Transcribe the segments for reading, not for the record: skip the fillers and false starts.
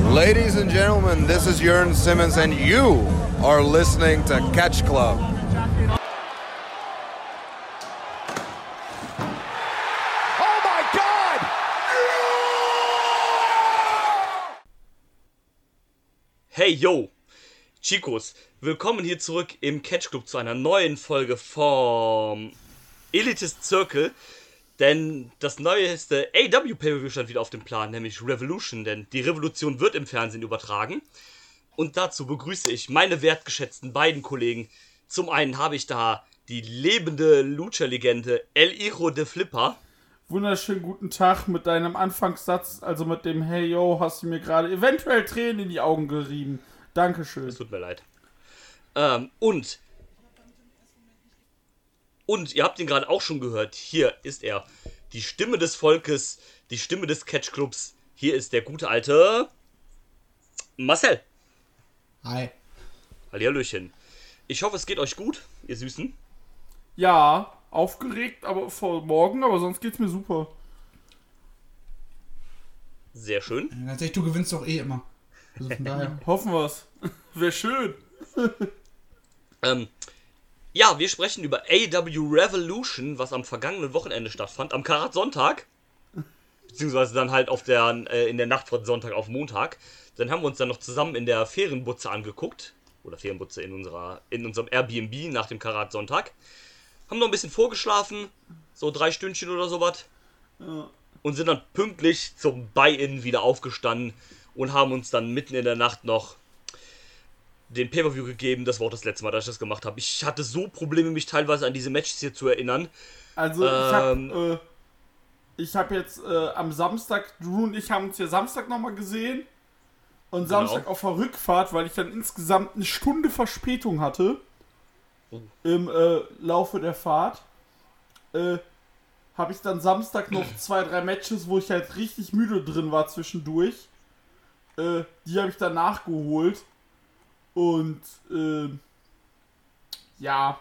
Ladies and gentlemen, this is Jörn Simmons and you are listening to Catch Club. Oh my God! Hey yo, Chicos, willkommen hier zurück im Catch Club zu einer neuen Folge vom Elitist Circle. Denn das neueste AEW Pay-Per-View stand wieder auf dem Plan, nämlich Revolution, denn die Revolution wird im Fernsehen übertragen. Und dazu begrüße ich meine wertgeschätzten beiden Kollegen. Zum einen habe ich da die lebende Lucha-Legende El Hijo de Flipper. Wunderschönen guten Tag. Mit deinem Anfangssatz, also mit dem Hey Yo, hast du mir gerade eventuell Tränen in die Augen gerieben. Dankeschön. Es tut mir leid. Und ihr habt ihn gerade auch schon gehört. Hier ist er. Die Stimme des Volkes, die Stimme des Catch Clubs. Hier ist der gute alte Marcel. Hi. Hallihallöchen. Ich hoffe, es geht euch gut, ihr Süßen. Ja, aufgeregt, aber vor morgen, aber sonst geht's mir super. Sehr schön. Ganz ehrlich, du gewinnst doch eh immer. Also von daher. Hoffen wir's. Wäre schön. Ja, wir sprechen über AEW Revolution, was am vergangenen Wochenende stattfand, am Karat-Sonntag. Beziehungsweise dann halt in der Nacht von Sonntag auf Montag. Dann haben wir uns dann noch zusammen in der Ferienbutze angeguckt. Oder Ferienbutze in unserem Airbnb nach dem Karat-Sonntag. Haben noch ein bisschen vorgeschlafen, so 3 Stündchen oder sowas. Ja. Und sind dann pünktlich zum Buy-In wieder aufgestanden und haben uns dann mitten in der Nacht noch den Pay-Per-View gegeben. Das war auch das letzte Mal, dass ich das gemacht habe. Ich hatte so Probleme, mich teilweise an diese Matches hier zu erinnern. Also ich hab jetzt am Samstag, Drew und ich haben uns ja Samstag nochmal gesehen. Und Samstag auf der Rückfahrt, weil ich dann insgesamt eine Stunde Verspätung hatte im Laufe der Fahrt, habe ich dann Samstag noch 2, 3 Matches, wo ich halt richtig müde drin war zwischendurch. Die habe ich dann nachgeholt. Und, ja,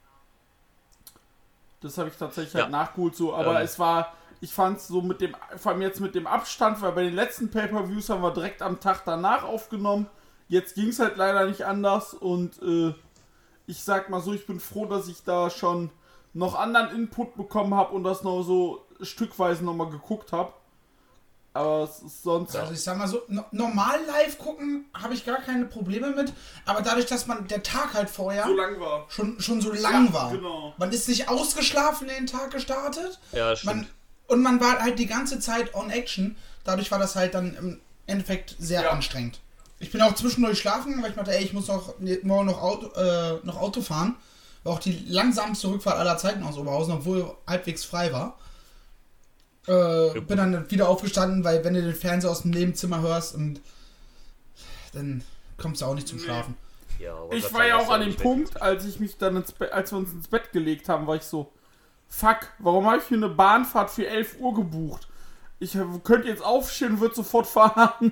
das habe ich tatsächlich halt nachgeholt, so, aber ich fand es so vor allem jetzt mit dem Abstand, weil bei den letzten Pay-Per-Views haben wir direkt am Tag danach aufgenommen, jetzt ging es halt leider nicht anders und, ich sag mal so, ich bin froh, dass ich da schon noch anderen Input bekommen habe und das noch so stückweise nochmal geguckt habe. Aber es ist sonst... Also ich sag mal so, normal live gucken habe ich gar keine Probleme mit, aber dadurch, dass der Tag halt vorher so lang war. Schon so lang war. Genau. Man ist nicht ausgeschlafen den Tag gestartet. Ja, stimmt. Man war halt die ganze Zeit on Action. Dadurch war das halt dann im Endeffekt sehr anstrengend. Ich bin auch zwischendurch schlafen, weil ich dachte, ich muss morgen noch Auto fahren. War auch die langsamste Rückfahrt aller Zeiten aus Oberhausen, obwohl halbwegs frei war. Bin dann wieder aufgestanden, weil wenn du den Fernseher aus dem Nebenzimmer hörst und dann kommst du auch nicht zum Schlafen. Ja, Ich war ja auch an dem Punkt, als wir uns ins Bett gelegt haben, war ich so, fuck, warum habe ich mir eine Bahnfahrt für 11 Uhr gebucht? Ich könnte jetzt aufstehen und würde sofort fahren.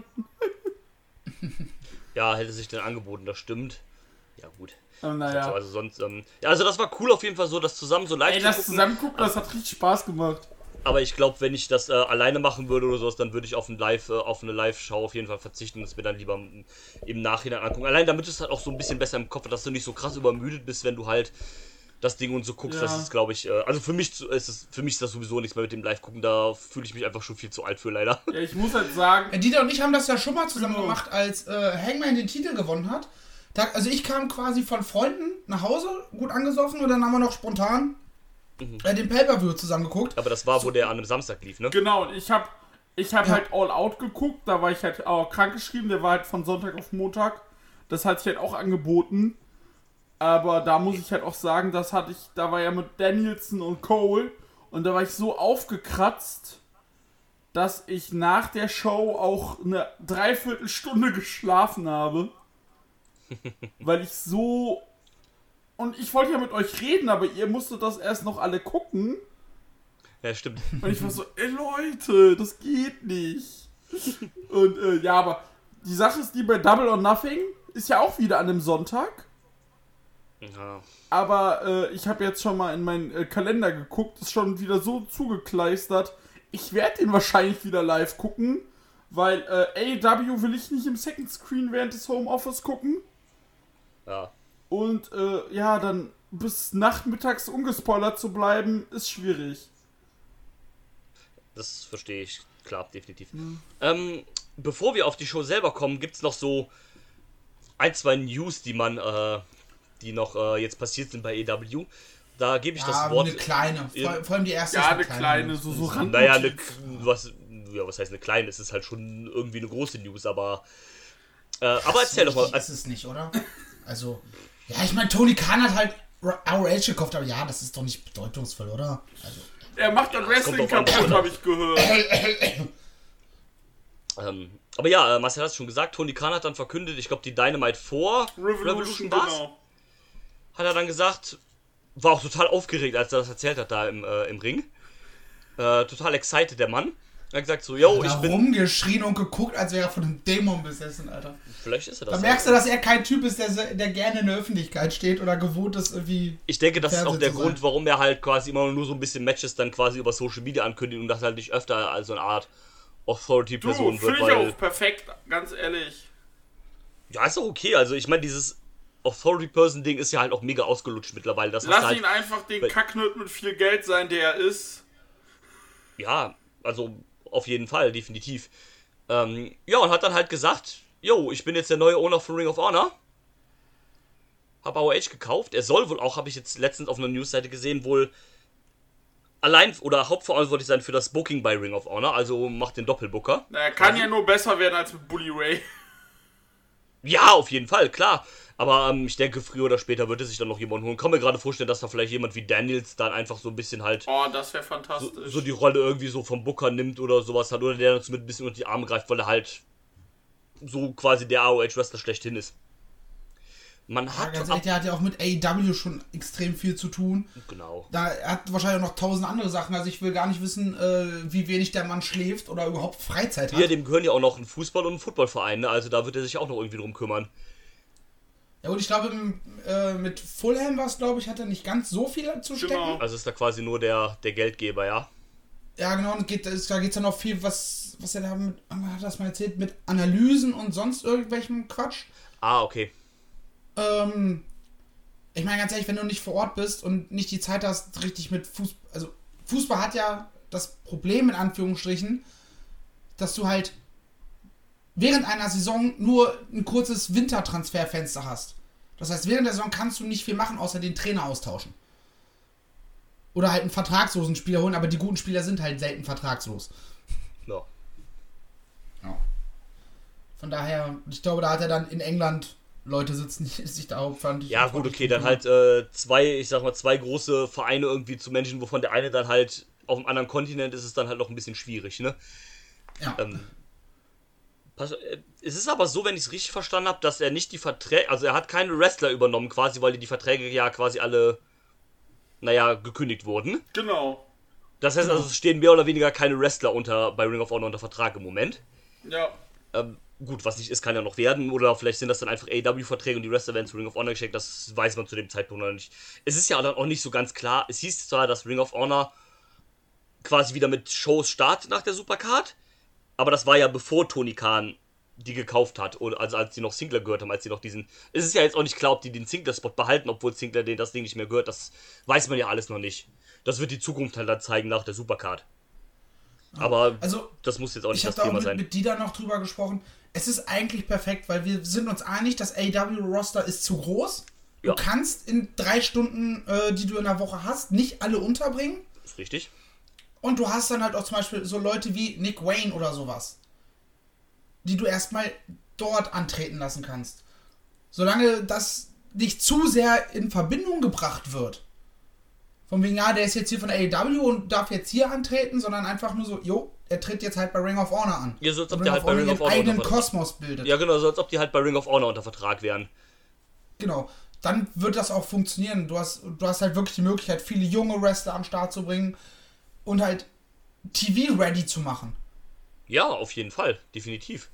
Ja, hätte sich dann angeboten, das stimmt. Ja, gut. Naja. Also sonst, also das war cool auf jeden Fall so, das zusammen so live zu das gucken. Zusammengucken, das hat richtig Spaß gemacht. Aber ich glaube, wenn ich das alleine machen würde oder sowas, dann würde ich auf eine Live-Show auf jeden Fall verzichten und es mir dann lieber im Nachhinein angucken. Allein damit es halt auch so ein bisschen besser im Kopf hat, dass du nicht so krass übermüdet bist, wenn du halt das Ding und so guckst. Ja. Das ist, glaube ich, also für mich ist das sowieso nichts mehr mit dem Live-Gucken. Da fühle ich mich einfach schon viel zu alt für, leider. Ja, ich muss halt sagen... Dieter und ich haben das ja schon mal zusammen gemacht, als Hangman den Titel gewonnen hat. Also ich kam quasi von Freunden nach Hause, gut angesoffen und dann haben wir noch spontan den Pay-Per-View zusammen geguckt. Aber das war, wo der an einem Samstag lief, ne? Genau, und ich hab halt All Out geguckt, da war ich halt auch krankgeschrieben, der war halt von Sonntag auf Montag. Das hat sich halt auch angeboten. Aber da muss ich halt auch sagen, da war ja mit Danielson und Cole und da war ich so aufgekratzt, dass ich nach der Show auch eine Dreiviertelstunde geschlafen habe. Weil ich so... Und ich wollte ja mit euch reden, aber ihr musstet das erst noch alle gucken. Ja, stimmt. Und ich war so, Leute, das geht nicht. Und ja, aber die Sache ist die, bei Double or Nothing ist ja auch wieder an einem Sonntag. Ja. Aber ich habe jetzt schon mal in meinen Kalender geguckt, ist schon wieder so zugekleistert. Ich werde den wahrscheinlich wieder live gucken, Weil AEW will ich nicht im Second Screen während des Homeoffice gucken. Ja. Und dann bis nachmittags ungespoilert zu bleiben, ist schwierig. Das verstehe ich, klar, definitiv. Bevor wir auf die Show selber kommen, gibt es noch so 1, 2 News, die noch jetzt passiert sind bei AEW. Da gebe ich das Wort... eine kleine, vor allem die erste. Ja, eine kleine, so Randnotiz. Naja, was heißt eine kleine? Es ist halt schon irgendwie eine große News, aber erzähl doch mal. Das ist es nicht, oder? Also, ja, ich meine, Tony Khan hat halt ROH gekauft, aber ja, das ist doch nicht bedeutungsvoll, oder? Also, er macht dann Wrestling kaputt, habe ich gehört. Aber ja, Marcel hat es schon gesagt, Tony Khan hat dann verkündet, ich glaube die Dynamite vor Revolution war's. Genau. Hat er dann gesagt, war auch total aufgeregt, als er das erzählt hat da im Ring. Total excited, der Mann. Er hat gesagt so, yo, ich bin... rumgeschrien und geguckt, als wäre er von einem Dämon besessen, Alter. Vielleicht ist er das. Da merkst du, dass er kein Typ ist, der gerne in der Öffentlichkeit steht oder gewohnt ist, irgendwie... Ich denke, das ist auch der zu Grund, sein. warum er halt quasi immer nur so ein bisschen Matches dann quasi über Social Media ankündigt und das halt nicht öfter als so eine Art Authority-Person wird, finde ich auch perfekt, ganz ehrlich. Ja, ist doch okay, also ich meine, dieses Authority-Person-Ding ist ja halt auch mega ausgelutscht mittlerweile. Das Lass halt, ihn einfach den Kacknerd mit viel Geld sein, der er ist. Ja, also auf jeden Fall, definitiv. Ja, und hat dann halt gesagt, yo, ich bin jetzt der neue Owner von Ring of Honor. Hab ROH gekauft. Er soll wohl auch, habe ich jetzt letztens auf einer Newsseite gesehen, wohl allein oder hauptverantwortlich sein für das Booking bei Ring of Honor, also macht den Doppelbooker. Na, er kann ja nur besser werden als mit Bully Ray. Ja, auf jeden Fall, klar. Aber ich denke, früher oder später wird es sich dann noch jemand holen. Kann mir gerade vorstellen, dass da vielleicht jemand wie Daniels dann einfach so ein bisschen halt Oh, das wäre fantastisch. so die Rolle irgendwie so vom Booker nimmt oder sowas hat. Oder der dazu mit ein bisschen unter die Arme greift, weil er halt so quasi der AOH-Wrestler schlechthin ist. Man Ja, hat... ganz ehrlich, der hat ja auch mit AEW schon extrem viel zu tun. Genau. Er hat wahrscheinlich auch noch 1000 andere Sachen. Also ich will gar nicht wissen, wie wenig der Mann schläft oder überhaupt Freizeit hat. Ja, dem gehören ja auch noch ein Fußball- und ein Footballverein, ne? Also da wird er sich auch noch irgendwie drum kümmern. Ja, und ich glaube, mit Fulham war es, glaube ich, hat er nicht ganz so viel zu stecken. Genau. Also ist da quasi nur der Geldgeber, ja? Ja, genau, und da geht es dann noch viel, was er da mit, hat das mal erzählt, mit Analysen und sonst irgendwelchem Quatsch. Ah, okay. Ich meine, ganz ehrlich, wenn du nicht vor Ort bist und nicht die Zeit hast, richtig mit Fußball, also Fußball hat ja das Problem, in Anführungsstrichen, dass du halt während einer Saison nur ein kurzes Wintertransferfenster hast. Das heißt, während der Saison kannst du nicht viel machen, außer den Trainer austauschen. Oder halt einen vertragslosen Spieler holen, aber die guten Spieler sind halt selten vertragslos. Ja. Ja. Von daher, ich glaube, da hat er dann in England Leute sitzen, die sich da hauptverantwortlich. Ja, gut, okay, dann halt zwei große Vereine irgendwie zu managen, wovon der eine dann halt auf einem anderen Kontinent ist, es dann halt noch ein bisschen schwierig, ne? Ja. Es ist aber so, wenn ich es richtig verstanden habe, dass er nicht die Verträge, also er hat keine Wrestler übernommen quasi, weil die Verträge ja quasi alle, gekündigt wurden. Genau. Das heißt also, es stehen mehr oder weniger keine Wrestler bei Ring of Honor unter Vertrag im Moment. Ja. Gut, was nicht ist, kann ja noch werden. Oder vielleicht sind das dann einfach AEW-Verträge und die Wrestler werden zu Ring of Honor geschickt. Das weiß man zu dem Zeitpunkt noch nicht. Es ist ja dann auch nicht so ganz klar. Es hieß zwar, dass Ring of Honor quasi wieder mit Shows startet nach der Supercard, aber das war ja bevor Tony Khan die gekauft hat. Also als die noch Singler gehört haben, als die noch diesen... Es ist ja jetzt auch nicht klar, ob die den Singler-Spot behalten, obwohl Singler denen das Ding nicht mehr gehört. Das weiß man ja alles noch nicht. Das wird die Zukunft halt dann zeigen nach der Supercard. Aber Also, das muss jetzt auch nicht ich das habe da Thema auch sein. mit Dieter noch drüber gesprochen. Es ist eigentlich perfekt, weil wir sind uns einig, das AEW-Roster ist zu groß. Ja. Du kannst in 3 Stunden, die du in der Woche hast, nicht alle unterbringen. Ist richtig. Und du hast dann halt auch zum Beispiel so Leute wie Nick Wayne oder sowas, die du erstmal dort antreten lassen kannst. Solange das nicht zu sehr in Verbindung gebracht wird. Von wegen, ja, der ist jetzt hier von AEW und darf jetzt hier antreten, sondern einfach nur so, jo, er tritt jetzt halt bei Ring of Honor an. Ja, so als ob Ring der halt bei Ring of Honor eigenen unter Vertrag- Kosmos bildet. Ja, genau, so als ob die halt bei Ring of Honor unter Vertrag wären. Genau. Dann wird das auch funktionieren. Du hast halt wirklich die Möglichkeit, viele junge Wrestler am Start zu bringen und halt TV-ready zu machen. Ja, auf jeden Fall, definitiv.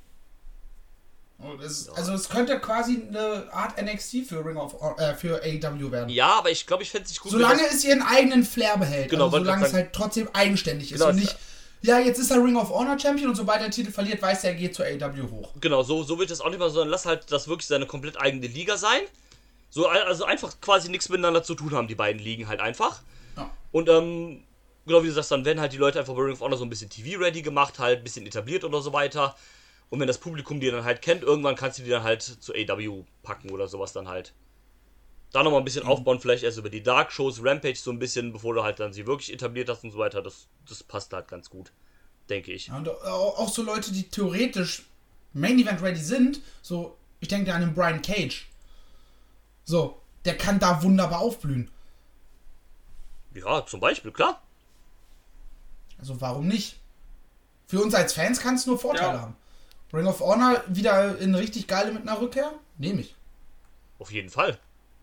Also es könnte quasi eine Art NXT für für AEW werden. Ja, aber ich glaube, ich fände es nicht gut. Solange es ihren eigenen Flair behält. Genau, also wollte solange grad es halt trotzdem eigenständig ist Genau, und nicht ja, jetzt ist er Ring of Honor Champion und sobald er den Titel verliert, weiß er geht zur AEW hoch. Genau, so will ich das auch nicht mehr, sondern lass halt das wirklich seine komplett eigene Liga sein. So, also einfach quasi nichts miteinander zu tun haben, die beiden Ligen halt einfach. Ja. Und genau wie du sagst, dann werden halt die Leute einfach bei Ring of Honor so ein bisschen TV-ready gemacht, halt ein bisschen etabliert oder so weiter. Und wenn das Publikum die dann halt kennt, irgendwann kannst du die dann halt zu AEW packen oder sowas dann halt. Da nochmal ein bisschen aufbauen, vielleicht erst über die Dark-Shows, Rampage so ein bisschen, bevor du halt dann sie wirklich etabliert hast und so weiter. Das passt halt ganz gut, denke ich. Ja, und auch so Leute, die theoretisch Main-Event-ready sind, so, ich denke da an den Brian Cage. So, der kann da wunderbar aufblühen. Ja, zum Beispiel, klar. Also warum nicht? Für uns als Fans kann es nur Vorteile Ja. haben. Ring of Honor wieder in richtig geile mit einer Rückkehr? Nehme ich. Auf jeden Fall.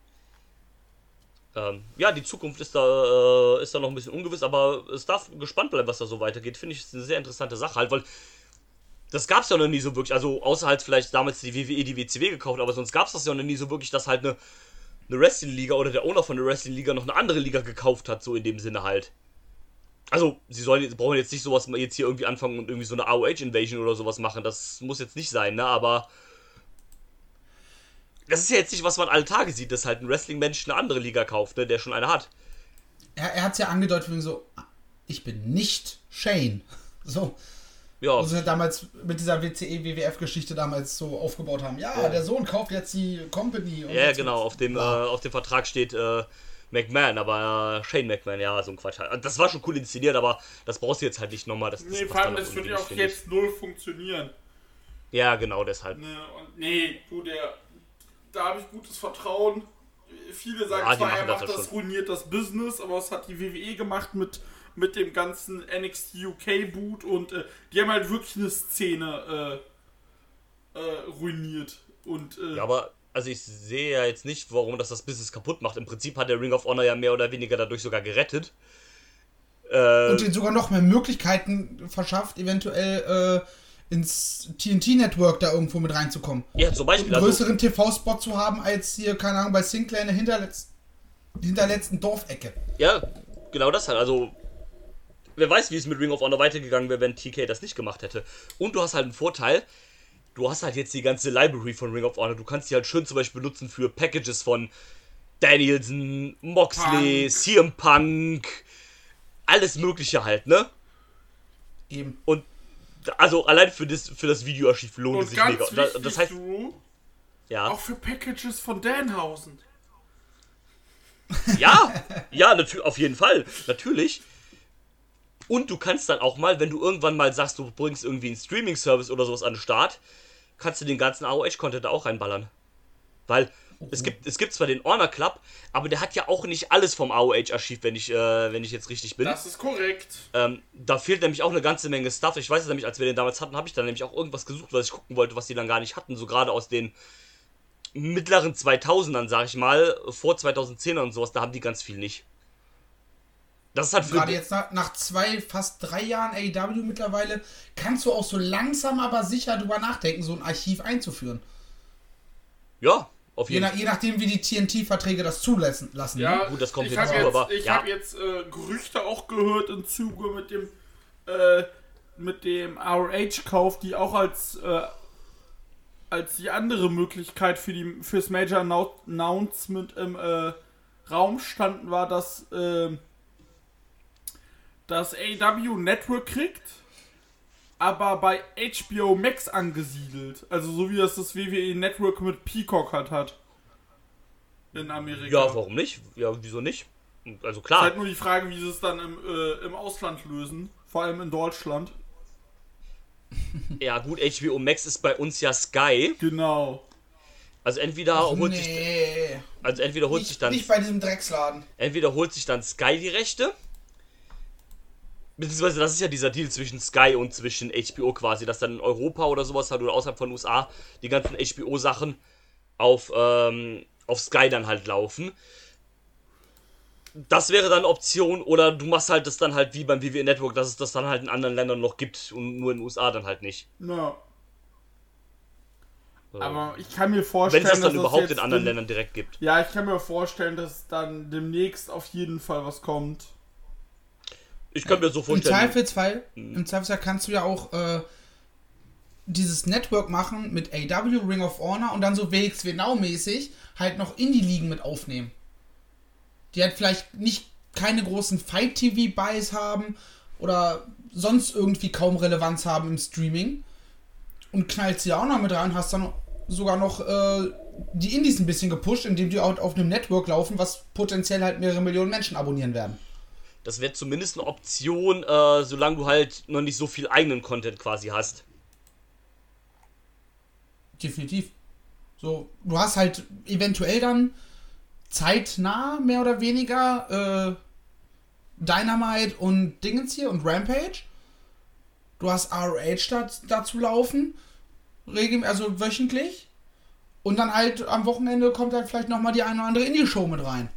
Ja, die Zukunft ist da noch ein bisschen ungewiss, aber es darf gespannt bleiben, was da so weitergeht. Finde ich, ist eine sehr interessante Sache halt, weil das gab es ja noch nie so wirklich, also außer halt vielleicht damals die WWE, die WCW gekauft, aber sonst gab es das ja noch nie so wirklich, dass halt eine Wrestling-Liga oder der Owner von der Wrestling-Liga noch eine andere Liga gekauft hat, so in dem Sinne halt. Also, sie brauchen jetzt nicht sowas jetzt hier irgendwie anfangen und irgendwie so eine AOH-Invasion oder sowas machen, das muss jetzt nicht sein, ne, aber das ist ja jetzt nicht, was man alle Tage sieht, dass halt ein Wrestling-Mensch eine andere Liga kauft, ne, der schon eine hat. Er hat es ja angedeutet, wegen so, ich bin nicht Shane. So. Ja, Wo sie ja damals mit dieser WCE-WWF-Geschichte damals so aufgebaut haben. Ja, der Sohn kauft jetzt die Company. Und ja jetzt genau, auf dem Vertrag steht McMahon, aber Shane McMahon, ja, so ein Quatsch halt. Das war schon cool inszeniert, aber das brauchst du jetzt halt nicht nochmal. Nee, vor allem, das würde ja auch jetzt null funktionieren. Ja, genau, deshalb. Ne, und nee, da habe ich gutes Vertrauen. Viele sagen Ja, die zwar, er machen das macht ja das, schon. ruiniert das Business, aber was hat die WWE gemacht mit dem ganzen NXT UK-Boot und die haben halt wirklich eine Szene ruiniert. Und, Ja, aber also ich sehe ja jetzt nicht, warum das Business kaputt macht. Im Prinzip hat der Ring of Honor ja mehr oder weniger dadurch sogar gerettet. und ihnen sogar noch mehr Möglichkeiten verschafft, eventuell ins TNT-Network da irgendwo mit reinzukommen. Ja, zum Beispiel. Einen größeren TV-Spot zu haben, als hier, keine Ahnung, bei Sinclair in der hinterletzten Dorfecke. Ja, genau das halt. Also, wer weiß, wie es mit Ring of Honor weitergegangen wäre, wenn TK das nicht gemacht hätte. Und du hast halt einen Vorteil, du hast halt jetzt die ganze Library von Ring of Honor. Du kannst die halt schön zum Beispiel benutzen für Packages von Danielson, Moxley, CM Punk, alles mögliche halt, ne? Eben. Und also allein für das Videoarchiv lohnt es und sich ganz mega. wichtig, Das heißt, Drew, ja. auch für Packages von Danhausen. Ja, auf jeden Fall, natürlich. Und du kannst dann auch mal, wenn du irgendwann mal sagst, du bringst irgendwie einen Streaming-Service oder sowas an den Start, kannst du den ganzen AOH-Content da auch reinballern. Weil es gibt zwar den Honor Club, aber der hat ja auch nicht alles vom AOH-Archiv, wenn ich jetzt richtig bin. Das ist korrekt. Da fehlt nämlich auch eine ganze Menge Stuff. Ich weiß es nämlich, als wir den damals hatten, habe ich dann nämlich auch irgendwas gesucht, was ich gucken wollte, was die dann gar nicht hatten. So gerade aus den mittleren 2000ern, sag ich mal, vor 2010 und sowas, da haben die ganz viel nicht. Das ist halt für Gerade jetzt nach fast 3 Jahren AEW mittlerweile, kannst du auch so langsam aber sicher drüber nachdenken, so ein Archiv einzuführen. Ja, auf jeden Je Fall. nachdem, wie die TNT-Verträge das zulassen. Ja, Gut, das kommt ich hinzu, habe jetzt, aber, ich ja. hab jetzt Gerüchte auch gehört im Zuge mit dem ROH-Kauf, die auch als die andere Möglichkeit fürs Major Announcement im Raum standen, war, dass das AEW Network kriegt, aber bei HBO Max angesiedelt. Also so wie das WWE Network mit Peacock hat. In Amerika. Ja, warum nicht? Ja, wieso nicht? Also Ist klar. halt nur die Frage, wie sie es dann im Ausland lösen. Vor allem in Deutschland. Ja gut, HBO Max ist bei uns ja Sky. Genau. Also entweder holt sich Nicht bei diesem Drecksladen. dann Sky die Rechte. Beziehungsweise das ist ja dieser Deal zwischen Sky und zwischen HBO quasi, dass dann in Europa oder sowas halt oder außerhalb von USA die ganzen HBO-Sachen auf Sky dann halt laufen. Das wäre dann eine Option, oder du machst halt das dann halt wie beim WWE Network, dass es das dann halt in anderen Ländern noch gibt und nur in den USA dann halt nicht. Ja. So. Aber ich kann mir vorstellen, Wenn es das dann dass überhaupt jetzt in anderen Ländern direkt gibt. Ja, ich kann mir vorstellen, dass dann demnächst auf jeden Fall was kommt. Ich könnte mir so Im vorstellen. Zweifelsfall kannst du ja auch dieses Network machen mit AW, Ring of Honor und dann so WXW Now-mäßig halt noch Indie-Ligen mit aufnehmen. Die halt vielleicht nicht keine großen Fight-TV-Buys haben oder sonst irgendwie kaum Relevanz haben im Streaming und knallst sie auch noch mit rein, hast dann sogar noch die Indies ein bisschen gepusht, indem die auch auf einem Network laufen, was potenziell halt mehrere Millionen Menschen abonnieren werden. Das wäre zumindest eine Option, solange du halt noch nicht so viel eigenen Content quasi hast. Definitiv. So, du hast halt eventuell dann zeitnah, mehr oder weniger, Dynamite und Dingens hier und Rampage. Du hast ROH dazu laufen, also wöchentlich. Und dann halt am Wochenende kommt halt vielleicht nochmal die eine oder andere Indie-Show mit rein.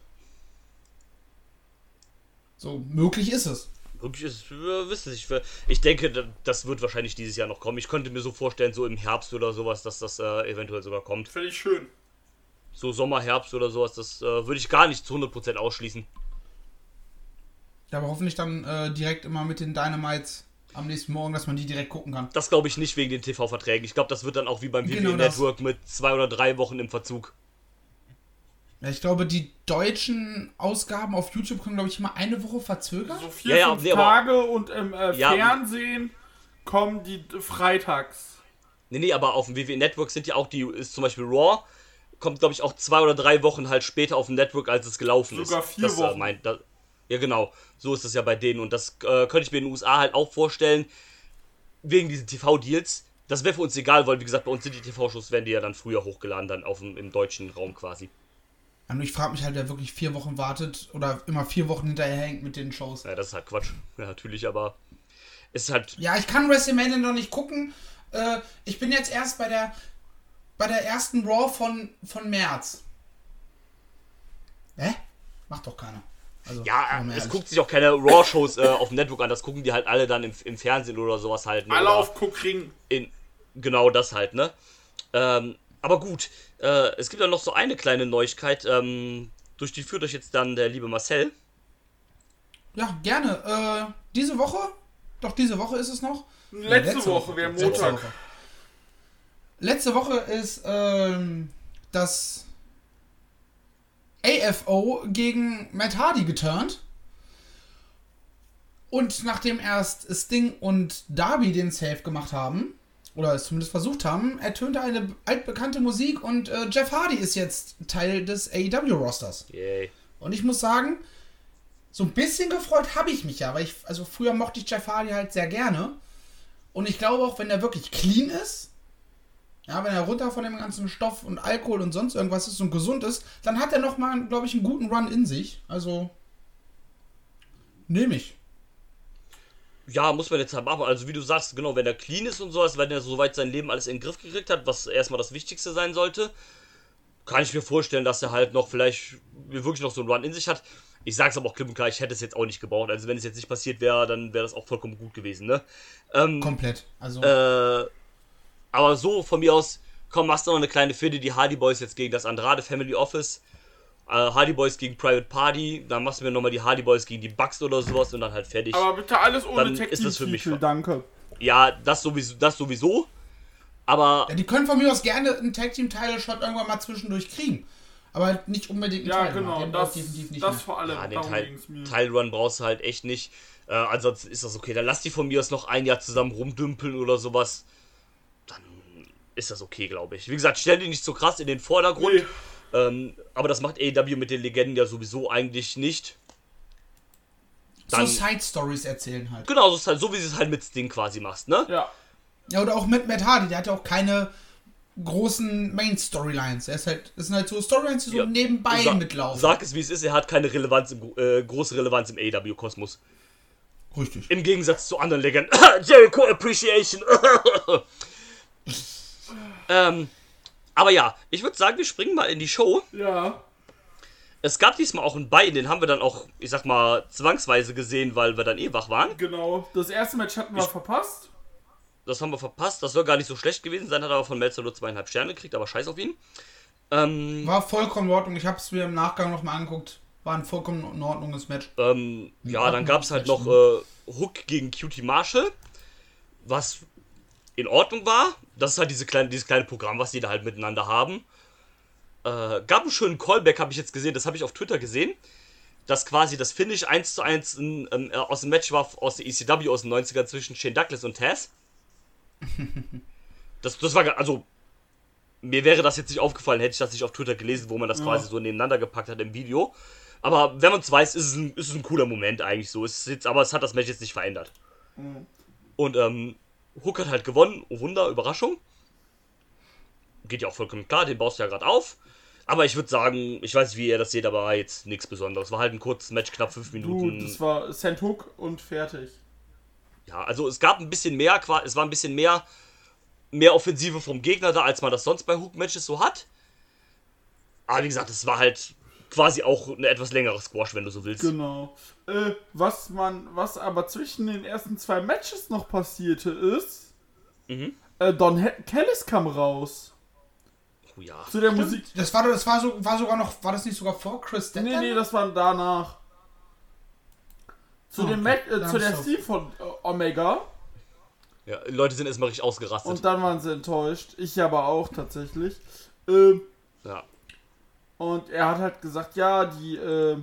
So, möglich ist es. Wirklich ist, wisst ihr, ich denke, das wird wahrscheinlich dieses Jahr noch kommen. Ich könnte mir so vorstellen, so im Herbst oder sowas, dass das eventuell sogar kommt. Finde ich schön. So Sommer, Herbst oder sowas, das würde ich gar nicht zu 100% ausschließen. Ja, aber hoffentlich dann direkt immer mit den Dynamites am nächsten Morgen, dass man die direkt gucken kann. Das glaube ich nicht wegen den TV-Verträgen. Ich glaube, das wird dann auch wie beim WWE Genau Network mit 2 oder 3 Wochen im Verzug. Ja, ich glaube, die deutschen Ausgaben auf YouTube können, glaube ich, immer eine Woche verzögern. So 4-5 Tage und im ja, Fernsehen kommen die freitags. Nee, aber auf dem WWE Network sind ja auch ist zum Beispiel Raw, kommt, glaube ich, auch 2 oder 3 Wochen halt später auf dem Network, als es gelaufen ist. Sogar 4 Wochen. Ja, genau. So ist es ja bei denen. Und das könnte ich mir in den USA halt auch vorstellen, wegen diesen TV-Deals. Das wäre für uns egal, weil, wie gesagt, bei uns sind die TV-Shows, werden die ja dann früher hochgeladen, dann im deutschen Raum quasi. Ja, nur ich frage mich halt, wer wirklich 4 Wochen wartet oder immer 4 Wochen hinterher hängt mit den Shows. Ja, das ist halt Quatsch. Ja, natürlich, aber es ist halt... Ja, ich kann WrestleMania noch nicht gucken. Ich bin jetzt erst bei der ersten Raw von März. Hä? Macht doch keiner. Also, ja, es guckt sich auch keine Raw-Shows auf dem Network an, das gucken die halt alle dann im Fernsehen oder sowas halt. Ne? Alle auf Guckring. Genau das halt, ne? Aber gut, es gibt ja noch so eine kleine Neuigkeit, durch die führt euch jetzt dann der liebe Marcel. Ja, gerne. Diese Woche ist es noch. Letzte Woche wäre Montag. Letzte Woche ist das AFO gegen Matt Hardy geturnt. Und nachdem erst Sting und Darby den Save gemacht haben, oder es zumindest versucht haben, ertönte eine altbekannte Musik und Jeff Hardy ist jetzt Teil des AEW-Rosters. Yay. Und ich muss sagen, so ein bisschen gefreut habe ich mich ja, weil also früher mochte ich Jeff Hardy halt sehr gerne. Und ich glaube auch, wenn er wirklich clean ist, ja, wenn er runter von dem ganzen Stoff und Alkohol und sonst irgendwas ist und gesund ist, dann hat er nochmal, glaube ich, einen guten Run in sich. Also, nehme ich. Ja, muss man jetzt halt machen. Also wie du sagst, genau, wenn er clean ist und sowas, wenn er soweit sein Leben alles in den Griff gekriegt hat, was erstmal das Wichtigste sein sollte, kann ich mir vorstellen, dass er halt noch vielleicht wirklich noch so einen Run in sich hat. Ich sag's aber auch klipp und klar, ich hätte es jetzt auch nicht gebraucht. Also wenn es jetzt nicht passiert wäre, dann wäre das auch vollkommen gut gewesen, ne? Komplett. Also. Aber so, von mir aus, komm, machst du noch eine kleine Fehde, die Hardy Boys jetzt gegen das Andrade Family Office. Hardy Boys gegen Private Party, dann machst du mir nochmal die Hardy Boys gegen die Bucks oder sowas und dann halt fertig. Aber bitte alles ohne Dann ist das für mich Tag-Team-Titel, danke. Ja, das sowieso. Aber Ja, die können von mir aus gerne einen Tag-Team-Title-Shot irgendwann mal zwischendurch kriegen. Aber halt nicht unbedingt einen Ja, Title-Run. genau, Den das braucht definitiv nicht das mehr. vor allem. ja, den darum ging's mir. Teilrun brauchst du halt echt nicht. Ansonsten ist das okay. Dann lass die von mir aus noch ein Jahr zusammen rumdümpeln oder sowas. Dann ist das okay, glaube ich. Wie gesagt, stell die nicht so krass in den Vordergrund. Nee. Aber das macht AEW mit den Legenden ja sowieso eigentlich nicht. Dann, So Side-Stories erzählen halt. genau, so wie sie es halt mit Sting quasi machst, ne? Ja. Ja, oder auch mit Matt Hardy. Der hat ja auch keine großen Main-Storylines. Das sind halt so Storylines, die so Ja. nebenbei mitlaufen. Sag es wie es ist, er hat keine große Relevanz im AEW-Kosmos. Richtig. Im Gegensatz zu anderen Legenden. Jericho Appreciation. Aber ja, ich würde sagen, wir springen mal in die Show. Ja. Es gab diesmal auch einen Buy-in, den haben wir dann auch, ich sag mal, zwangsweise gesehen, weil wir dann wach waren. Genau. Das erste Match hatten wir verpasst. Das haben wir verpasst. Das soll gar nicht so schlecht gewesen sein, hat aber von Meltzer nur 2,5 Sterne gekriegt, aber scheiß auf ihn. War vollkommen in Ordnung. Ich habe es mir im Nachgang nochmal angeguckt. War ein vollkommen in Ordnunges Match. Ja, dann gab es halt noch Hook gegen Cutie Marshall, was in Ordnung war. Das ist halt dieses kleine Programm, was die da halt miteinander haben. Gab einen schönen Callback, habe ich jetzt gesehen, das habe ich auf Twitter gesehen, dass quasi das Finish 1:1 aus dem Match war aus der ECW aus den 90ern zwischen Shane Douglas und Taz. Das war, also, mir wäre das jetzt nicht aufgefallen, hätte ich das nicht auf Twitter gelesen, wo man das quasi so nebeneinander gepackt hat im Video. Aber wenn man es weiß, ist es ein cooler Moment eigentlich so. Aber es hat das Match jetzt nicht verändert. Und Hook hat halt gewonnen, oh Wunder, Überraschung. Geht ja auch vollkommen klar, den baust du ja gerade auf. Aber ich würde sagen, ich weiß nicht, wie ihr das seht, aber war jetzt nichts Besonderes. War halt ein kurzes Match, knapp 5 Minuten. Das war Send Hook und fertig. Ja, also es gab ein bisschen mehr, es war ein bisschen mehr Offensive vom Gegner da, als man das sonst bei Hook-Matches so hat. Aber wie gesagt, es war halt quasi auch ein etwas längeres Squash, wenn du so willst. Genau. Was aber zwischen den ersten 2 Matches noch passierte ist, Don Callis kam raus. Oh ja. Zu der Musik. Das war sogar noch, war das nicht sogar vor Chris Statlander? Nee, das war danach. Zu der Steve von Omega. Ja, Leute sind erstmal richtig ausgerastet. Und dann waren sie enttäuscht. Ich aber auch tatsächlich. Ja. Und er hat halt gesagt, ja, die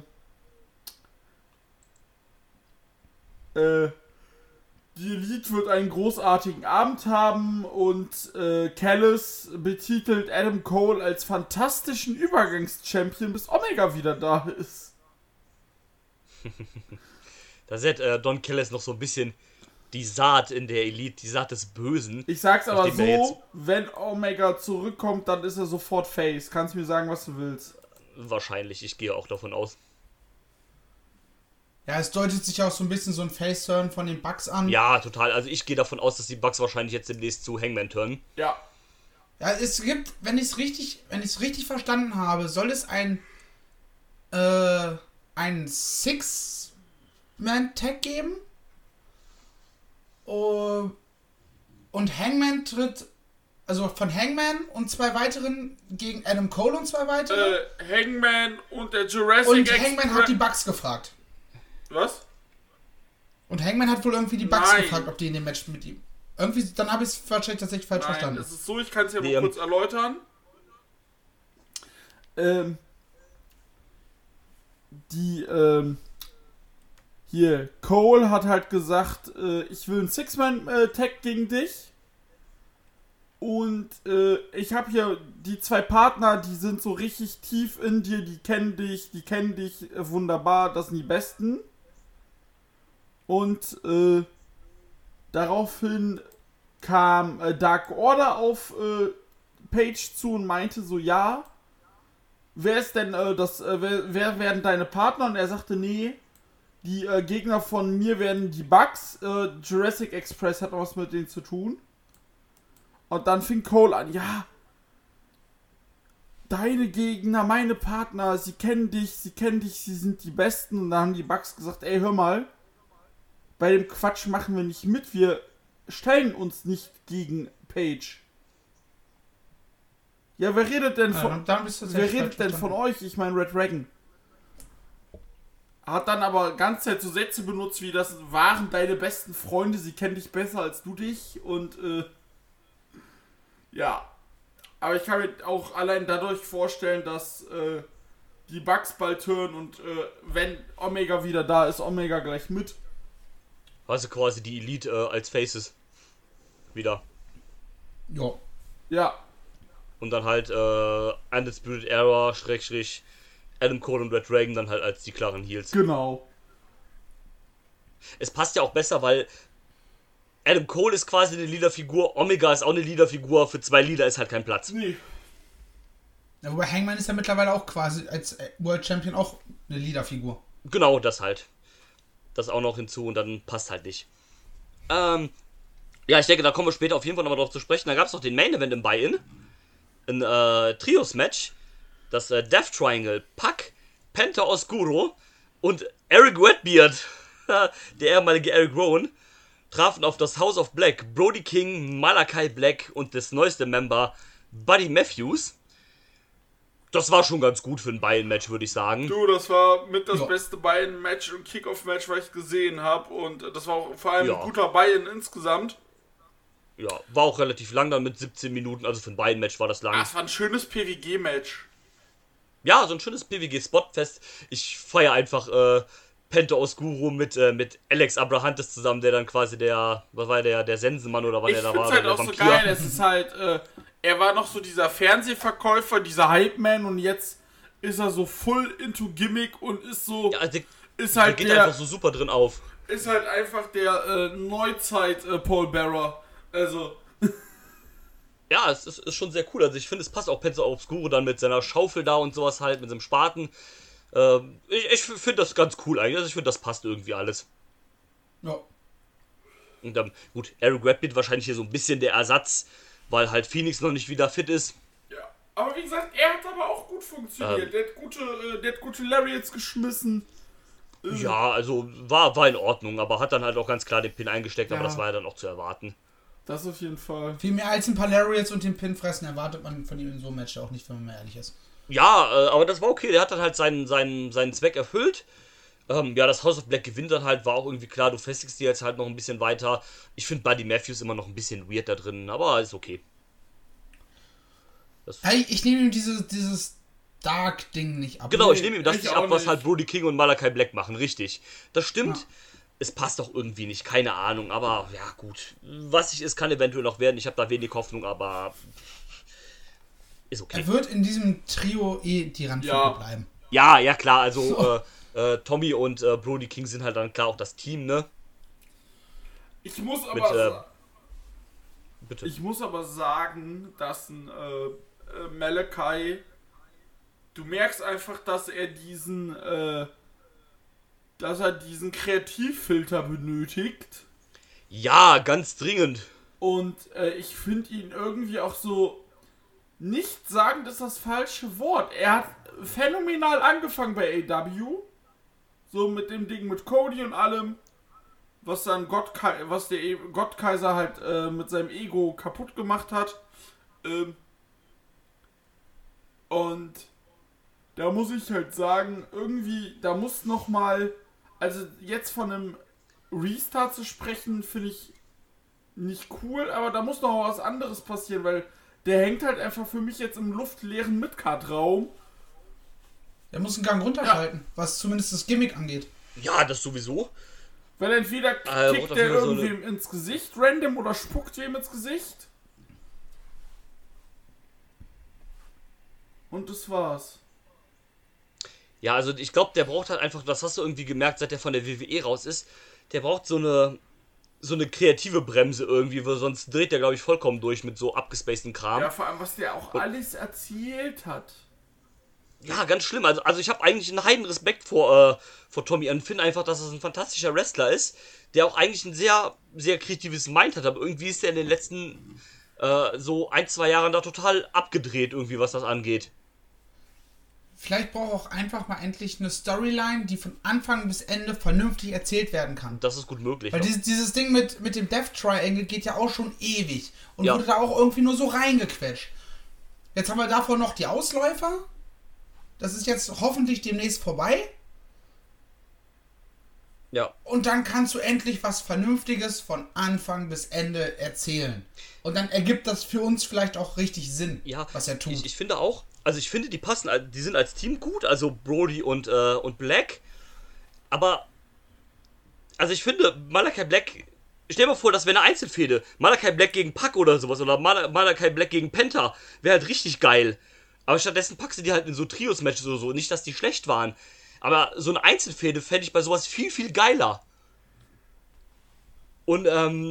Elite wird einen großartigen Abend haben und Callis betitelt Adam Cole als fantastischen Übergangschampion, bis Omega wieder da ist. Da sieht Don Callis noch so ein bisschen die Saat in der Elite, die Saat des Bösen. Ich sag's aber so, wenn Omega zurückkommt, dann ist er sofort Face. Kannst mir sagen, was du willst. Wahrscheinlich, ich gehe auch davon aus. Ja, es deutet sich auch so ein bisschen so ein Face-Turn von den Bucks an. Ja, total. Also ich gehe davon aus, dass die Bucks wahrscheinlich jetzt demnächst zu Hangman turnen. Ja. Ja, es gibt, wenn ich es richtig verstanden habe, soll es ein Six-Man-Tag geben. Und Hangman tritt, also von Hangman und 2 weiteren gegen Adam Cole und 2 weitere. Hangman und der Jurassic Und Hangman hat die Bucks gefragt. Was? Und Hangman hat wohl irgendwie die Bucks gefragt, ob die in dem Match mit ihm. Irgendwie, dann habe ich es wahrscheinlich tatsächlich falsch verstanden. Es ist so, ich kann es ja mal kurz erläutern. Hier, Cole hat halt gesagt, ich will einen Six-Man-Tag gegen dich. Und ich habe hier die 2 Partner, die sind so richtig tief in dir, die kennen dich wunderbar, das sind die Besten. Und daraufhin kam Dark Order auf Page zu und meinte so, ja, wer ist denn wer werden deine Partner? Und er sagte, nee, die Gegner von mir werden die Bucks, Jurassic Express hat noch was mit denen zu tun. Und dann fing Cole an, ja, deine Gegner, meine Partner, sie kennen dich, sie sind die Besten. Und dann haben die Bucks gesagt, ey, hör mal, bei dem Quatsch machen wir nicht mit, wir stellen uns nicht gegen Page. Ja, wer redet denn von euch? Ich meine Red Dragon. Hat dann aber ganz Zeit so Sätze benutzt, wie das waren deine besten Freunde, sie kennen dich besser als du dich und ja. Aber ich kann mir auch allein dadurch vorstellen, dass die Bucks bald hören und wenn Omega wieder da ist, Omega gleich mit. Also quasi die Elite als Faces wieder. Ja. Ja. Und dann halt Undisputed Era, / Adam Cole und Red Dragon dann halt als die klaren Heels. Genau. Es passt ja auch besser, weil Adam Cole ist quasi eine Leaderfigur, Omega ist auch eine Leaderfigur, für 2 Leader ist halt kein Platz. Nee. Ja, wobei Hangman ist ja mittlerweile auch quasi als World Champion auch eine Leaderfigur. Genau, das halt. Das auch noch hinzu und dann passt halt nicht. Ja, ich denke, da kommen wir später auf jeden Fall nochmal drauf zu sprechen. Da gab es noch den Main Event im Buy-In. Ein Trios-Match. Das Death Triangle, Pac, Penta Oscuro und Eric Redbeard, der ehemalige Eric Rowan, trafen auf das House of Black, Brody King, Malachi Black und das neueste Member, Buddy Matthews. Das war schon ganz gut für ein Bayern-Match, würde ich sagen. Du, das war mit das Ja. beste Bayern-Match und Kick-Off-Match, was ich gesehen habe. Und das war auch vor allem Ja. ein guter Bayern insgesamt. Ja, war auch relativ lang dann mit 17 Minuten, also für ein Bayern-Match war das lang. Ah, es war ein schönes PWG-Match. Ja, so ein schönes PWG-Spotfest. Ich feiere einfach Penta Oscuro mit Alex Abrahantes zusammen, der dann quasi der Sensenmann oder was Ich der da finde war. es halt der auch so Vampir. geil. Es ist halt, er war noch so dieser Fernsehverkäufer, dieser Hype-Man und jetzt ist er so full into Gimmick und ist so, Ja, der halt geht der, einfach so super drin auf. ist halt einfach der Neuzeit Paul Bearer. Also, Ja, es ist schon sehr cool. Also ich finde, es passt auch Penta Oscuro dann mit seiner Schaufel da und sowas halt, mit seinem Spaten. Ich finde das ganz cool eigentlich. Also ich finde, das passt irgendwie alles. Ja. Und gut, Eric Redbit wahrscheinlich hier so ein bisschen der Ersatz, weil halt Phoenix noch nicht wieder fit ist. ja. Aber wie gesagt, er hat aber auch gut funktioniert. Der hat gute Lariats geschmissen. Ja, also war in Ordnung, aber hat dann halt auch ganz klar den Pin eingesteckt, aber Ja. das war ja dann auch zu erwarten. Das auf jeden Fall. Viel mehr als ein paar Lariats und den Pin fressen erwartet man von ihm in so einem Match auch nicht, wenn man mal ehrlich ist. Ja, aber das war okay, der hat dann halt seinen Zweck erfüllt. Ja, das House of Black gewinnt dann halt, war auch irgendwie klar, du festigst die jetzt halt noch ein bisschen weiter. Ich finde Buddy Matthews immer noch ein bisschen weird da drin, aber ist okay. Hey, ich nehme ihm dieses Dark-Ding nicht ab. Genau, ich nehme ihm das ich nicht auch ab, was nicht. halt Brody King und Malachi Black machen, richtig. Das stimmt. Ja. Es passt doch irgendwie nicht, keine Ahnung, aber ja gut. Was ich ist, kann eventuell noch werden. Ich habe da wenig Hoffnung, aber ist okay. Er wird in diesem Trio die Randfigur Ja. bleiben. Ja, klar, also Tommy und Brody King sind halt dann klar auch das Team, ne? Ich muss Mit, aber, bitte. ich muss aber sagen, dass ein Malachi, du merkst einfach, dass er diesen Kreativfilter benötigt. Ja, ganz dringend. Und ich finde ihn irgendwie auch so, nicht sagen, das ist das falsche Wort. Er hat phänomenal angefangen bei AEW. So mit dem Ding mit Cody und allem. Was dann der Gottkaiser halt mit seinem Ego kaputt gemacht hat. Und da muss ich halt sagen, irgendwie, da muss nochmal, also jetzt von einem Restart zu sprechen, finde ich nicht cool, aber da muss noch was anderes passieren, weil der hängt halt einfach für mich jetzt im luftleeren Midcard-Raum. Er muss einen Gang runterschalten, was zumindest das Gimmick angeht. Ja, das sowieso. Weil entweder braucht kickt auf der jeden Fall so irgendwem ins Gesicht random oder spuckt wem ins Gesicht. Und das war's. Ja, also ich glaube, der braucht halt einfach, das hast du irgendwie gemerkt, seit der von der WWE raus ist, der braucht so eine kreative Bremse irgendwie, weil sonst dreht der, glaube ich, vollkommen durch mit so abgespaceden Kram. Ja, vor allem, was der auch alles erzählt hat. Ja, ganz schlimm. Also ich habe eigentlich einen heiden Respekt vor Tommy und finde einfach, dass er ein fantastischer Wrestler ist, der auch eigentlich ein sehr, sehr kreatives Mind hat, aber irgendwie ist er in den letzten so 1-2 Jahren da total abgedreht irgendwie, was das angeht. Vielleicht braucht er auch einfach mal endlich eine Storyline, die von Anfang bis Ende vernünftig erzählt werden kann. Das ist gut möglich. Weil Ja. dieses Ding mit dem Death Triangle geht ja auch schon ewig. Und Ja. wurde da auch irgendwie nur so reingequetscht. Jetzt haben wir davor noch die Ausläufer. Das ist jetzt hoffentlich demnächst vorbei. Ja. Und dann kannst du endlich was Vernünftiges von Anfang bis Ende erzählen. Und dann ergibt das für uns vielleicht auch richtig Sinn, Ja, was er tut. Ich finde auch, also ich finde, die passen, die sind als Team gut, also Brody und Black. Aber, also ich finde, Malachi Black, stell dir mal vor, das wäre eine Einzelfehde. Malachi Black gegen Pac oder sowas, oder Malachi Black gegen Penta, wäre halt richtig geil. Aber stattdessen packst du die halt in so Trios-Matches oder so. Nicht, dass die schlecht waren. Aber so eine Einzelfehde fände ich bei sowas viel, viel geiler. Und,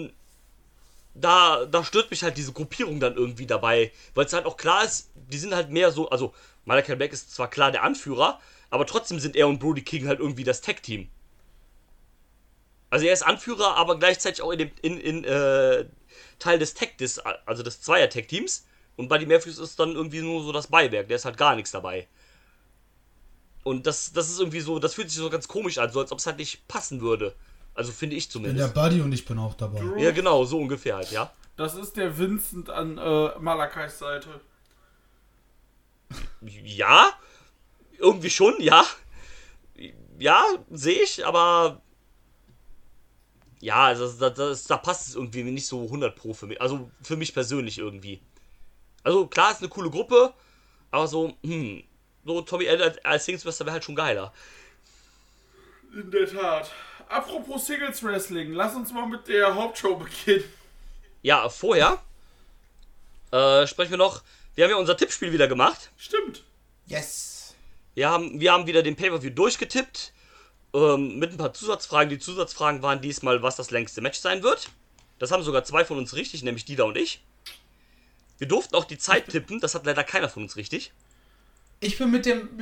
da stört mich halt diese Gruppierung dann irgendwie dabei, weil es halt auch klar ist, die sind halt mehr so, also Malachi Black ist zwar klar der Anführer, aber trotzdem sind er und Brody King halt irgendwie das Tag-Team. Also er ist Anführer, aber gleichzeitig auch in Teil des also des Zweier-Tag-Teams, und Buddy Matthews ist dann irgendwie nur so das Beiwerk, der ist halt gar nichts dabei. Und das ist irgendwie so, das fühlt sich so ganz komisch an, so als ob es halt nicht passen würde. Also finde ich Ich bin zumindest. der Buddy und ich bin auch dabei. Ja, genau, so ungefähr halt, ja. Das ist der Vincent an Malakais Seite. Ja, irgendwie schon, ja. Ja, sehe ich, aber ja, also da passt es irgendwie nicht so 100 Pro für mich. Also für mich persönlich irgendwie. Also klar, ist eine coole Gruppe, aber so, so Tommy End als Singles-Wrestler wäre halt schon geiler. In der Tat. Apropos Singles Wrestling, lass uns mal mit der Hauptshow beginnen. Ja, vorher sprechen wir noch, wir haben ja unser Tippspiel wieder gemacht. Stimmt. Yes. Wir haben wieder den Pay-Per-View durchgetippt, mit ein paar Zusatzfragen. Die Zusatzfragen waren diesmal, was das längste Match sein wird. Das haben sogar 2 von uns richtig, nämlich Dieter und ich. Wir durften auch die Zeit tippen, das hat leider keiner von uns richtig. Ich bin mit dem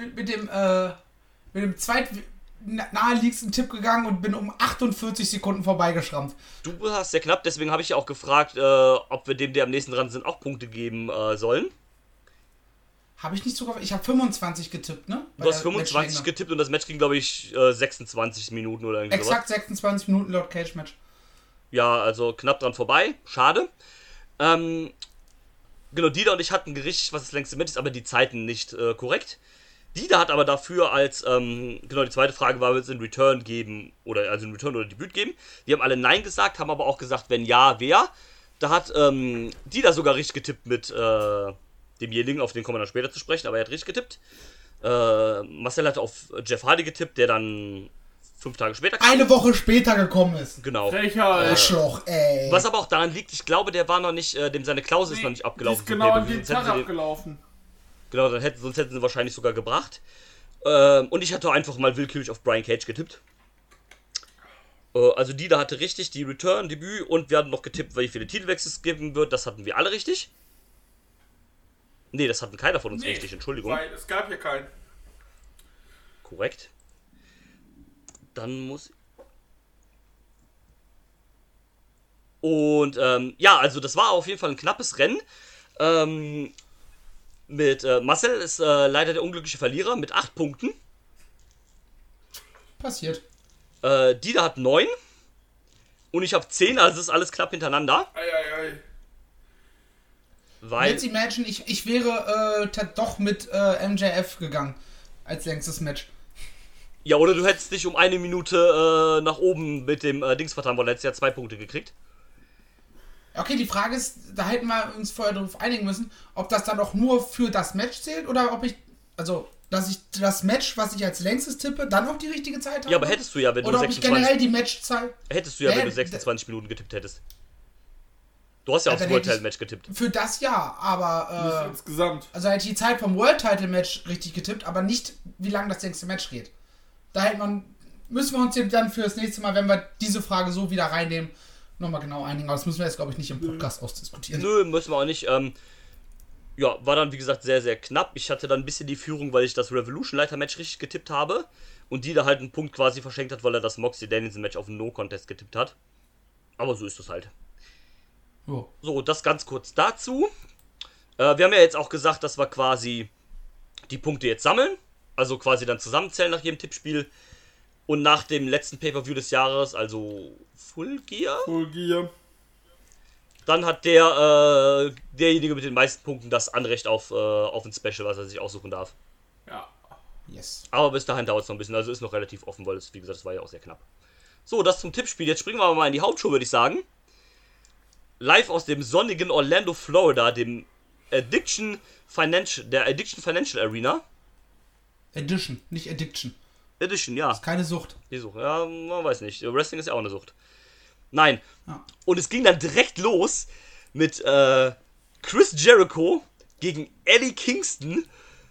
naheliegendsten Tipp gegangen und bin um 48 Sekunden vorbeigeschrammt. Du hast sehr knapp, deswegen habe ich ja auch gefragt, ob wir dem, der am nächsten dran sind, auch Punkte geben sollen. Habe ich nicht sogar... Ich habe 25 getippt, ne? Du hast 25 getippt und das Match ging, glaube ich, 26 Minuten oder irgendwie sowas. Exakt 26 Minuten laut Cage Match. Ja, also knapp dran vorbei. Schade. Genau, Dieter und ich hatten gerichtet, was das längste Match ist, aber die Zeiten nicht korrekt. Dieter hat aber dafür als, genau, die zweite Frage war, wird es einen Return geben, oder also einen Return oder Debüt geben. Die haben alle Nein gesagt, haben aber auch gesagt, wenn ja, wer. Da hat Dieter sogar richtig getippt mit demjenigen, auf den kommen wir dann später zu sprechen, aber er hat richtig getippt. Marcel hat auf Jeff Hardy getippt, der dann 5 Tage später kam. Eine Woche später gekommen ist. Genau. Arschloch, ey. Was aber auch daran liegt, ich glaube, der war noch nicht, dem seine Klausel ist noch nicht abgelaufen. Ist genau an den Tag abgelaufen. Genau, sonst hätten sie wahrscheinlich sogar gebracht. Und ich hatte einfach mal willkürlich auf Brian Cage getippt. Also Dieter hatte richtig die Return, Debüt und wir hatten noch getippt, wie viele Titelwechsel es geben wird. Das hatten wir alle richtig. Nee, das hatten keiner von uns richtig, Entschuldigung. Weil es gab ja keinen. Korrekt. Dann muss... Und, ja, also das war auf jeden Fall ein knappes Rennen. Mit Marcel ist leider der unglückliche Verlierer mit 8 Punkten. Passiert. Dieter hat 9. Und ich habe 10, also ist alles knapp hintereinander. Ei. Weil... Jetzt imagine, ich wäre doch mit MJF gegangen. Als längstes Match. Ja, oder du hättest dich um 1 Minute nach oben mit dem Dings vertan, weil du hättest ja 2 Punkte gekriegt. Okay, die Frage ist, da hätten wir uns vorher darauf einigen müssen, ob das dann auch nur für das Match zählt oder ob ich, also, dass ich das Match, was ich als längstes tippe, dann auch die richtige Zeit habe. Ja, aber hättest du ja, wenn oder du ob ich generell die Matchzeit... Hättest du ja, wenn du 26 Minuten getippt hättest. Du hast ja aufs World Title Match getippt. Für das ja, aber... insgesamt. Also hätte ich die Zeit vom World Title Match richtig getippt, aber nicht, wie lange das längste Match geht. Da müssen wir uns dann für das nächste Mal, wenn wir diese Frage so wieder reinnehmen, nochmal genau einigen. Aber das müssen wir jetzt, glaube ich, nicht im Podcast ausdiskutieren. Nö, müssen wir auch nicht. Ja, war dann, wie gesagt, sehr, sehr knapp. Ich hatte dann ein bisschen die Führung, weil ich das Revolution-Leiter-Match richtig getippt habe. Und die da halt einen Punkt quasi verschenkt hat, weil er das Moxley-Danielson-Match auf einen No-Contest getippt hat. Aber so ist das halt. Oh. So, das ganz kurz dazu. Wir haben ja jetzt auch gesagt, dass wir quasi die Punkte jetzt sammeln. Also quasi dann zusammenzählen nach jedem Tippspiel. Und nach dem letzten Pay-Per-View des Jahres, also Full Gear, dann hat derjenige mit den meisten Punkten das Anrecht auf ein Special, was er sich aussuchen darf. Ja. Yes. Aber bis dahin dauert es noch ein bisschen, also ist noch relativ offen, weil es, wie gesagt, das war ja auch sehr knapp. So, das zum Tippspiel. Jetzt springen wir aber mal in die Hauptshow, würde ich sagen. Live aus dem sonnigen Orlando, Florida, dem Addiction Financial Arena. Edition, nicht Addiction. Edition, ja. Ist keine Sucht. Die Sucht, ja, man weiß nicht. Wrestling ist ja auch eine Sucht. Nein. Ja. Und es ging dann direkt los mit Chris Jericho gegen Eddie Kingston.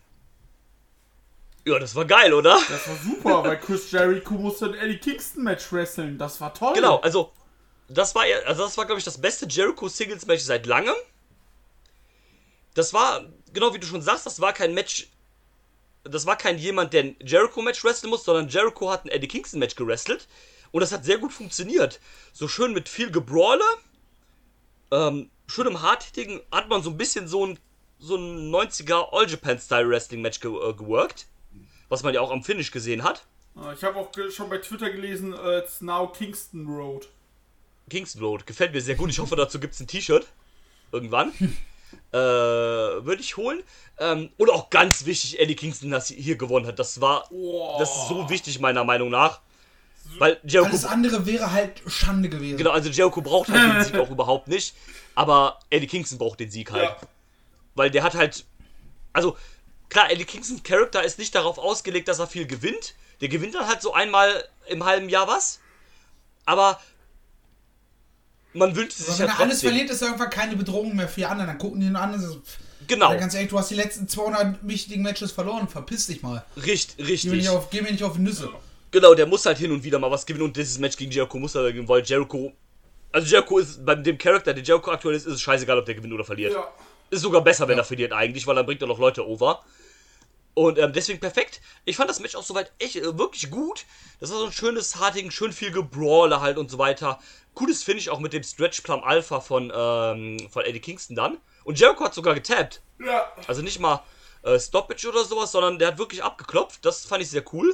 Ja, das war geil, oder? Das war super, weil Chris Jericho musste ein Eddie Kingston Match wresteln. Das war toll. Genau, also das war, glaube ich, das beste Jericho-Singles-Match seit langem. Das war, genau wie du schon sagst, das war kein Match. Das war kein jemand, der ein Jericho-Match wresteln muss, sondern Jericho hat ein Eddie Kingston-Match gewrestelt. Und das hat sehr gut funktioniert. So schön mit viel Gebrawle. Schön im Hardhittigen hat man so ein bisschen so ein 90er All-Japan-Style-Wrestling-Match geworkt. Was man ja auch am Finish gesehen hat. Ich habe auch schon bei Twitter gelesen, it's now Kingston Road. Kingston Road, gefällt mir sehr gut. Ich hoffe, dazu gibt es ein T-Shirt. Irgendwann. würde ich holen. Und auch ganz wichtig, Eddie Kingston, dass hier gewonnen hat. Das ist so wichtig, meiner Meinung nach. Weil Jericho, Alles andere wäre halt Schande gewesen. genau, also Jericho braucht halt den Sieg auch überhaupt nicht. Aber Eddie Kingston braucht den Sieg halt. Ja. Weil der hat halt, also klar, Eddie Kingstons Charakter ist nicht darauf ausgelegt, dass er viel gewinnt. Der gewinnt dann halt so einmal im halben Jahr was. Aber man wünscht sich Aber ja wenn er alles trotzdem. verliert, ist er irgendwann keine Bedrohung mehr für die anderen. Dann gucken die ihn an und so, Genau, ganz ehrlich, du hast die letzten 200 wichtigen Matches verloren. Verpiss dich mal. richtig. Geh mir nicht auf die Nüsse. Genau, der muss halt hin und wieder mal was gewinnen und dieses Match gegen Jericho muss er gewinnen, weil Jericho ist, bei dem Charakter, der Jericho aktuell ist es scheißegal, ob der gewinnt oder verliert. Ja. Ist sogar besser, wenn er verliert eigentlich, weil dann bringt er noch Leute over. Und deswegen perfekt. Ich fand das Match auch soweit echt wirklich gut. Das war so ein schönes Harting, schön viel Gebrawler halt und so weiter. Cooles Finish auch mit dem Stretch Plum Alpha von Eddie Kingston dann. Und Jericho hat sogar getappt. Ja. Also nicht mal Stoppage oder sowas, sondern der hat wirklich abgeklopft. Das fand ich sehr cool.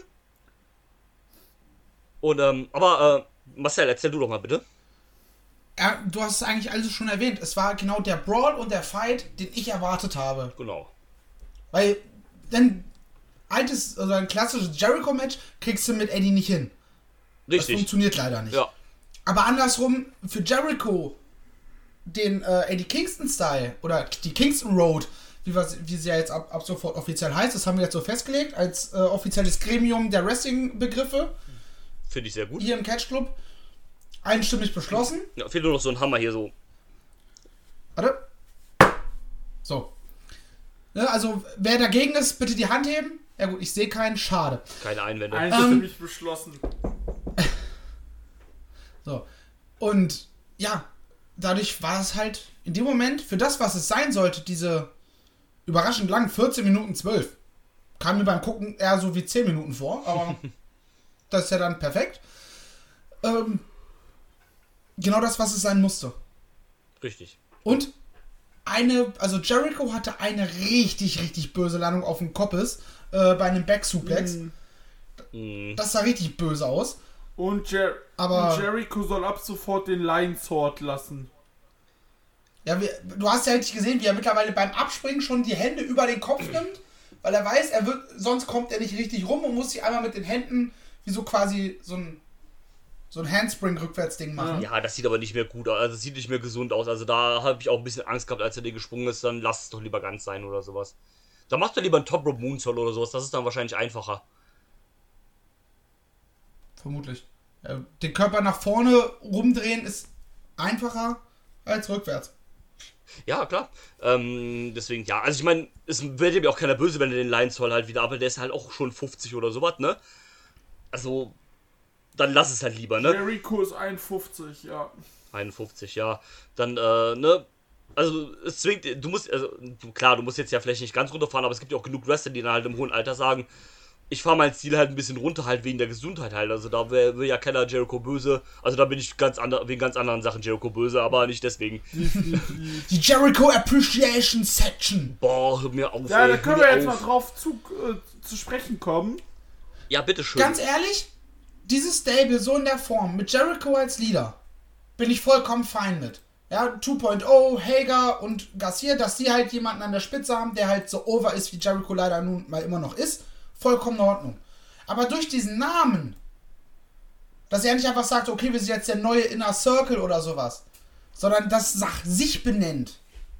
Und, aber Marcel, erzähl du doch mal bitte. Ja, du hast es eigentlich alles schon erwähnt. Es war genau der Brawl und der Fight, den ich erwartet habe. Genau. Weil, ein klassisches Jericho-Match kriegst du mit Eddie nicht hin. Das Richtig. funktioniert leider nicht. Ja. Aber andersrum, für Jericho, den Eddie Kingston-Style oder die Kingston Road, wie sie ja jetzt ab sofort offiziell heißt, das haben wir jetzt so festgelegt, als offizielles Gremium der Wrestling-Begriffe Finde ich sehr gut. hier im Catch Club, einstimmig beschlossen. Ja, fehlt nur noch so ein Hammer hier so. Warte. So. Ne, also, wer dagegen ist, bitte die Hand heben. Ja gut, ich sehe keinen, schade. Keine Einwände. Einstimmig beschlossen. So. Und ja, dadurch war es halt in dem Moment, für das, was es sein sollte, diese überraschend lang 14 Minuten 12, kam mir beim Gucken eher so wie 10 Minuten vor, aber das ist ja dann perfekt. Genau das, was es sein musste. Richtig. Und also Jericho hatte eine richtig, richtig böse Landung auf dem Koppes bei einem Back-Suplex. Das sah richtig böse aus. Und Aber- Jericho soll ab sofort den Lion Sword lassen. Ja, du hast ja richtig gesehen, wie er mittlerweile beim Abspringen schon die Hände über den Kopf nimmt, weil er weiß, sonst kommt er nicht richtig rum und muss sich einmal mit den Händen wie so quasi so ein Handspring-Rückwärts-Ding machen. Ja, das sieht aber nicht mehr gut aus. Also, es sieht nicht mehr gesund aus. Also, da habe ich auch ein bisschen Angst gehabt, als er den gesprungen ist. Dann lass es doch lieber ganz sein oder sowas. Da macht er lieber einen Top Rope Moonsault oder sowas. Das ist dann wahrscheinlich einfacher. Vermutlich. Ja, den Körper nach vorne rumdrehen ist einfacher als rückwärts. Ja, klar. Deswegen, ja. Also, ich meine, es wird ihm ja auch keiner böse, wenn er den Lion Sword halt wieder ab. Der ist halt auch schon 50 oder sowas, ne? Also, dann lass es halt lieber, ne? Jericho ist 51, ja. 51, ja. Dann, ne? Also, es zwingt, du musst jetzt ja vielleicht nicht ganz runterfahren, aber es gibt ja auch genug Wrestler, die dann halt im hohen Alter sagen, ich fahre meinen Stil halt ein bisschen runter, halt wegen der Gesundheit halt. Also, da will ja keiner Jericho böse. Also, da bin ich wegen ganz anderen Sachen Jericho böse, aber nicht deswegen. Die Jericho Appreciation Section. Boah, hör mir auf, Ja, ey, da können hör wir mir jetzt mal auf. drauf zu sprechen kommen. Ja, bitteschön. Ganz ehrlich, dieses Stable so in der Form, mit Jericho als Leader, bin ich vollkommen fein mit. Ja, 2.0, Hager und Garcia, dass die halt jemanden an der Spitze haben, der halt so over ist, wie Jericho leider nun mal immer noch ist, vollkommen in Ordnung. Aber durch diesen Namen, dass er nicht einfach sagt, okay, wir sind jetzt der neue Inner Circle oder sowas, sondern das sich benennt,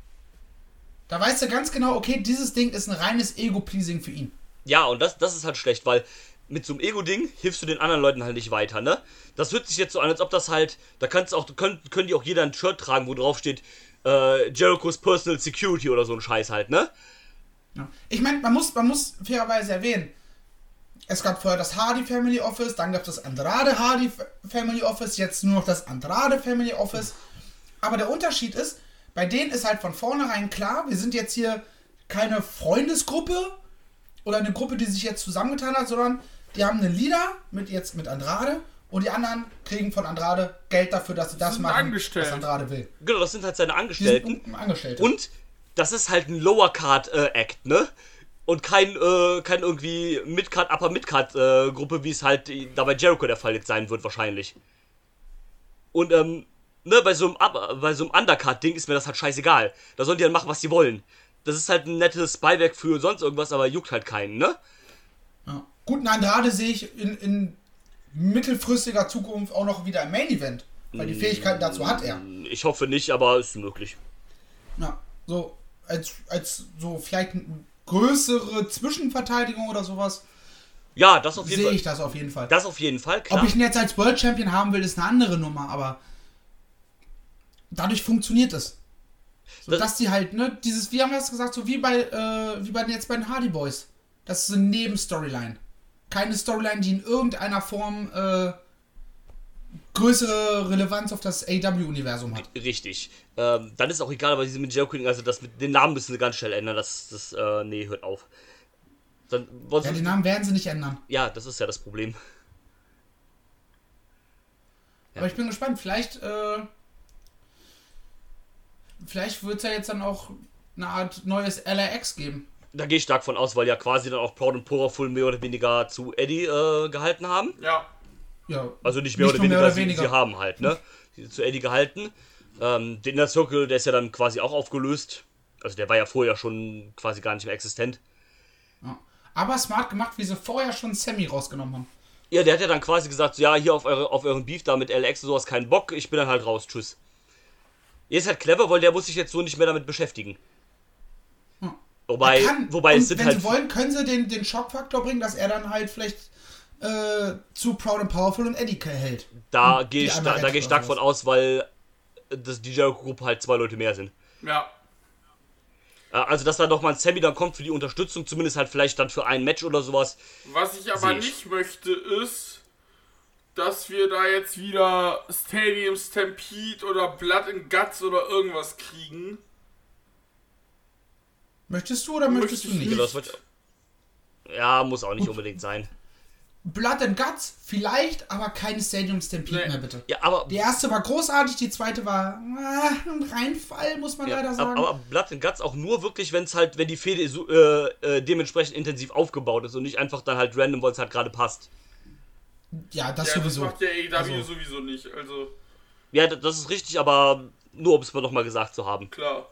da weißt du ganz genau, okay, dieses Ding ist ein reines Ego-Pleasing für ihn. Ja, und das ist halt schlecht, weil mit so einem Ego-Ding hilfst du den anderen Leuten halt nicht weiter, ne? Das hört sich jetzt so an, als ob das halt, können die auch jeder ein Shirt tragen, wo drauf steht, Jericho's Personal Security oder so ein Scheiß halt, ne? Ja. Ich meine, man muss fairerweise erwähnen, es gab vorher das Hardy Family Office, dann gab es das Andrade Hardy Family Office, jetzt nur noch das Andrade Family Office. Aber der Unterschied ist, bei denen ist halt von vornherein klar, wir sind jetzt hier keine Freundesgruppe oder eine Gruppe, die sich jetzt zusammengetan hat, sondern die haben einen Leader mit Andrade und die anderen kriegen von Andrade Geld dafür, dass sie das sind machen, angestellt. was Andrade will. Genau, das sind halt seine Die Angestellten. sind Angestellte. Und das ist halt ein Lower Card Act, ne? Und kein irgendwie Mid-Card, Upper Mid-Card Gruppe, wie es halt da bei Jericho der Fall jetzt sein wird wahrscheinlich. Und ne, bei so einem Undercard-Ding ist mir das halt scheißegal. Da sollen die dann machen, was sie wollen. Das ist halt ein nettes Beiwerk für sonst irgendwas, aber juckt halt keinen, ne? Ja. Gut, einen Andrade sehe ich in mittelfristiger Zukunft auch noch wieder im Main Event. Weil die Fähigkeiten dazu hat er. Ich hoffe nicht, aber ist möglich. Ja, so als so vielleicht eine größere Zwischenverteidigung oder sowas. Ja, das auf jeden Fall. Sehe ich das auf jeden Fall. Das auf jeden Fall, klar. Ob ich ihn jetzt als World Champion haben will, ist eine andere Nummer, aber dadurch funktioniert es. So, dass die halt, ne, wie haben wir das gesagt, so wie bei jetzt bei den Hardy Boys. Das ist eine Nebenstoryline. Keine Storyline, die in irgendeiner Form größere Relevanz auf das AEW-Universum hat. Richtig. Dann ist auch egal, aber diese mit Jericho, also das mit den Namen müssen sie ganz schnell ändern. Nee, hört auf. Dann, ja, den Namen werden sie nicht ändern. Ja, das ist ja das Problem. Aber ich bin gespannt, vielleicht wird es ja jetzt dann auch eine Art neues LAX geben. Da gehe ich stark von aus, weil ja quasi dann auch Proud and Powerful mehr oder weniger zu Eddie gehalten haben. Ja. Also nicht mehr oder weniger, sie haben halt, ne? Zu Eddie gehalten. Der Inner Circle, der ist ja dann quasi auch aufgelöst. Also der war ja vorher schon quasi gar nicht mehr existent. Ja. Aber smart gemacht, wie sie vorher schon Sammy rausgenommen haben. Ja, der hat ja dann quasi gesagt, ja, hier auf euren Beef da mit LX und sowas keinen Bock, ich bin dann halt raus, tschüss. Ist halt clever, weil der muss sich jetzt so nicht mehr damit beschäftigen. Hm. Wobei es sind wenn halt... sie wollen, können sie den Schockfaktor bringen, dass er dann halt vielleicht zu Proud and Powerful und Eddie hält. Da gehe ich stark von aus, weil die Jericho-Gruppe halt 2 Leute mehr sind. Ja. Also, dass da nochmal ein Sammy dann kommt für die Unterstützung, zumindest halt vielleicht dann für ein Match oder sowas. Was ich aber nicht möchte, ist, dass wir da jetzt wieder Stadium Stampede oder Blood and Guts oder irgendwas kriegen. Möchtest du oder möchtest du nicht? Ja, muss auch nicht unbedingt sein. Blood and Guts vielleicht, aber keine Stadium Stampede mehr, bitte. Ja, aber die erste war großartig, die zweite war ein Reinfall, muss man leider sagen. Aber Blood and Guts auch nur wirklich, wenn die Fehde dementsprechend intensiv aufgebaut ist und nicht einfach dann halt random, weil es halt gerade passt. Ja, das sowieso. Das macht der AEW sowieso nicht, also... Ja, das ist richtig, aber nur, um es mal nochmal gesagt zu haben. Klar.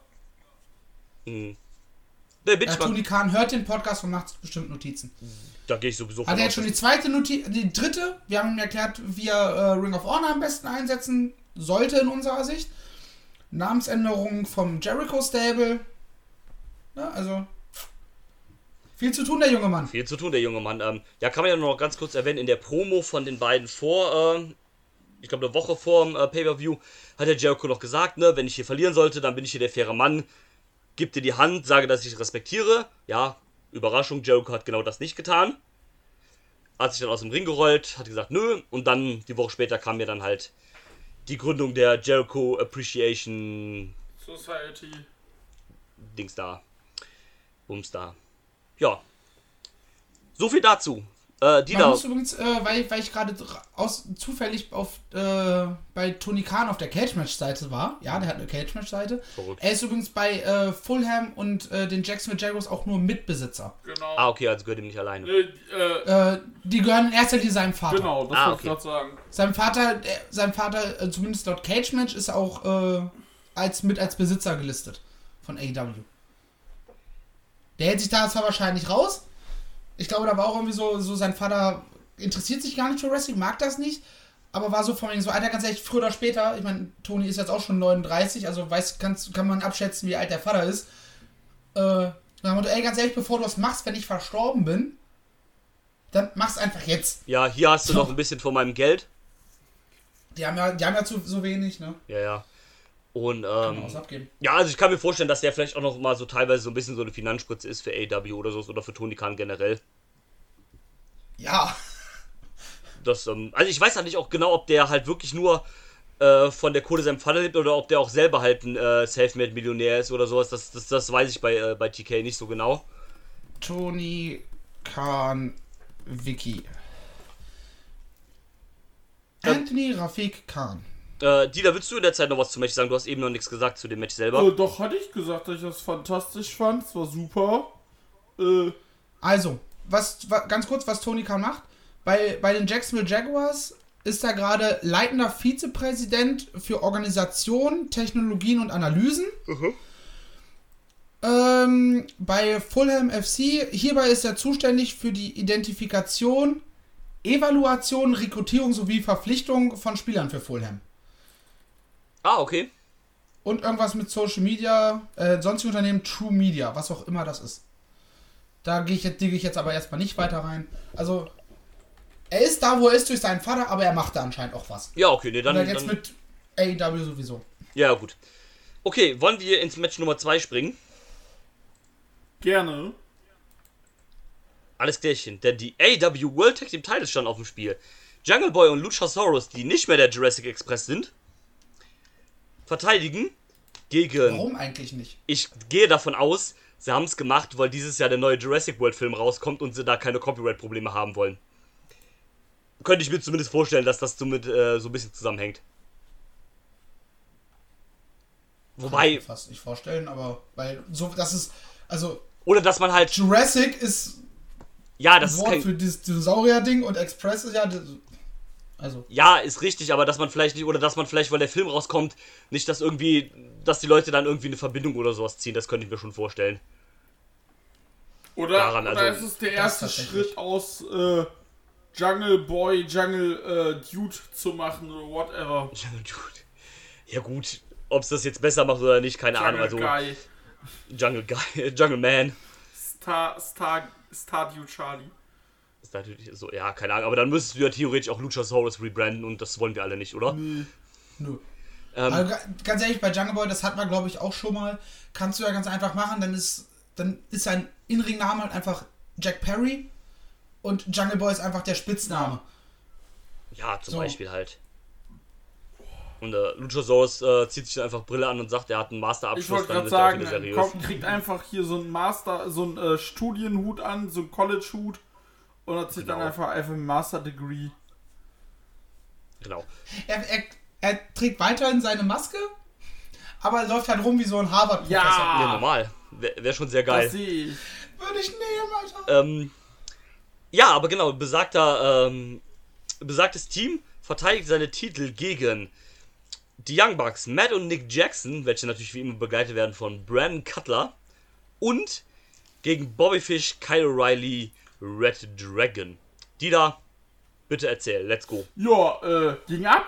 Tony Khan hört den Podcast und macht bestimmt Notizen. Da gehe ich sowieso von Hat er jetzt schon die zweite die dritte? Wir haben ihm erklärt, wie er Ring of Honor am besten einsetzen sollte in unserer Sicht. Namensänderung vom Jericho Stable. Ja, also viel zu tun, der junge Mann. Viel zu tun, der junge Mann. Ja, kann man ja noch ganz kurz erwähnen, in der Promo von den beiden ich glaube eine Woche vor dem Pay-Per-View, hat der Jericho noch gesagt, ne, wenn ich hier verlieren sollte, dann bin ich hier der faire Mann. Gib dir die Hand, sage, dass ich respektiere. Ja, Überraschung, Jericho hat genau das nicht getan. Hat sich dann aus dem Ring gerollt, hat gesagt, nö. Und dann, die Woche später, kam mir dann halt die Gründung der Jericho Appreciation Society. Dings da. Bums da. Ja. So viel dazu. Man muss übrigens, weil ich gerade zufällig bei Tony Khan auf der Cage-Match-Seite war. Ja, der hat eine Cage-Match-Seite. Er ist übrigens bei Fulham und den Jacksonville Jaguars auch nur Mitbesitzer. Genau. Ah, okay, also gehört ihm nicht alleine. Die gehören in erster Linie seinem Vater. Genau, das wollte ich gerade sagen. Sein Vater, zumindest laut Cage-Match, ist auch als Besitzer gelistet von AEW. Der hält sich da zwar wahrscheinlich raus. Ich glaube, da war auch irgendwie so sein Vater interessiert sich gar nicht für Wrestling, mag das nicht, aber war so von wegen so, Alter, ganz ehrlich, früher oder später, ich meine, Tony ist jetzt auch schon 39, also kann man abschätzen, wie alt der Vater ist. Dann haben wir, ey, ganz ehrlich, bevor du was machst, wenn ich verstorben bin, dann mach's einfach jetzt. Ja, hier hast du noch ein bisschen von meinem Geld. Die haben ja so wenig, ne? Ja. Und, kann man was abgeben. Ja, also ich kann mir vorstellen, dass der vielleicht auch noch mal so teilweise so ein bisschen so eine Finanzspritze ist für AEW oder so, oder für Tony Khan generell. Ja. Also ich weiß halt nicht auch genau, ob der halt wirklich nur von der Kohle seinem Vater lebt oder ob der auch selber halt ein Selfmade-Millionär ist oder sowas. Das weiß ich bei TK nicht so genau. Tony Khan Wiki. Anthony Rafik Khan. Dieter, willst du in der Zeit noch was zum Match sagen? Du hast eben noch nichts gesagt zu dem Match selber. Doch, hatte ich gesagt, dass ich das fantastisch fand. Es war super. Also, ganz kurz, was Tony Khan macht. Bei den Jacksonville Jaguars ist da gerade leitender Vizepräsident für Organisation, Technologien und Analysen. Bei Fulham FC. Hierbei ist er zuständig für die Identifikation, Evaluation, Rekrutierung sowie Verpflichtung von Spielern für Fulham. Ah, okay. Und irgendwas mit Social Media, sonstige Unternehmen, True Media, was auch immer das ist. Da digge ich jetzt aber erstmal nicht weiter rein. Also, er ist da, wo er ist durch seinen Vater, aber er macht da anscheinend auch was. Ja, okay, nee, dann... Und jetzt mit AEW sowieso. Ja, gut. Okay, wollen wir ins Match Nummer 2 springen? Gerne. Alles klärchen, denn die AEW World Tag Team Titles standen auf dem Spiel. Jungle Boy und Luchasaurus, die nicht mehr der Jurassic Express sind, verteidigen gegen... Warum eigentlich nicht? Ich gehe davon aus, sie haben es gemacht, weil dieses Jahr der neue Jurassic World Film rauskommt und sie da keine Copyright-Probleme haben wollen. Könnte ich mir zumindest vorstellen, dass das somit so ein bisschen zusammenhängt. Wobei... Kann ich mir fast nicht vorstellen, aber... Weil so, das ist... Also... Oder dass man halt... Jurassic ist... Ja, das ein ist Wort kein... für dieses Dinosaurier-Ding und Express ist ja... Also... Ja, ist richtig, aber dass man vielleicht nicht... Oder dass man vielleicht, weil der Film rauskommt, nicht, dass irgendwie... Dass die Leute dann irgendwie eine Verbindung oder sowas ziehen. Das könnte ich mir schon vorstellen. Oder, Daran, oder also, ist es der erste tatsächlich. Schritt aus Jungle Boy, Jungle Dude zu machen oder whatever. Jungle Dude. Ja gut, ob es das jetzt besser macht oder nicht, keine Ahnung. Also Guy. Jungle Guy, Jungle Man. Star Dude Charlie. Ist natürlich so, ja, keine Ahnung. Aber dann müsstest du ja theoretisch auch Luchasaurus rebranden und das wollen wir alle nicht, oder? Nö. Also, ganz ehrlich, bei Jungle Boy, das hat man glaube ich auch schon mal. Kannst du ja ganz einfach machen, dann ist sein In-Ring-Name halt einfach Jack Perry und Jungle Boy ist einfach der Spitzname. Ja, zum So. Beispiel halt. Und Luchasaurus zieht sich dann einfach Brille an und sagt, er hat einen Ich Masterabschluss, wollte dann gerade ist er auch sagen, wieder seriös. kriegt einfach hier so einen Studienhut an, so einen College-Hut und hat sich dann Genau. einfach ein Master-Degree. Genau. Er trägt weiterhin seine Maske, aber er läuft halt rum wie so ein Harvard-Professor. Ja, normal. Wär schon sehr geil. Das sehe ich. Würde ich nehmen, Alter. Ja, aber genau, besagtes Team verteidigt seine Titel gegen die Young Bucks, Matt und Nick Jackson, welche natürlich wie immer begleitet werden von Brandon Cutler, und gegen Bobby Fish, Kyle O'Reilly, Red Dragon. Dieter, bitte erzähl, let's go. Ja, ging ab.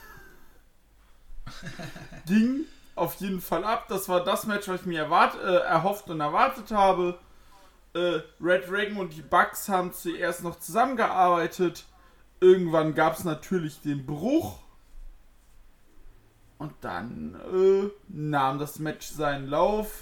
Ging auf jeden Fall ab. Das war das Match, was ich mir erhofft und erwartet habe. Red Dragon und die Bucks haben zuerst noch zusammengearbeitet. Irgendwann gab es natürlich den Bruch. Und dann nahm das Match seinen Lauf.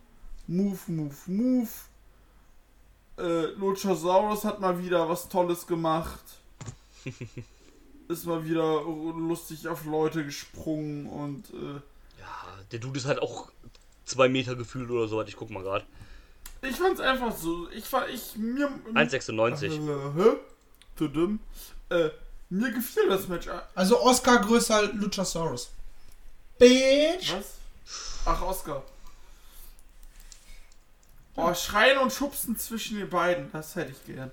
Move. Luchasaurus hat mal wieder was Tolles gemacht. Ist mal wieder lustig auf Leute gesprungen und Ja, der Dude ist halt auch 2 Meter gefühlt oder so, ich guck mal gerade. ich fand's einfach so. 1,96. Zu dumm. Mir gefiel das Match. Also Oscar größer Luchasaurus. Bitch! Was? Ach, Oscar. Oh, Schreien und Schubsen zwischen den beiden, das hätte ich gern.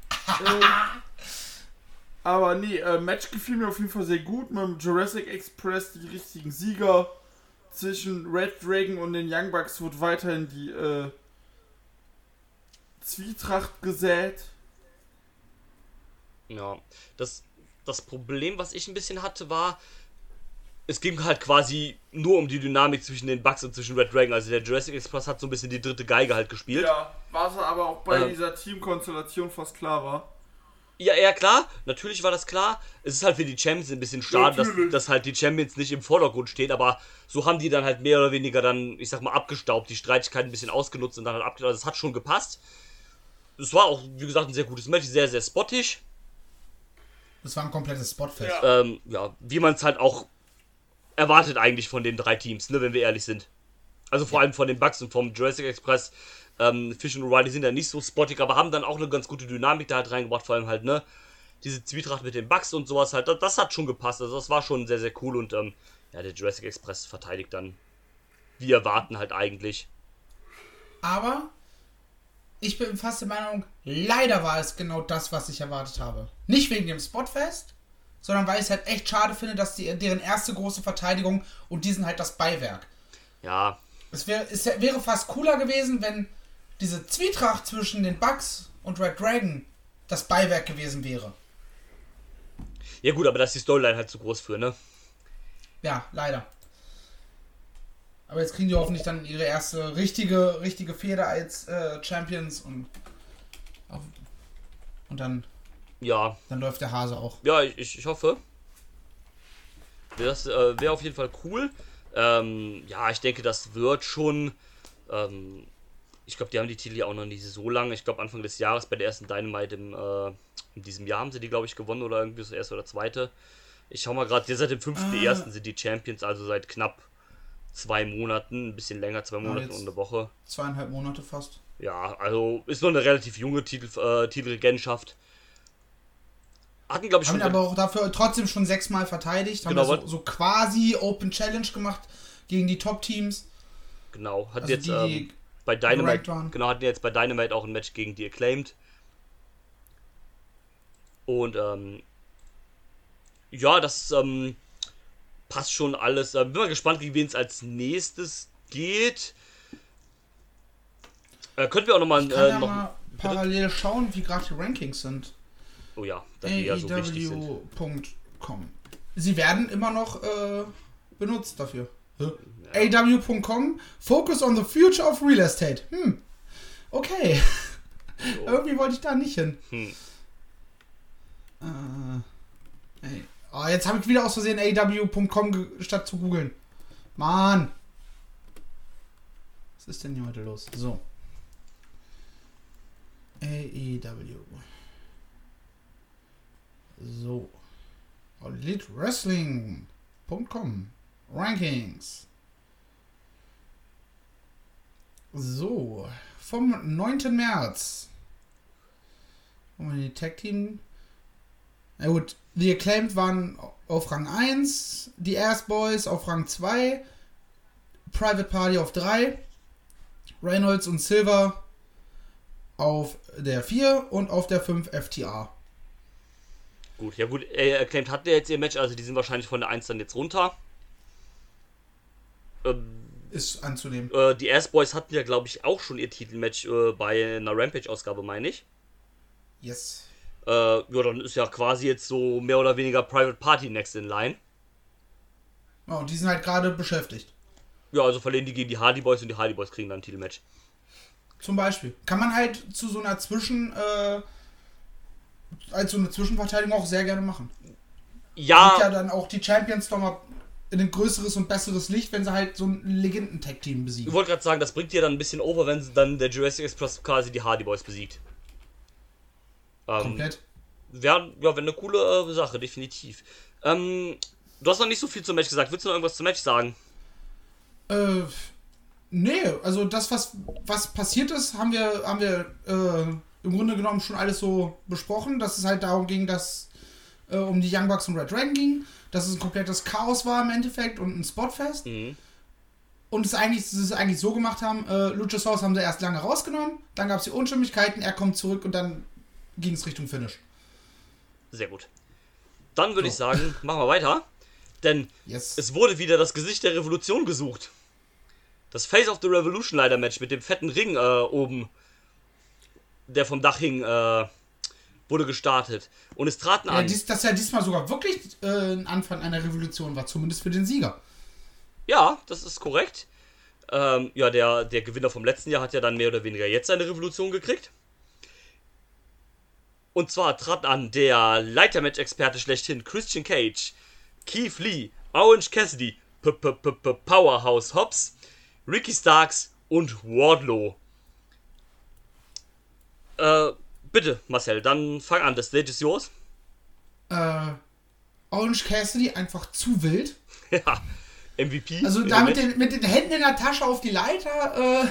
Aber nee, Match gefiel mir auf jeden Fall sehr gut. Mit dem Jurassic Express die richtigen Sieger. Zwischen Red Dragon und den Young Bucks wird weiterhin die Zwietracht gesät. Ja, das Problem, was ich ein bisschen hatte, war, es ging halt quasi nur um die Dynamik zwischen den Bucks und zwischen Red Dragon. Also der Jurassic Express hat so ein bisschen die dritte Geige halt gespielt. Ja, was aber auch bei dieser Teamkonstellation fast klar war. Ja, klar, natürlich war das klar. Es ist halt für die Champions ein bisschen schade, Natürlich. dass halt die Champions nicht im Vordergrund stehen, aber so haben die dann halt mehr oder weniger dann, ich sag mal, abgestaubt, die Streitigkeiten ein bisschen ausgenutzt und dann halt abgestaubt. Also es hat schon gepasst. Es war auch, wie gesagt, ein sehr gutes Match, sehr, sehr spottig. Das war ein komplettes Spotfest. Ja. Wie man es halt auch erwartet eigentlich von den 3 Teams, ne, wenn wir ehrlich sind. Also vor allem von den Bucks und vom Jurassic Express. Fish und O'Reilly sind ja nicht so spottig, aber haben dann auch eine ganz gute Dynamik da halt reingebracht, vor allem halt, ne, diese Zwietracht mit den Bucks und sowas halt, das hat schon gepasst, also das war schon sehr, sehr cool und ja, der Jurassic Express verteidigt dann, wie erwarten halt eigentlich. Aber ich bin fast der Meinung, leider war es genau das, was ich erwartet habe. Nicht wegen dem Spotfest, sondern weil ich es halt echt schade finde, dass deren erste große Verteidigung und die sind halt das Beiwerk. Ja. Es wäre fast cooler gewesen, wenn diese Zwietracht zwischen den Bucks und Red Dragon das Beiwerk gewesen wäre. Ja gut, aber da ist die Storyline halt zu groß für, ne? Ja, leider. Aber jetzt kriegen die hoffentlich dann ihre erste richtige Fehde als Champions und dann läuft der Hase auch. Ja, ich hoffe. Das wäre auf jeden Fall cool. Ich denke, das wird schon. Ich glaube, die haben die Titel ja auch noch nicht so lange. Ich glaube, Anfang des Jahres bei der ersten Dynamite in diesem Jahr haben sie die, glaube ich, gewonnen oder irgendwie das erste oder zweite. Ich schau mal gerade, seit dem 5.1. sind die Champions, also seit knapp 2 Monaten, ein bisschen länger, 2 Monate und eine Woche. 2,5 Monate fast. Ja, also ist noch eine relativ junge Titelregentschaft. Hatten, glaube ich, haben aber auch dafür trotzdem schon 6-mal verteidigt. Haben genau, so quasi Open Challenge gemacht gegen die Top-Teams. Genau, hatten Also jetzt bei Dynamite, hatten jetzt bei Dynamite auch ein Match gegen die Acclaimed. Und das passt schon alles. Bin mal gespannt, wie es als nächstes geht. Könnten wir auch nochmal mal parallel schauen, wie gerade die Rankings sind. Oh ja, dass die ja so wichtig sind. AEW.com. Sie werden immer noch benutzt dafür. Ja. AEW.com, Focus on the future of real estate. Okay. So. Irgendwie wollte ich da nicht hin. Jetzt habe ich wieder aus Versehen AEW.com statt zu googeln. Mann. Was ist denn hier heute los? So. AEW. So. EliteWrestling.com. Rankings. So. Vom 9. März. Und die Tag Team. Na gut, die Acclaimed waren auf Rang 1, die Ass Boys auf Rang 2, Private Party auf 3, Reynolds und Silver auf der 4 und auf der 5 FTA. Gut, Acclaimed hat ja jetzt ihr Match, also die sind wahrscheinlich von der 1 dann jetzt runter. Ist anzunehmen. Die Ass Boys hatten ja, glaube ich, auch schon ihr Titelmatch bei einer Rampage-Ausgabe, meine ich. Yes. Dann ist ja quasi jetzt so mehr oder weniger Private Party next in line. Ja, und die sind halt gerade beschäftigt. Ja, also verlieren die gegen die Hardy Boys und die Hardy Boys kriegen dann ein Titelmatch. Zum Beispiel. Kann man halt zu so einer als so eine Zwischenverteidigung auch sehr gerne machen. Ja. Und ja dann auch die Champions nochmal in ein größeres und besseres Licht, wenn sie halt so ein Legenden-Tag-Team besiegen. Ich wollte gerade sagen, das bringt dir dann ein bisschen over, wenn dann der Jurassic Express quasi die Hardy Boys besiegt. Komplett. Wäre eine coole Sache, definitiv. Du hast noch nicht so viel zum Match gesagt. Willst du noch irgendwas zum Match sagen? Nee, also das, was passiert ist, haben wir im Grunde genommen schon alles so besprochen, dass es halt darum ging, dass um die Young Bucks und Red Dragon ging, dass es ein komplettes Chaos war im Endeffekt und ein Spotfest. Und es eigentlich so gemacht haben, Luchasaurus haben sie erst lange rausgenommen, dann gab es die Unstimmigkeiten, er kommt zurück und dann ging es Richtung Finish. Sehr gut. Dann würde ich sagen, machen wir weiter. Denn es wurde wieder das Gesicht der Revolution gesucht. Das Face of the Revolution leider Match mit dem fetten Ring oben, der vom Dach hing, wurde gestartet. Und es traten an. Das ja diesmal sogar wirklich ein Anfang einer Revolution war, zumindest für den Sieger. Ja, das ist korrekt. Der Gewinner vom letzten Jahr hat ja dann mehr oder weniger jetzt eine Revolution gekriegt. Und zwar trat an der Leitermatch-Experte schlechthin Christian Cage, Keith Lee, Orange Cassidy, Powerhouse Hobbs, Ricky Starks und Wardlow. Bitte, Marcel, dann fang an, das Stage ist yours. Orange Cassidy einfach zu wild. Ja, MVP. Also da mit den Händen in der Tasche auf die Leiter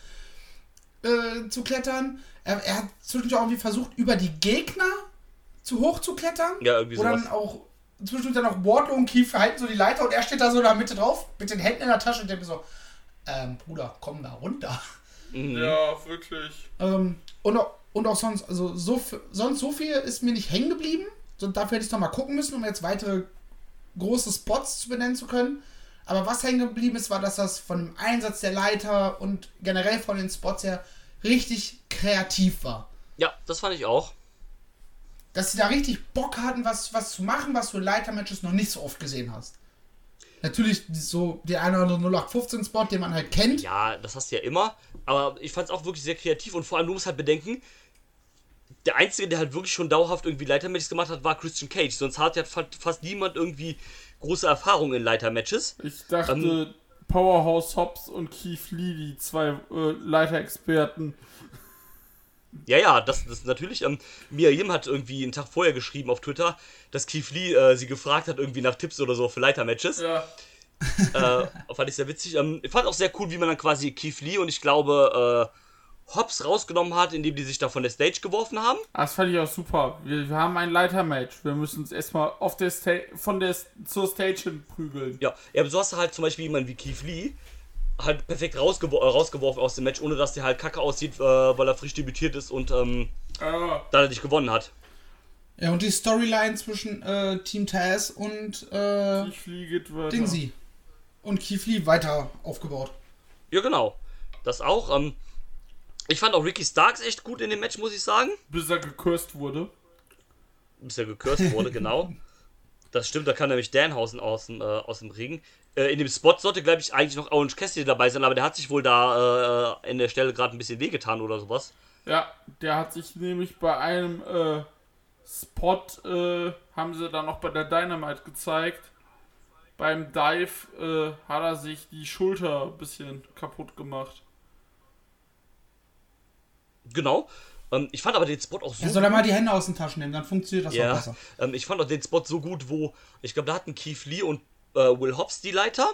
zu klettern. Er hat zwischendurch auch irgendwie versucht, über die Gegner zu hoch zu klettern. Ja, irgendwie so. Oder dann auch zwischendurch dann auch Wardlow und Keith halten so die Leiter und er steht da so in der Mitte drauf mit den Händen in der Tasche und denkt mir so, Bruder, komm da runter. Ja, wirklich. Und auch sonst, also sonst so viel ist mir nicht hängen geblieben. dafür hätte ich noch mal gucken müssen, um jetzt weitere große Spots zu benennen zu können. Aber was hängen geblieben ist, war, dass das von dem Einsatz der Leiter und generell von den Spots her richtig kreativ war. Ja, das fand ich auch. Dass sie da richtig Bock hatten, was zu machen, was du in Leitermatches noch nicht so oft gesehen hast. Natürlich so der eine oder andere 0815-Spot, den man halt kennt. Ja, das hast du ja immer. Aber ich fand es auch wirklich sehr kreativ. Und vor allem, du musst halt bedenken, der Einzige, der halt wirklich schon dauerhaft irgendwie Leitermatches gemacht hat, war Christian Cage. Sonst hat ja fast niemand irgendwie große Erfahrung in Leitermatches. Ich dachte, Powerhouse Hobbs und Keith Lee, die zwei Leiterexperten. Ja, das natürlich. Mia Yim hat irgendwie einen Tag vorher geschrieben auf Twitter, dass Keith Lee sie gefragt hat, irgendwie nach Tipps oder so für Leitermatches. Ja. Fand ich sehr witzig. Ich fand auch sehr cool, wie man dann quasi Keith Lee und ich glaube Hobbs rausgenommen hat, indem die sich da von der Stage geworfen haben. Das fand ich auch super. Wir haben ein Leitermatch. Wir müssen uns erstmal zur Stage hin prügeln. Ja, aber so hast du halt zum Beispiel jemanden wie Keith Lee halt perfekt rausgeworfen aus dem Match, ohne dass der halt kacke aussieht, weil er frisch debütiert ist und dann er nicht gewonnen hat. Ja, und die Storyline zwischen Team Taz und Keith Lee geht weiter. Dingsy und Keith Lee weiter aufgebaut. Ja, genau. Das auch. Ich fand auch Ricky Starks echt gut in dem Match, muss ich sagen. Bis er gecurst wurde. Bis er gecurst wurde, genau. Das stimmt, da kam nämlich Danhausen aus dem Ring. In dem Spot sollte, glaube ich, eigentlich noch Orange Cassidy dabei sein, aber der hat sich wohl da in der Stelle gerade ein bisschen wehgetan oder sowas. Ja, der hat sich nämlich bei einem Spot, haben sie dann noch bei der Dynamite gezeigt, beim Dive hat er sich die Schulter ein bisschen kaputt gemacht. Genau. Ich fand aber den Spot auch so Er soll ja mal die Hände aus den Taschen nehmen, dann funktioniert das auch besser. Ich fand auch den Spot so gut, wo, ich glaube, da hatten Keith Lee und Will Hobbs die Leiter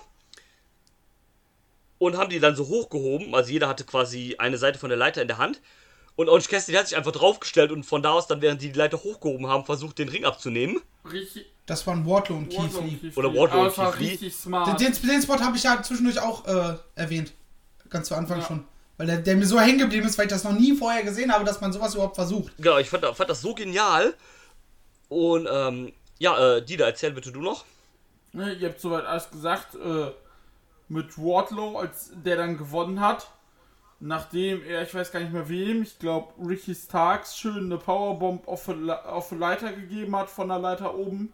und haben die dann so hochgehoben, also jeder hatte quasi eine Seite von der Leiter in der Hand und Orange Cassidy hat sich einfach draufgestellt und von da aus dann, während die Leiter hochgehoben haben, versucht, den Ring abzunehmen. Richtig. Das waren Wardlow und Keith Lee. Oder Wardlow und Keith Lee. Richtig smart. Den Spot habe ich ja zwischendurch auch erwähnt. Ganz zu Anfang schon. Weil der mir so hängen geblieben ist, weil ich das noch nie vorher gesehen habe, dass man sowas überhaupt versucht. Genau, ich fand das so genial. Und, Dieter, erzähl bitte du noch. Ne, ihr habt soweit alles gesagt. Mit Wardlow, als der dann gewonnen hat, nachdem er, ich weiß gar nicht mehr wem, ich glaube Ricky Starks schön eine Powerbomb auf die Leiter gegeben hat, von der Leiter oben.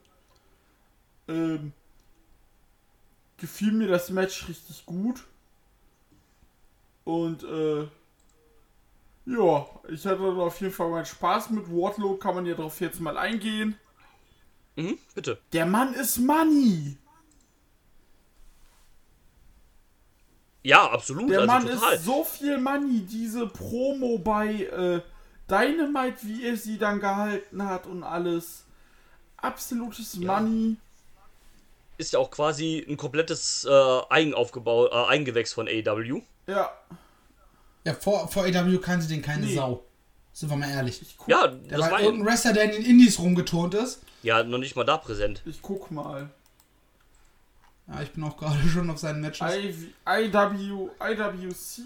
Gefiel mir das Match richtig gut. Und, ja, ich hatte auf jeden Fall meinen Spaß mit Wardlow, kann man ja drauf jetzt mal eingehen. Mhm, bitte. Der Mann ist Money! Ja, absolut. Der also Mann total. ist so viel Money, diese Promo bei Dynamite, wie er sie dann gehalten hat und alles. Absolutes Money. Ist ja auch quasi ein komplettes Eigengewächs von AEW. Ja. Ja, vor AEW kann sie den keine Sau. Sind wir mal ehrlich. Ja, Der das war war irgendein Wrestler, der in den Indies rumgeturnt ist. ja noch nicht mal da präsent. Ich guck mal. Ja, ich bin auch gerade schon auf seinen Matches. IWC.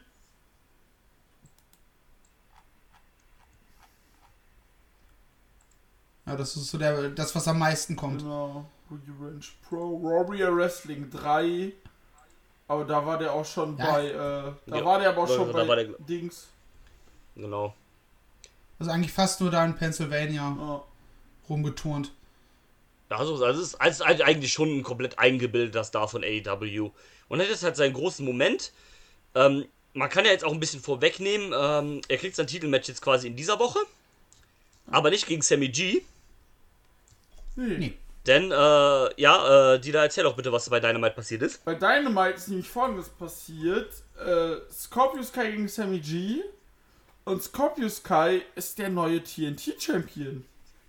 Ja, das ist so das, was am meisten kommt. Genau. Revenge Pro. Warrior Wrestling 3. Aber da war der auch schon bei. War der aber auch schon bei Dings. Genau. Also eigentlich fast nur da in Pennsylvania rumgeturnt. Also es ist eigentlich schon ein komplett eingebildeter Star von AEW. Und er hat jetzt halt seinen großen Moment. Man kann ja jetzt auch ein bisschen vorwegnehmen, er kriegt sein Titelmatch jetzt quasi in dieser Woche. Aber nicht gegen Sammy G. Nee. Denn, Dieter, erzähl doch bitte, was bei Dynamite passiert ist. Bei Dynamite ist nämlich Folgendes passiert. Scorpio Sky gegen Sammy G. Und Scorpio Sky ist der neue TNT-Champion.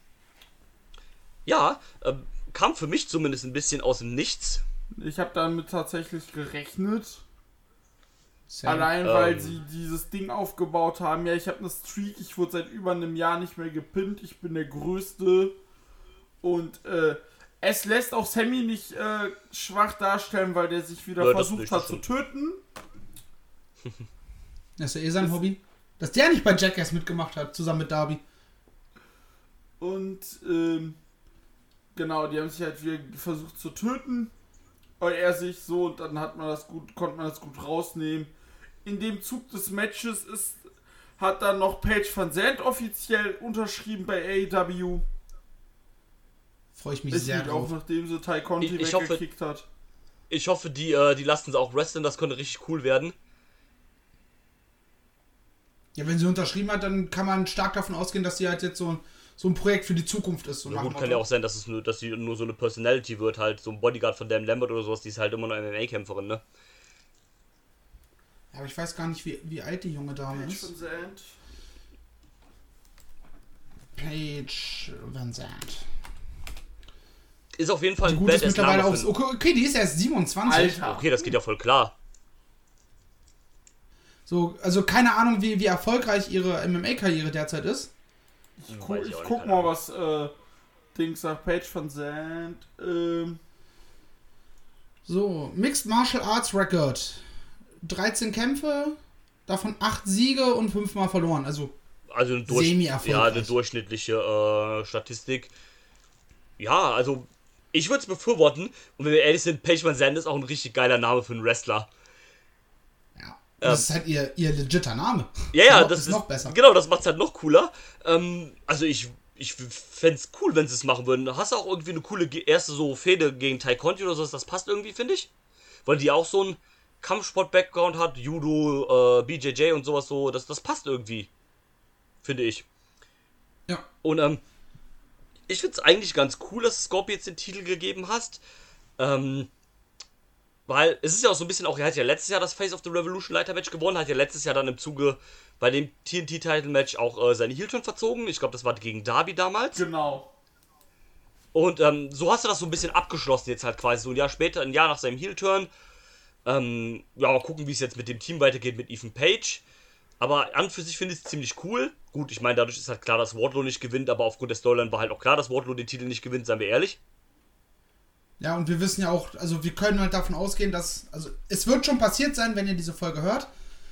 Ja, kam für mich zumindest ein bisschen aus dem Nichts. Ich habe damit tatsächlich gerechnet. Sam. Allein, weil sie dieses Ding aufgebaut haben. Ja, ich habe eine Streak, ich wurde seit über einem Jahr nicht mehr gepinnt. Ich bin der Größte. Und es lässt auch Sammy nicht schwach darstellen, weil der sich wieder versucht hat zu töten. Das ist ja sein Hobby. Dass der nicht bei Jackass mitgemacht hat, zusammen mit Darby. Und genau, die haben sich halt wieder versucht zu töten. Aber er sich so, und dann konnte man das gut rausnehmen. In dem Zug des Matches hat dann noch Paige Van Zandt offiziell unterschrieben bei AEW. Freue ich mich sehr drauf. Auch nachdem sie Ty Conti weggekickt hat. Ich hoffe, die lassen sie auch wrestlen, das könnte richtig cool werden. Ja, wenn sie unterschrieben hat, dann kann man stark davon ausgehen, dass sie halt jetzt so ein Projekt für die Zukunft ist. So Na gut, kann ja auch sein, dass sie nur so eine Personality wird, halt so ein Bodyguard von Dan Lambert oder sowas, die ist halt immer noch MMA-Kämpferin, ne? Ja, aber ich weiß gar nicht, wie alt die junge Dame ist. Paige Van Zandt. Ist auf jeden Fall ein gutes mittlerweile auch. Okay, die ist erst 27. Alter. Okay, das geht ja voll klar. So, also keine Ahnung, wie erfolgreich ihre MMA-Karriere derzeit ist. Ich guck mal, was Dings sagt. Paige Van Zandt. So, Mixed Martial Arts Record. 13 Kämpfe, davon 8 Siege und 5 Mal verloren. Also semi-erfolgreich. Ja, eine durchschnittliche Statistik. Ja, also ich würde es befürworten. Und wenn wir ehrlich sind, Paige Van Zandt ist auch ein richtig geiler Name für einen Wrestler. Ja, das ist halt ihr legitter Name. Ja, das ist noch besser. Genau, das macht es halt noch cooler. Also ich fände es cool, wenn sie es machen würden. Hast du auch irgendwie eine coole erste so Fehde gegen Ty Conti oder so? Das passt irgendwie, finde ich. Weil die auch so ein Kampfsport-Background hat, Judo, BJJ und sowas so. Das passt irgendwie. Finde ich. Ja. Und ich finde es eigentlich ganz cool, dass Scorpio jetzt den Titel gegeben hast. Weil es ist ja auch so ein bisschen auch, er hat ja letztes Jahr das Face of the Revolution Leiter-Match gewonnen, hat ja letztes Jahr dann im Zuge bei dem TNT-Title-Match auch seine Heel-Turn verzogen. Ich glaube, das war gegen Darby damals. Genau. Und so hast du das so ein bisschen abgeschlossen jetzt halt quasi. So ein Jahr später, ein Jahr nach seinem Heel-Turn. Ja, mal gucken, wie es jetzt mit dem Team weitergeht mit Ethan Page. Aber an für sich finde ich es ziemlich cool. Gut, ich meine, dadurch ist halt klar, dass Wardlow nicht gewinnt, aber aufgrund der Storyline war halt auch klar, dass Wardlow den Titel nicht gewinnt, seien wir ehrlich. Ja, und wir wissen ja auch, also wir können halt davon ausgehen, dass, also es wird schon passiert sein, wenn ihr diese Folge hört.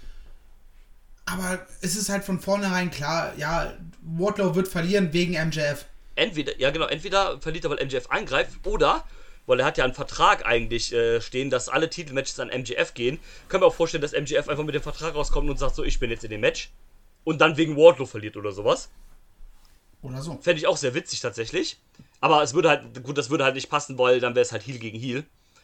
Aber es ist halt von vornherein klar, ja, Wardlow wird verlieren wegen MJF. Entweder verliert er, weil MJF eingreift, oder, weil er hat ja einen Vertrag eigentlich stehen, dass alle Titelmatches an MJF gehen. Können wir auch vorstellen, dass MJF einfach mit dem Vertrag rauskommt und sagt so, ich bin jetzt in dem Match. Und dann wegen Wardlow verliert oder sowas. Oder so. Fände ich auch sehr witzig tatsächlich. Aber es würde halt, gut, das würde halt nicht passen, weil dann wäre es halt Heel gegen Heel.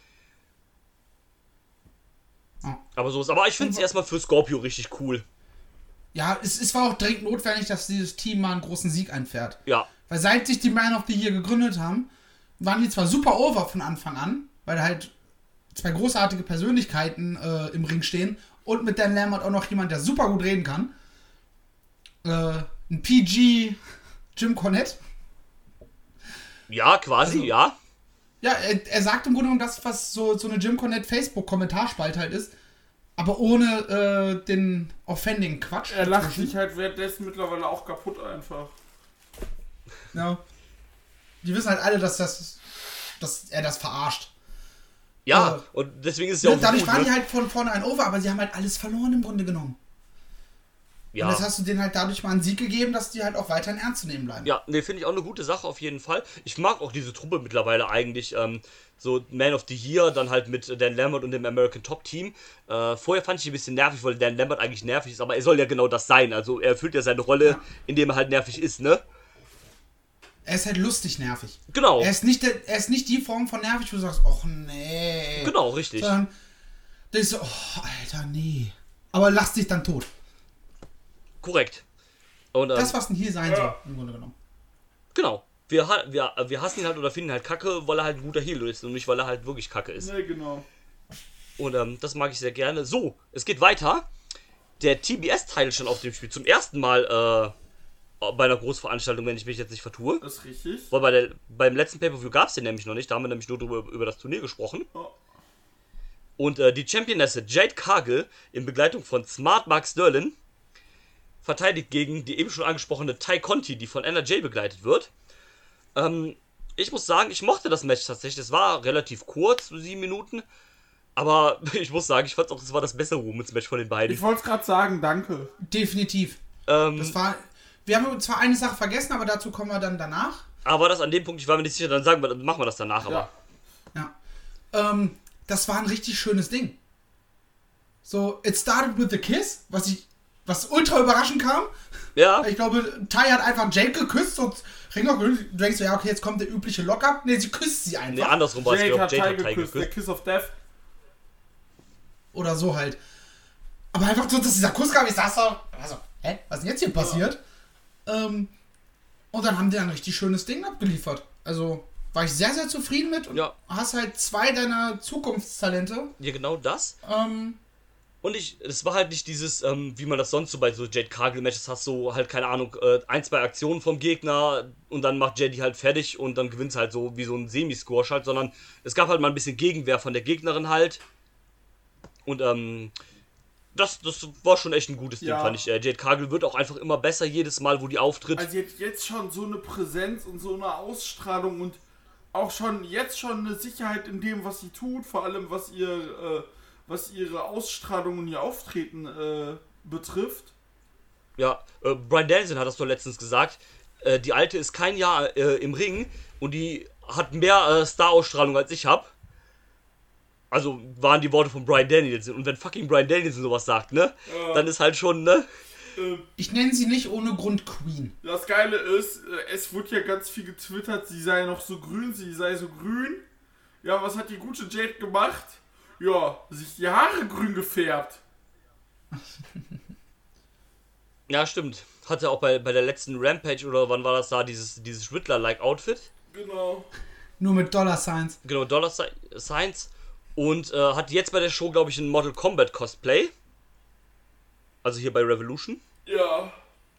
Oh. Aber so ist. Aber ich finde es erstmal für Scorpio richtig cool. Ja, es war auch dringend notwendig, dass dieses Team mal einen großen Sieg einfährt. Ja. Weil seit sich die Man of the Year gegründet haben, waren die zwar super over von Anfang an, weil da halt zwei großartige Persönlichkeiten im Ring stehen und mit Dan Lambert auch noch jemand, der super gut reden kann. Ein PG Jim Cornette. Ja, quasi, also, ja. Ja, er sagt im Grunde genommen das, was so eine Jim Cornette Facebook-Kommentarspalte halt ist, aber ohne den offending Quatsch. Er lacht sich halt währenddessen mittlerweile auch kaputt einfach. Ja. Die wissen halt alle, dass er das verarscht. Ja, und deswegen ist es ja auch dadurch gut, waren die halt von vornherein over, aber sie haben halt alles verloren im Grunde genommen. Ja. Und das hast du denen halt dadurch mal einen Sieg gegeben, dass die halt auch weiterhin ernst zu nehmen bleiben. Ja, ne, finde ich auch eine gute Sache auf jeden Fall. Ich mag auch diese Truppe mittlerweile eigentlich. So Man of the Year, dann halt mit Dan Lambert und dem American Top Team. Vorher fand ich ihn ein bisschen nervig, weil Dan Lambert eigentlich nervig ist, aber er soll ja genau das sein. Also er erfüllt ja seine Rolle, indem er halt nervig ist, ne? Er ist halt lustig nervig. Genau. Er ist nicht die Form von nervig, wo du sagst, och nee. Genau, richtig. Sondern du denkst so, oh, Alter, nee. Aber lass dich dann tot. Korrekt. Und, das, was denn hier sein soll, im Grunde genommen. Genau. Wir hassen ihn halt oder finden ihn halt kacke, weil er halt ein guter Heel ist und nicht, weil er halt wirklich kacke ist. Ne, genau. Und das mag ich sehr gerne. So, es geht weiter. Der TBS-Title schon auf dem Spiel. Zum ersten Mal bei einer Großveranstaltung, wenn ich mich jetzt nicht vertue. Das ist richtig. Weil beim letzten Pay-Per-View gab es den nämlich noch nicht. Da haben wir nämlich nur über das Turnier gesprochen. Oh. Und die Championesse Jade Cargill in Begleitung von Smart Mark Sterling verteidigt gegen die eben schon angesprochene Ty Conti, die von NRJ begleitet wird. Ich muss sagen, ich mochte das Match tatsächlich. Es war relativ kurz, 7 Minuten. Aber ich muss sagen, ich fand auch, es war das bessere Women's Match von den beiden. Ich wollte es gerade sagen, danke. Definitiv. Das war Wir haben zwar eine Sache vergessen, aber dazu kommen wir dann danach. Aber das an dem Punkt, ich war mir nicht sicher, dann machen wir das danach, aber. Ja. Ja. Das war ein richtig schönes Ding. So, it started with the kiss, was ultra überraschend kam. Ja. Ich glaube, Ty hat einfach Jake geküsst und Ringo, du denkst so, ja, okay, jetzt kommt der übliche Lockup. Nee, sie küsst sie einfach. Nee, andersrum war es, Jake glaube hat Ty geküsst, der Kiss of Death. Oder so halt. Aber einfach so, dass dieser Kuss kam, ich saß so, also, hä, was ist denn jetzt hier passiert? Und dann haben die ein richtig schönes Ding abgeliefert. Also, war ich sehr, sehr zufrieden mit und hast halt 2 deiner Zukunftstalente. Ja, genau das. Und es war halt nicht dieses, wie man das sonst so bei so Jade Cargill-Matches hast, so halt, keine Ahnung, 1, 2 Aktionen vom Gegner und dann macht Jade die halt fertig und dann gewinnt halt so wie so ein Semi-Squash halt, sondern es gab halt mal ein bisschen Gegenwehr von der Gegnerin halt. Und das war schon echt ein gutes Ding, fand ich. Jade Cargill wird auch einfach immer besser jedes Mal, wo die auftritt. Also jetzt schon so eine Präsenz und so eine Ausstrahlung und auch schon jetzt schon eine Sicherheit in dem, was sie tut, vor allem was ihre Ausstrahlung und ihr Auftreten betrifft. Ja, Bryan Danielson hat das doch letztens gesagt. Die Alte ist kein Jahr im Ring und die hat mehr Star-Ausstrahlung als ich hab. Also waren die Worte von Bryan Danielson. Und wenn fucking Bryan Danielson sowas sagt, ne? Dann ist halt schon, ne? Ich nenne sie nicht ohne Grund Queen. Das Geile ist, es wird ja ganz viel getwittert, sie sei noch so grün, sie sei so grün. Ja, was hat die gute Jade gemacht? Ja, sich die Haare grün gefärbt. Ja, stimmt. Hatte auch bei der letzten Rampage oder wann war das da, dieses Riddler-like Outfit. Genau. Nur mit Dollar Signs. Genau, Dollar Signs. Und hat jetzt bei der Show, glaube ich, ein Mortal Kombat Cosplay. Also hier bei Revolution. Ja.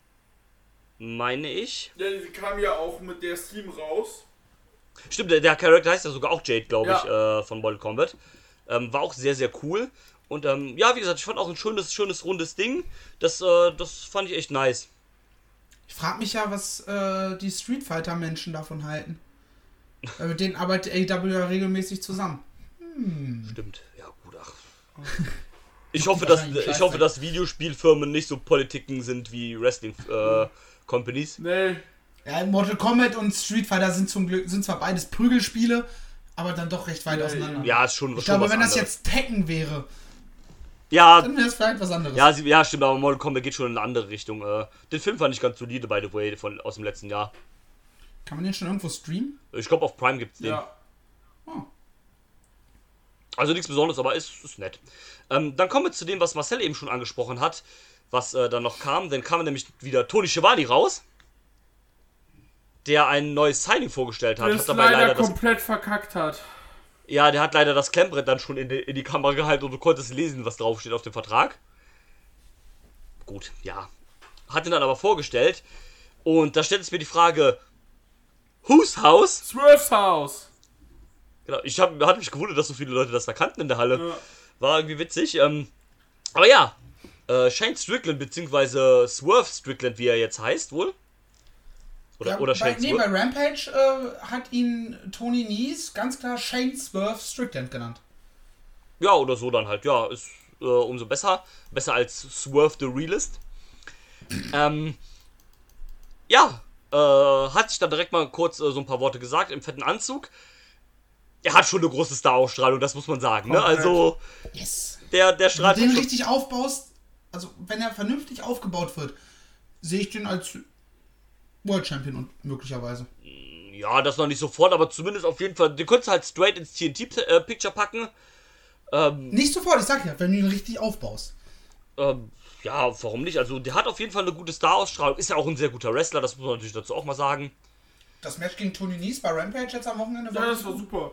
Meine ich. Ja, die kam ja auch mit der Steam raus. Stimmt, der Charakter heißt ja sogar auch Jade, glaube ich, von Mortal Kombat. War auch sehr, sehr cool. Und ja, wie gesagt, ich fand auch ein schönes rundes Ding. Das fand ich echt nice. Ich frage mich ja, was die Street Fighter Menschen davon halten. Weil mit denen arbeitet AEW ja regelmäßig zusammen. Stimmt, ja gut, ach. Ich hoffe, dass Videospielfirmen nicht so Politiken sind wie Wrestling-Companies. Nee. Ja, Mortal Kombat und Street Fighter sind zwar beides Prügelspiele, aber dann doch recht weit auseinander. Ja, ist schon was Ich glaube, wenn anderes. das jetzt Tekken wäre, ja, dann wäre es vielleicht was anderes. Ja, stimmt, aber Mortal Kombat geht schon in eine andere Richtung. Den Film fand ich ganz solide, by the way, aus dem letzten Jahr. Kann man den schon irgendwo streamen? Ich glaube, auf Prime gibt's den. Ja. Oh. Also nichts Besonderes, aber ist nett. Dann kommen wir zu dem, was Marcel eben schon angesprochen hat, was dann noch kam. Dann kam nämlich wieder Tony Schiavone raus, der ein neues Signing vorgestellt hat. Der Hat es dabei leider das, komplett verkackt hat. ja, der hat leider das Klemmbrett dann schon in die Kamera gehalten und du konntest lesen, was draufsteht auf dem Vertrag. Gut, ja. Hat ihn dann aber vorgestellt. Und da stellt es mir die Frage, whose house? Swerve's House. Genau, hat mich gewundert, dass so viele Leute das da kannten in der Halle. Ja. War irgendwie witzig. Aber ja, Shane Strickland, beziehungsweise Swerve Strickland, wie er jetzt heißt, wohl? Oder Shane bei Rampage hat ihn Tony Nese ganz klar Shane Swerve Strickland genannt. Ja, oder so dann halt. Ja, ist umso besser. Besser als Swerve the Realist. Hat sich dann direkt mal kurz so ein paar Worte gesagt im fetten Anzug. Er hat schon eine große Star-Ausstrahlung, das muss man sagen. Ne? Also, Yes. der strahlt Wenn du den schon. richtig aufbaust, also wenn er vernünftig aufgebaut wird, sehe ich den als World Champion und möglicherweise. Ja, das noch nicht sofort, aber zumindest auf jeden Fall. Den könntest du halt straight ins TNT-Picture packen. Nicht sofort, ich sag ja, wenn du ihn richtig aufbaust. Ja, warum nicht? Also, der hat auf jeden Fall eine gute Star-Ausstrahlung. Ist ja auch ein sehr guter Wrestler, das muss man natürlich dazu auch mal sagen. Das Match gegen Tony Nese bei Rampage jetzt am Wochenende Ja, das war super.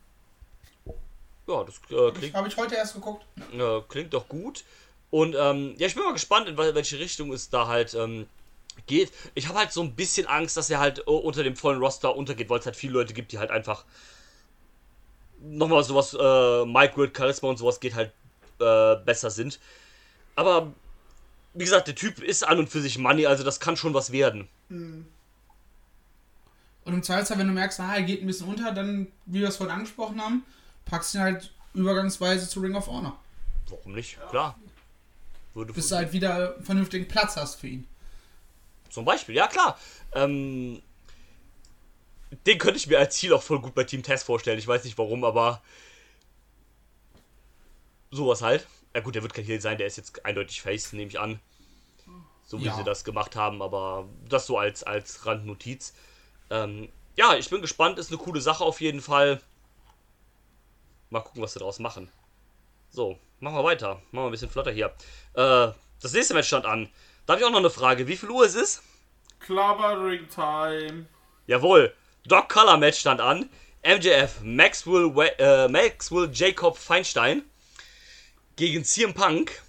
Ja, das klingt, Habe ich heute erst geguckt. klingt doch gut. Und ja, ich bin mal gespannt, in welche Richtung es da halt geht. Ich habe halt so ein bisschen Angst, dass er halt unter dem vollen Roster untergeht, weil es halt viele Leute gibt, die halt einfach nochmal sowas, Mike Grid, Charisma und sowas geht halt besser sind. Aber wie gesagt, der Typ ist an und für sich Money, also das kann schon was werden. Und im Zweifelsfall, wenn du merkst, er geht ein bisschen unter, dann, wie wir es vorhin angesprochen haben, packst du ihn halt übergangsweise zu Ring of Honor. Warum nicht? Klar. Bis du halt wieder einen vernünftigen Platz hast für ihn. Zum Beispiel, ja klar. Den könnte ich mir als Ziel auch voll gut bei Team Test vorstellen. Ich weiß nicht warum, aber sowas halt. Ja gut, der wird kein Heel sein, der ist jetzt eindeutig Face, nehme ich an. So wie sie das gemacht haben, aber das so als Randnotiz. Ja, ich bin gespannt, ist eine coole Sache auf jeden Fall. Mal gucken, was sie daraus machen. So, machen wir weiter. Machen wir ein bisschen flotter hier. Das nächste Match stand an. Da habe ich auch noch eine Frage. Wie viel Uhr ist es? Clubbering Time. Jawohl. Dog Collar Match stand an. MJF, Maxwell Jacob Feinstein gegen CM Punk.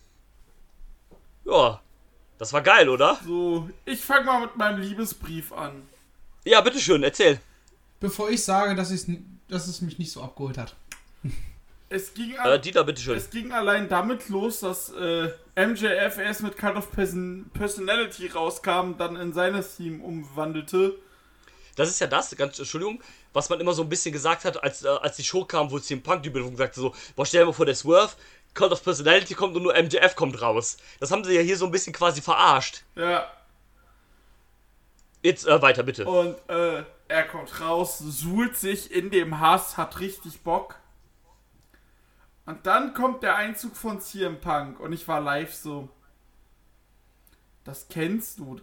Ja, das war geil, oder? So, ich fange mal mit meinem Liebesbrief an. Ja, bitteschön, erzähl. Bevor ich sage, dass es mich nicht so abgeholt hat. Es ging, Dieter, bitteschön. es ging allein damit los, dass MJF erst mit Cult of Personality rauskam, dann in seines Team umwandelte. Das ist ja das, Entschuldigung, was man immer so ein bisschen gesagt hat, als die Show kam, wo CM Punk die Übung sagte so, boah, stell dir mal vor, der Swerve, Cult of Personality kommt und nur MJF kommt raus. Das haben sie ja hier so ein bisschen quasi verarscht. Ja. Jetzt weiter, bitte. Und er kommt raus, suhlt sich in dem Hass, hat richtig Bock. Und dann kommt der Einzug von CM Punk und ich war live so, das kennst du.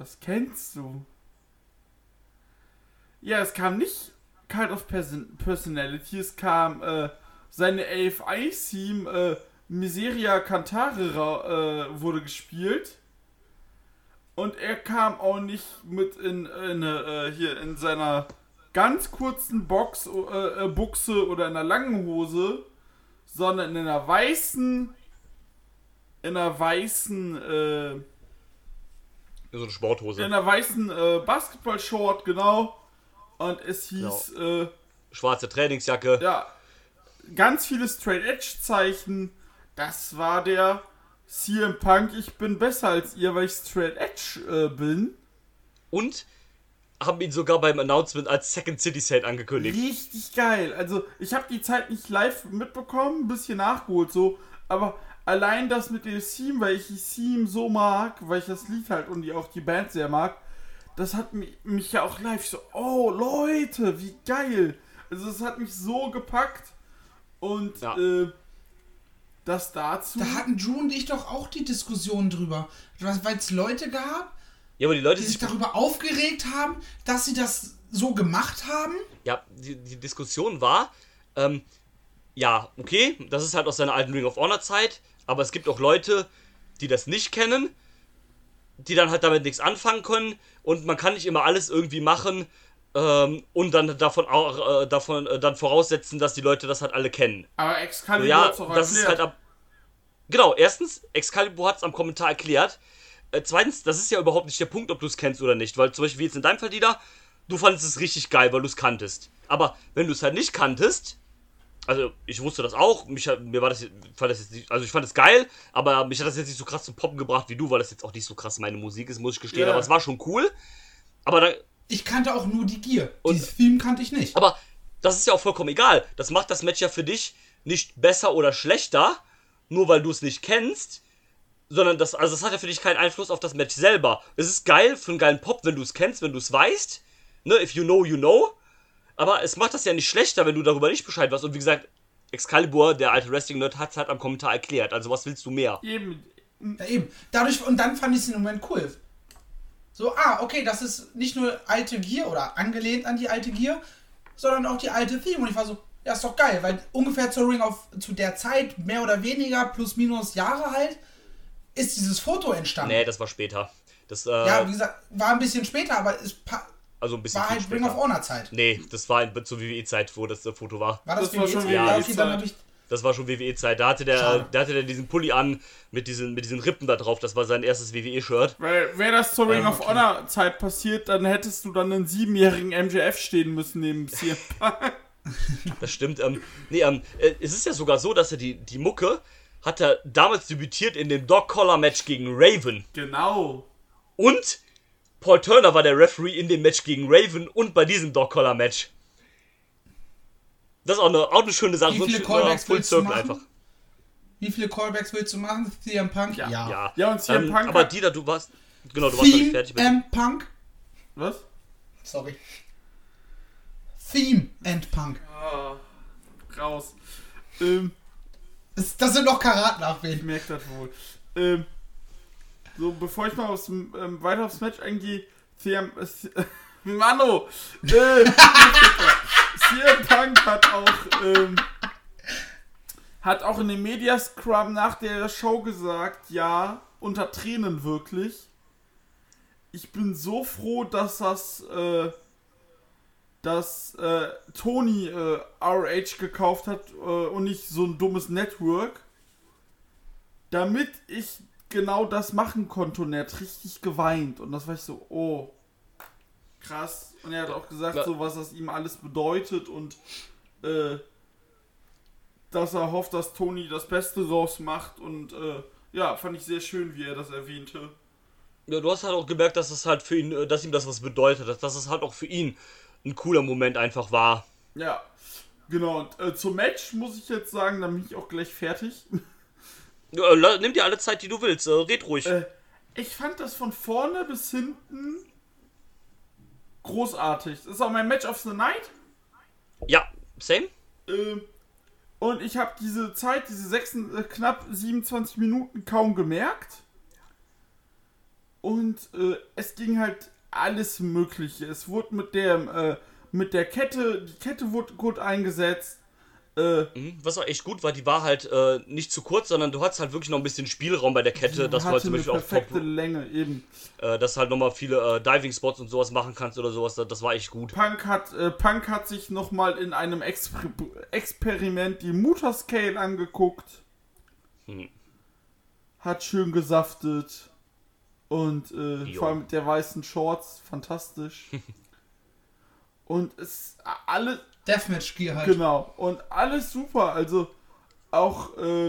Ja, es kam nicht Cult of Personality, es kam seine AFI-Theme, Miseria Cantare wurde gespielt. Und er kam auch nicht mit hier in seiner ganz kurzen Buchse oder in einer langen Hose, sondern in einer weißen, So eine Sporthose. in einer weißen Basketball-Short, genau. Und es hieß, Schwarze Trainingsjacke. ja, ganz viele Straight-Edge-Zeichen. Das war der CM Punk, ich bin besser als ihr, weil ich Straight-Edge bin. Und haben ihn sogar beim Announcement als Second City Set angekündigt. Richtig geil. Also, ich habe die Zeit nicht live mitbekommen, ein bisschen nachgeholt so, aber allein das mit dem Theme, weil ich die Theme so mag, weil ich das Lied halt und auch die Band sehr mag, das hat mich ja auch live so, oh Leute, wie geil. Also, das hat mich so gepackt und Ja. das dazu. Da hatten Drew und ich doch auch die Diskussion drüber. Weil es Leute gab, Ja, aber die Leute die sich darüber aufgeregt haben, dass sie das so gemacht haben. Ja, die Diskussion war, ja, okay, das ist halt aus seiner alten Ring of Honor Zeit, aber es gibt auch Leute, die das nicht kennen, die dann halt damit nichts anfangen können und man kann nicht immer alles irgendwie machen und dann dann voraussetzen, dass die Leute das halt alle kennen. Aber Excalibur Ja, hat's doch das ist erklärt. halt genau, erstens, Excalibur hat es am Kommentar erklärt. Zweitens, das ist ja überhaupt nicht der Punkt, ob du es kennst oder nicht, weil zum Beispiel wie jetzt in deinem Fall, Dieter, du fandest es richtig geil, weil du es kanntest. Aber wenn du es halt nicht kanntest, also ich wusste das auch, ich fand es geil, aber mich hat das jetzt nicht so krass zum Poppen gebracht wie du, weil das jetzt auch nicht so krass meine Musik ist, muss ich gestehen, Ja. aber es war schon cool. Aber dann, Ich kannte auch nur die Gear. Und- Dieses Theme kannte ich nicht. aber das ist ja auch vollkommen egal. Das macht das Match ja für dich nicht besser oder schlechter, nur weil du es nicht kennst, sondern das hat ja für dich keinen Einfluss auf das Match selber. Es ist geil für einen geilen Pop, wenn du es kennst, wenn du es weißt. Ne, if you know, you know. Aber es macht das ja nicht schlechter, wenn du darüber nicht Bescheid weißt. Und wie gesagt, Excalibur, der alte Wrestling-Nerd, hat es halt am Kommentar erklärt. Also was willst du mehr? Eben. Ja, eben. Und dann fand ich es im Moment cool. So, okay, das ist nicht nur alte Gear oder angelehnt an die alte Gear, sondern auch die alte Theme. Und ich war so, ja, ist doch geil, weil ungefähr zu der Zeit, mehr oder weniger, plus minus Jahre halt, ist dieses Foto entstanden. Nee, das war später. Das, Ja, wie gesagt, war ein bisschen später, aber es also ein bisschen war viel halt Ring später. of Honor Zeit. Nee, das war zur WWE-Zeit, wo das Foto war. War das, Das war schon WWE? WWE-Zeit. Dann hab ich Das war schon WWE-Zeit. Da hatte Schade. der diesen Pulli an mit diesen Rippen da drauf. Das war sein erstes WWE-Shirt. Weil, wäre das zur Ring of okay. Honor Zeit passiert, dann hättest du dann einen 7-jährigen MJF stehen müssen neben CM Punk. Das stimmt. Es ist ja sogar so, dass er die Mucke hat er damals debütiert in dem Dog-Collar-Match gegen Raven. Genau. Und Paul Turner war der Referee in dem Match gegen Raven und bei diesem Dog-Collar-Match. Das ist auch eine schöne Sache. Wie So ein viele schöner Callbacks Full willst du Circle machen? einfach. Wie viele Callbacks willst du machen? CM Punk? Ja. Ja. Ja, und CM Punk aber hat- Dieter, du warst... Genau, du warst noch nicht fertig mit and Punk. Was? Sorry. Theme and Punk. Ah, raus. Das sind noch Ich Karat-Nachwehen. merke das wohl. So, bevor ich mal weiter aufs Match eingehe, Mano! CM Punk hat auch in dem Media-Scrum nach der Show gesagt, ja, unter Tränen wirklich. Ich bin so froh, dass Tony RH gekauft hat und nicht so ein dummes Network, damit ich genau das machen konnte, und er hat richtig geweint und das war ich so, oh, krass. Und er hat auch gesagt, Ja. so was das ihm alles bedeutet und dass er hofft, dass Tony das Beste draus macht und ja, fand ich sehr schön, wie er das erwähnte. Ja, du hast halt auch gemerkt, dass es halt für ihn, dass ihm das was bedeutet, dass es halt auch für ihn ein cooler Moment einfach war. Ja, genau. Und zum Match muss ich jetzt sagen, dann bin ich auch gleich fertig. Ja, nimm dir alle Zeit, die du willst, red ruhig. Ich fand das von vorne bis hinten großartig. Das ist auch mein Match of the Night. Ja, same? Und ich habe diese Zeit, knapp 27 Minuten kaum gemerkt. Und es ging halt alles Mögliche. Es wurde mit der Kette, die Kette wurde gut eingesetzt. Was auch echt gut war, die war halt nicht zu kurz, sondern du hattest halt wirklich noch ein bisschen Spielraum bei der Kette, dass du halt zum Beispiel eine auch perfekte Länge eben. dass du halt nochmal viele Diving-Spots und sowas machen kannst oder sowas, das war echt gut. Punk hat sich nochmal in einem Experiment die Mutter-Scale angeguckt. Hat schön gesaftet. Und vor allem mit der weißen Shorts, fantastisch. Und es alle... Deathmatch-Gear halt. Genau. Und alles super. Also auch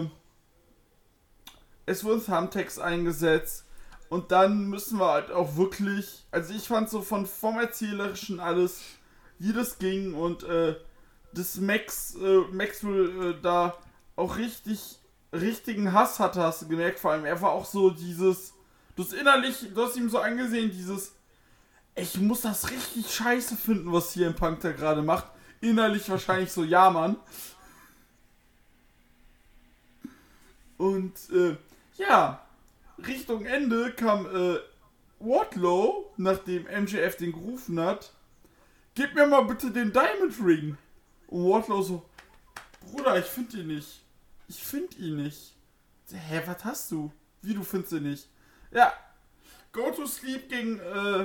es wurden Thumbtacks eingesetzt. Und dann müssen wir halt auch wirklich... Also ich fand so vom Erzählerischen alles, wie das ging. Und das Maxwell da auch richtigen Hass hatte, hast du gemerkt. Vor allem, er war auch so dieses... Du hast ihm so angesehen, dieses... Ich muss das richtig scheiße finden, was hier im Punk da gerade macht. Innerlich wahrscheinlich so, ja, Mann. Und, ja. Richtung Ende kam, Wardlow, nachdem MJF den gerufen hat, gib mir mal bitte den Diamond Ring. Und Wardlow so, Bruder, ich finde ihn nicht. Ich finde ihn nicht. Hä, was hast du? Wie, du findest ihn nicht? Ja. Go to Sleep gegen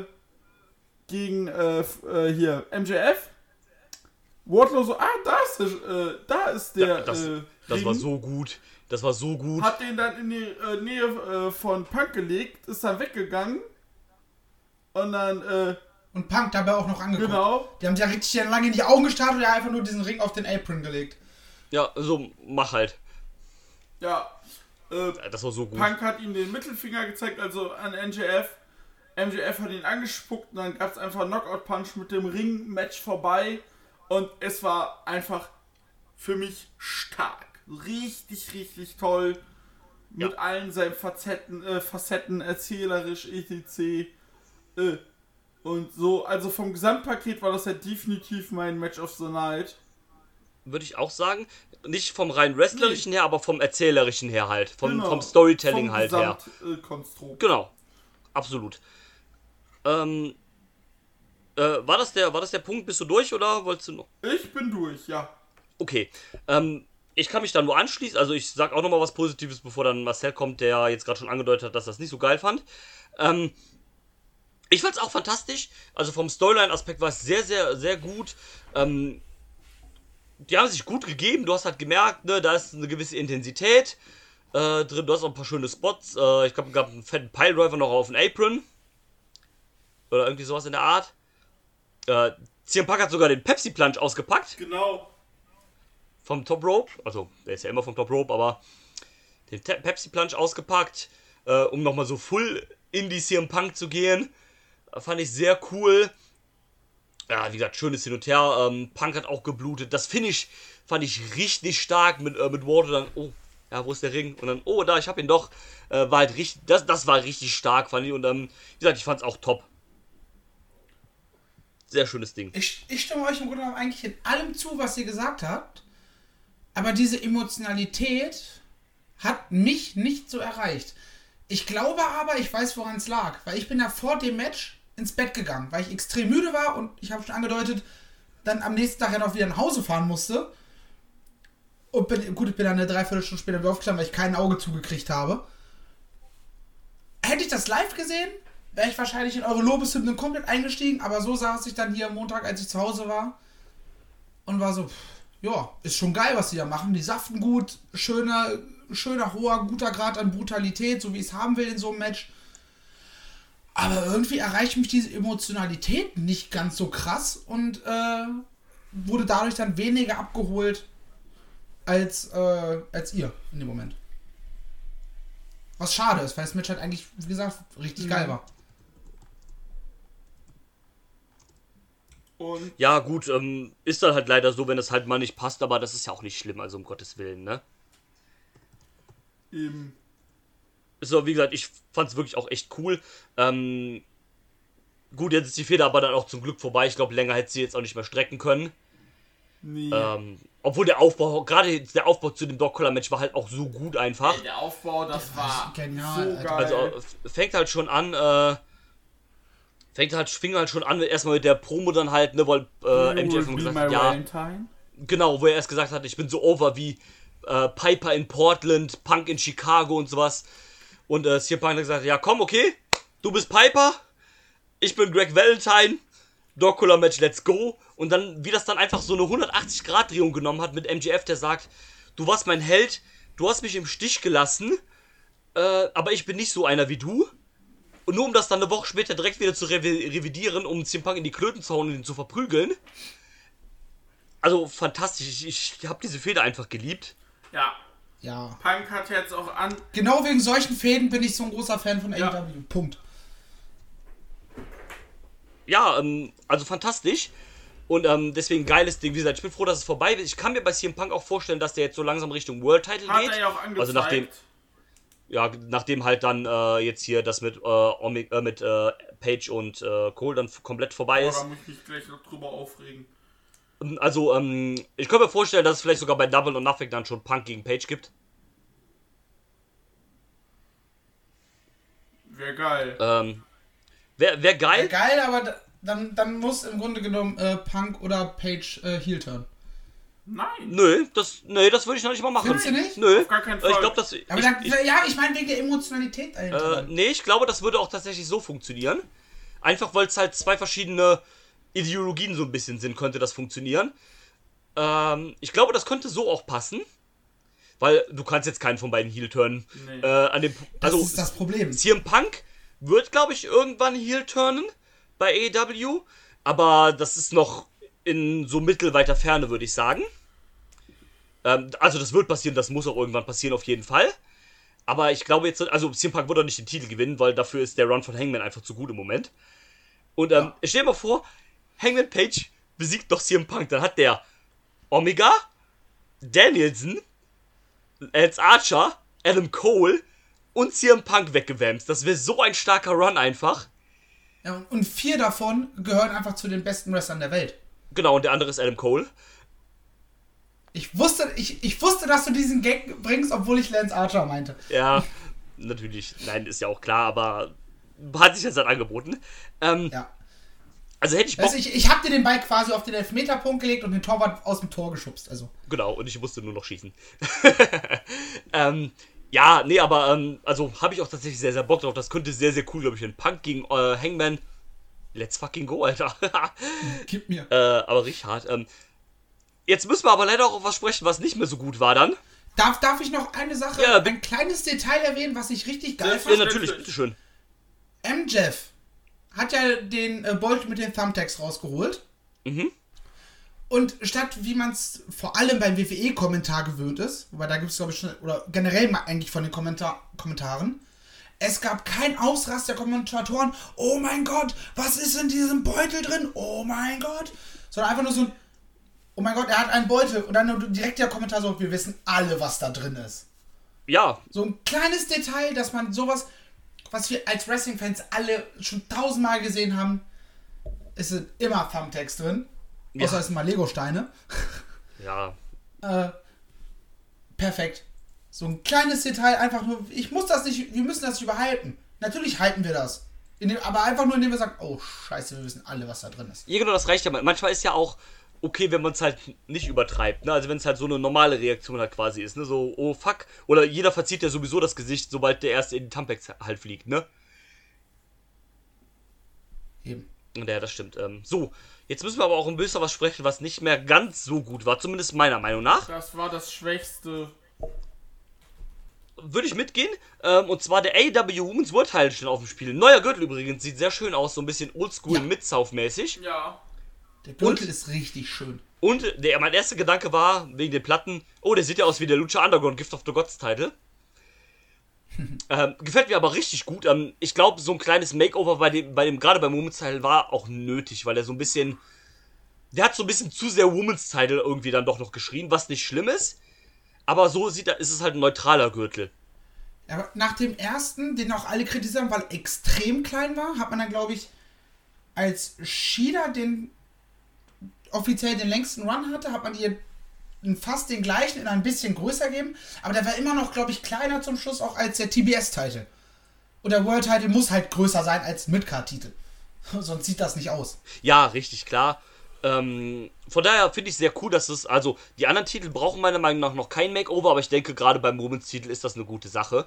hier, MJF. Wardlow so, da ist der Das Ring. war so gut. Das war so gut. Hat den dann in die Nähe von Punk gelegt, ist dann weggegangen. Und dann, Und Punk dabei auch noch angeguckt. Genau. Die haben sich ja richtig lange in die Augen gestarrt und er hat einfach nur diesen Ring auf den Apron gelegt. Ja, so, mach halt. ja, Das war so gut. Punk hat ihm den Mittelfinger gezeigt, also an MJF. MJF hat ihn angespuckt und dann gab es einfach einen Knockout-Punch mit dem Ring-Match vorbei. Und es war einfach für mich stark. Richtig, richtig toll. Mit allen seinen Facetten, erzählerisch, etc. Und so, also vom Gesamtpaket war das ja definitiv mein Match of the Night. Würde ich auch sagen. Nicht vom rein wrestlerischen her, aber vom erzählerischen her halt. Vom Genau. Storytelling Vom halt her. Konstrukt. Genau. Absolut. War das der Punkt? Bist du durch oder wolltest du noch? Ich bin durch, ja. Okay. Ich kann mich da nur anschließen. Also ich sag auch nochmal was Positives, bevor dann Marcel kommt, der jetzt gerade schon angedeutet hat, dass das nicht so geil fand. Ich fand's auch fantastisch. Also vom Storyline-Aspekt war es sehr, sehr, sehr gut. Die haben sich gut gegeben. Du hast halt gemerkt, ne, da ist eine gewisse Intensität drin. Du hast auch ein paar schöne Spots. Ich glaube, es gab einen fetten Piledriver noch auf den Apron. Oder irgendwie sowas in der Art. CM Punk hat sogar den Pepsi-Plunge ausgepackt. Genau. Vom Top Rope. Also, der ist ja immer vom Top Rope, aber den Pepsi-Plunge ausgepackt, um nochmal so full in die CM Punk zu gehen. Fand ich sehr cool. Ja, wie gesagt, schönes Hin und Her. Punk hat auch geblutet. Das Finish fand ich richtig stark mit Wardlow dann. Oh, ja, wo ist der Ring? Und dann, oh, da, ich hab ihn doch. War halt richtig, das war richtig stark, fand ich. Und wie gesagt, ich fand's auch top. Sehr schönes Ding. Ich stimme euch im Grunde genommen eigentlich in allem zu, was ihr gesagt habt. Aber diese Emotionalität hat mich nicht so erreicht. Ich glaube aber, ich weiß, woran es lag. Weil ich bin ja vor dem Match ins Bett gegangen, weil ich extrem müde war und ich habe schon angedeutet, dann am nächsten Tag ja noch wieder nach Hause fahren musste. Und ich bin dann eine Dreiviertelstunde später wieder aufgestanden, weil ich kein Auge zugekriegt habe. Hätte ich das live gesehen, wäre ich wahrscheinlich in eure Lobeshymnen komplett eingestiegen, aber so saß ich dann hier am Montag, als ich zu Hause war und war so, ja, ist schon geil, was die da machen. Die saften gut, schöner, hoher, guter Grad an Brutalität, so wie ich es haben will in so einem Match. Aber irgendwie erreicht mich diese Emotionalität nicht ganz so krass und wurde dadurch dann weniger abgeholt als ihr in dem Moment. Was schade ist, weil das Match halt eigentlich, wie gesagt, richtig geil war. Und Ja, gut, ist dann halt leider so, wenn es halt mal nicht passt, aber das ist ja auch nicht schlimm, also um Gottes Willen, ne? eben. So, wie gesagt, ich fand's wirklich auch echt cool. Gut, jetzt ist die Feder aber dann auch zum Glück vorbei. Ich glaube, länger hätte sie jetzt auch nicht mehr strecken können. Nee. Obwohl der Aufbau, gerade der Aufbau zu dem Dog-Collar-Match war halt auch so gut einfach. Der Aufbau, das war genial, so Alter. geil. Also fängt halt schon an, fing halt schon an, erstmal mit der Promo dann halt, ne, weil MJF Be gesagt my hat, ja, Valentine. genau, wo er erst gesagt hat, ich bin so over wie Piper in Portland, Punk in Chicago und sowas. Und CM Punk hat gesagt, ja komm, okay, du bist Piper, ich bin Greg Valentine, Dog-Collar-Match, let's go. Und dann, wie das dann einfach so eine 180-Grad-Drehung genommen hat mit MJF, der sagt, du warst mein Held, du hast mich im Stich gelassen, aber ich bin nicht so einer wie du. Und nur um das dann eine Woche später direkt wieder zu revidieren, um CM Punk in die Klöten zu hauen und ihn zu verprügeln. Also fantastisch, ich habe diese Fehde einfach geliebt. Ja, Ja. Punk hat jetzt auch an. Genau wegen solchen Fäden bin ich so ein großer Fan von Ja. AEW. Punkt. Ja, also fantastisch. Und deswegen geiles Ding. Wie gesagt, ich bin froh, dass es vorbei ist. Ich kann mir bei CM Punk auch vorstellen, dass der jetzt so langsam Richtung World Title Hat geht. er ja auch angezeigt. Also nachdem halt dann jetzt hier das mit Page und Cole dann komplett vorbei Oh, ist. da muss ich mich gleich noch drüber aufregen. Also, ich könnte mir vorstellen, dass es vielleicht sogar bei Double or Nothing dann schon Punk gegen Page gibt. Wäre geil. Wär geil. Geil, aber dann muss im Grunde genommen Punk oder Page Heel turn. Nein. Nö, das würde ich noch nicht mal machen. Findest du nicht? Nö. Auf gar keinen Fall. Ich glaube, das. Aber ich meine wegen der Emotionalität dahinter. Nee, ich glaube, das würde auch tatsächlich so funktionieren. Einfach, weil es halt zwei verschiedene Ideologien so ein bisschen sind, könnte das funktionieren. Ich glaube, das könnte so auch passen. Weil du kannst jetzt keinen von beiden Heel turnen. Nee. Das ist das Problem. CM Punk wird, glaube ich, irgendwann Heel turnen bei AEW. Aber das ist noch in so mittelweiter Ferne, würde ich sagen. Also das wird passieren, das muss auch irgendwann passieren, auf jeden Fall. Aber ich glaube jetzt, also CM Punk wird auch nicht den Titel gewinnen, weil dafür ist der Run von Hangman einfach zu gut im Moment. Und stell dir mal vor, Hangman Page besiegt doch CM Punk. Dann hat der Omega, Danielson, Lance Archer, Adam Cole und CM Punk weggewämst. Das wäre so ein starker Run einfach. Ja, und 4 davon gehören einfach zu den besten Wrestlern der Welt. Genau, und der andere ist Adam Cole. Ich wusste, dass du diesen Gag bringst, obwohl ich Lance Archer meinte. Ja, natürlich. Nein, ist ja auch klar, aber hat sich jetzt halt angeboten. Ja. Also hätte ich Bock. Weißt du, ich hab dir den Ball quasi auf den Elfmeterpunkt gelegt und den Torwart aus dem Tor geschubst. Also. Genau, und ich musste nur noch schießen. Ja, nee, aber also habe ich auch tatsächlich sehr, sehr Bock drauf. Das könnte sehr, sehr cool, glaube ich, ein Punk gegen Hangman. Let's fucking go, Alter. Gib mir. Aber Richard, jetzt müssen wir aber leider auch auf was sprechen, was nicht mehr so gut war dann. Darf ich noch eine Sache, Ja, ein kleines Detail erwähnen, was ich richtig geil Ja, fand? natürlich, bitteschön. MJF hat ja den Beutel mit den Thumbtacks rausgeholt. Mhm. Und statt, wie man es vor allem beim WWE-Kommentar gewöhnt ist, wobei da gibt es, glaube ich, schon, oder generell mal eigentlich von den Kommentaren, es gab keinen Ausrast der Kommentatoren, oh mein Gott, was ist in diesem Beutel drin? Oh mein Gott. Sondern einfach nur so ein, oh mein Gott, er hat einen Beutel. Und dann nur direkt der Kommentar so, wir wissen alle, was da drin ist. Ja. So ein kleines Detail, dass man sowas, was wir als Wrestling-Fans alle schon 1000-mal gesehen haben, es sind immer Thumbtacks drin. Ja. Außer es sind mal Lego-Steine. Ja. Perfekt. So ein kleines Detail, einfach nur, wir müssen das nicht überhypen. Natürlich hypen wir das. Aber einfach nur, indem wir sagen, oh scheiße, wir wissen alle, was da drin ist. Ja, genau, das reicht ja. Manchmal ist ja auch okay, wenn man es halt nicht übertreibt, ne? Also wenn es halt so eine normale Reaktion halt quasi ist, ne? So, oh fuck. Oder jeder verzieht ja sowieso das Gesicht, sobald der erste in den Thumbtacks halt fliegt, ne? Eben. Ja, das stimmt. So, jetzt müssen wir aber auch ein bisschen was sprechen, was nicht mehr ganz so gut war, zumindest meiner Meinung nach. Das war das Schwächste. Würde ich mitgehen. Und zwar der AEW Women's World Title steht auf dem Spiel. Neuer Gürtel übrigens, sieht sehr schön aus, so ein bisschen oldschool Ja. Mid-South-mäßig. Ja. Der Gürtel ist richtig schön. Und mein erster Gedanke war, wegen den Platten, oh, der sieht ja aus wie der Lucha Underground Gift of the Gods Title. Gefällt mir aber richtig gut. Ich glaube, so ein kleines Makeover bei dem gerade beim Women's Title war auch nötig, weil er so ein bisschen, der hat so ein bisschen zu sehr Women's Title irgendwie dann doch noch geschrien, was nicht schlimm ist. Aber so ist es halt ein neutraler Gürtel. Aber nach dem ersten, den auch alle kritisieren, weil er extrem klein war, hat man dann, glaube ich, als Shida offiziell den längsten Run hatte, hat man ihr fast den gleichen in ein bisschen größer gegeben. Aber der war immer noch, glaube ich, kleiner zum Schluss auch als der TBS-Titel. Und der World-Titel muss halt größer sein als Midcard-Titel. Sonst sieht das nicht aus. Ja, richtig, klar. Von daher finde ich sehr cool, dass es, also die anderen Titel brauchen meiner Meinung nach noch kein Makeover, aber ich denke, gerade beim Women's-Titel ist das eine gute Sache.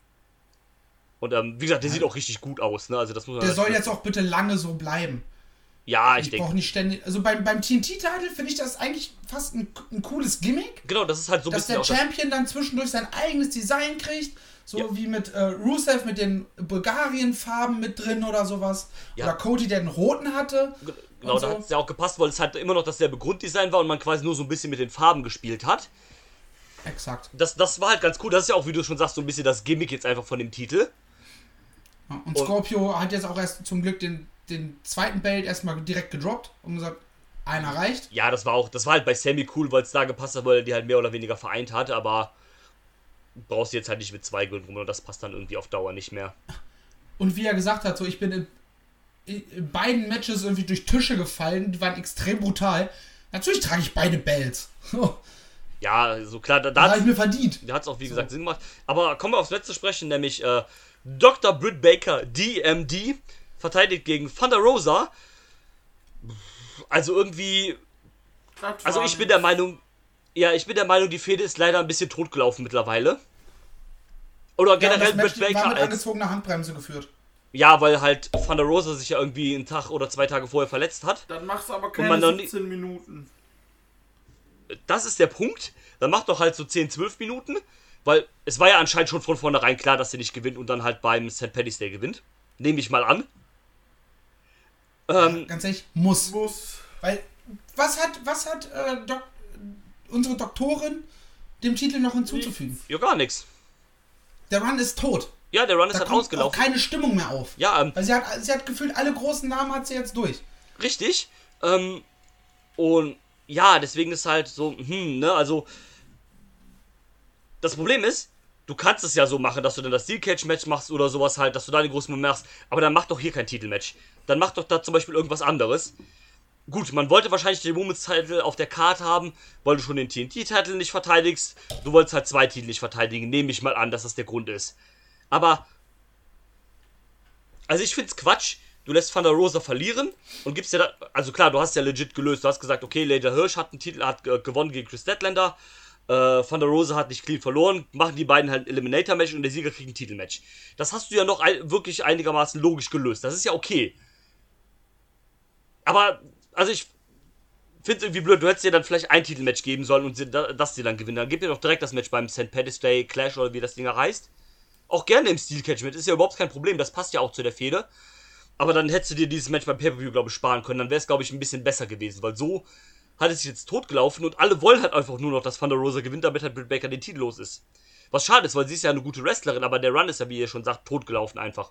Und wie gesagt, der sieht auch richtig gut aus, ne? Also das muss man. Der soll jetzt auch bitte lange so bleiben. Ja, ich Ich denke. brauche nicht ständig. Also beim TNT-Titel finde ich das eigentlich fast ein cooles Gimmick. Genau, das ist halt so ein Dass bisschen der auch das, Champion dann zwischendurch sein eigenes Design kriegt. So Ja. wie mit Rusev mit den Bulgarien-Farben mit drin oder sowas. Ja. Oder Cody, der den roten hatte. genau, und da so. hat es ja auch gepasst, weil es halt immer noch dasselbe Grunddesign war und man quasi nur so ein bisschen mit den Farben gespielt hat. Exakt. Das war halt ganz cool. Das ist ja auch, wie du schon sagst, so ein bisschen das Gimmick jetzt einfach von dem Titel. Ja, und Scorpio hat jetzt auch erst zum Glück den zweiten Belt erstmal direkt gedroppt und gesagt, einer reicht. Ja, das war halt bei Sammy cool, weil es da gepasst hat, weil er die halt mehr oder weniger vereint hatte, aber brauchst du jetzt halt nicht mit 2 Gürteln rum und das passt dann irgendwie auf Dauer nicht mehr. Und wie er gesagt hat, so ich bin in beiden Matches irgendwie durch Tische gefallen, die waren extrem brutal. Natürlich trage ich beide Belts. Ja, so klar, Da habe ich mir verdient. da hat es auch, wie gesagt, Sinn gemacht. Aber kommen wir aufs Letzte sprechen, nämlich Dr. Britt Baker, DMD, verteidigt gegen Thunder Rosa. Also irgendwie, also ich bin der Meinung, die Fehde ist leider ein bisschen totgelaufen mittlerweile. Oder Ja, und generell das Match Britt war Baker mit als... angezogener Handbremse geführt. Ja, weil halt Thunder Rosa sich ja irgendwie einen Tag oder 2 Tage vorher verletzt hat. Dann machst du aber man keine noch 17 Minuten. Das ist der Punkt. Dann macht doch halt so 10, 12 Minuten. Weil es war ja anscheinend schon von vornherein klar, dass sie nicht gewinnt und dann halt beim St. Paddy's Day gewinnt. Nehme ich mal an. Ganz ehrlich, muss. Muss. Weil, was hat unsere Doktorin dem Titel noch hinzuzufügen? Ja, gar nichts. Der Run ist tot. Ja, der Run ist Da halt kommt auch ausgelaufen. keine Stimmung mehr auf. Ja, Weil sie hat gefühlt alle großen Namen hat sie jetzt durch. richtig. Und ja, deswegen ist halt so, ne, also das Problem ist, du kannst es ja so machen, dass du dann das Steel Cage Match machst oder sowas halt, dass du da den großen Moment machst, aber dann mach doch hier kein Titelmatch. Dann mach doch da zum Beispiel irgendwas anderes. Gut, man wollte wahrscheinlich den Women's Title auf der Karte haben, weil du schon den TNT-Titel nicht verteidigst. Du wolltest halt 2 Titel nicht verteidigen, nehme ich mal an, dass das der Grund ist. Aber, also ich find's Quatsch. Du lässt Thunder Rosa verlieren und gibst ja da, also klar, du hast ja legit gelöst. Du hast gesagt, okay, Leyla Hirsch hat einen Titel, hat gewonnen gegen Chris Statlander. Thunder Rosa hat nicht clean verloren, machen die beiden halt ein Eliminator-Match und der Sieger kriegt ein Titelmatch. Das hast du ja noch wirklich einigermaßen logisch gelöst. Das ist ja okay. Aber, also ich finde es irgendwie blöd, du hättest dir dann vielleicht ein Titelmatch geben sollen und das dir dann gewinnen. Dann gib dir doch direkt das Match beim St. Paddy's Day Clash oder wie das Ding heißt. Auch gerne im Steel Cage mit, ist ja überhaupt kein Problem, das passt ja auch zu der Fehde. Aber dann hättest du dir dieses Match beim Pay-Per-View, glaube ich, sparen können. Dann wäre es, glaube ich, ein bisschen besser gewesen, weil so hat es sich jetzt totgelaufen und alle wollen halt einfach nur noch, dass Thunder Rosa gewinnt, damit halt Britt Baker den Titel los ist. Was schade ist, weil sie ist ja eine gute Wrestlerin, aber der Run ist ja, wie ihr schon sagt, totgelaufen einfach.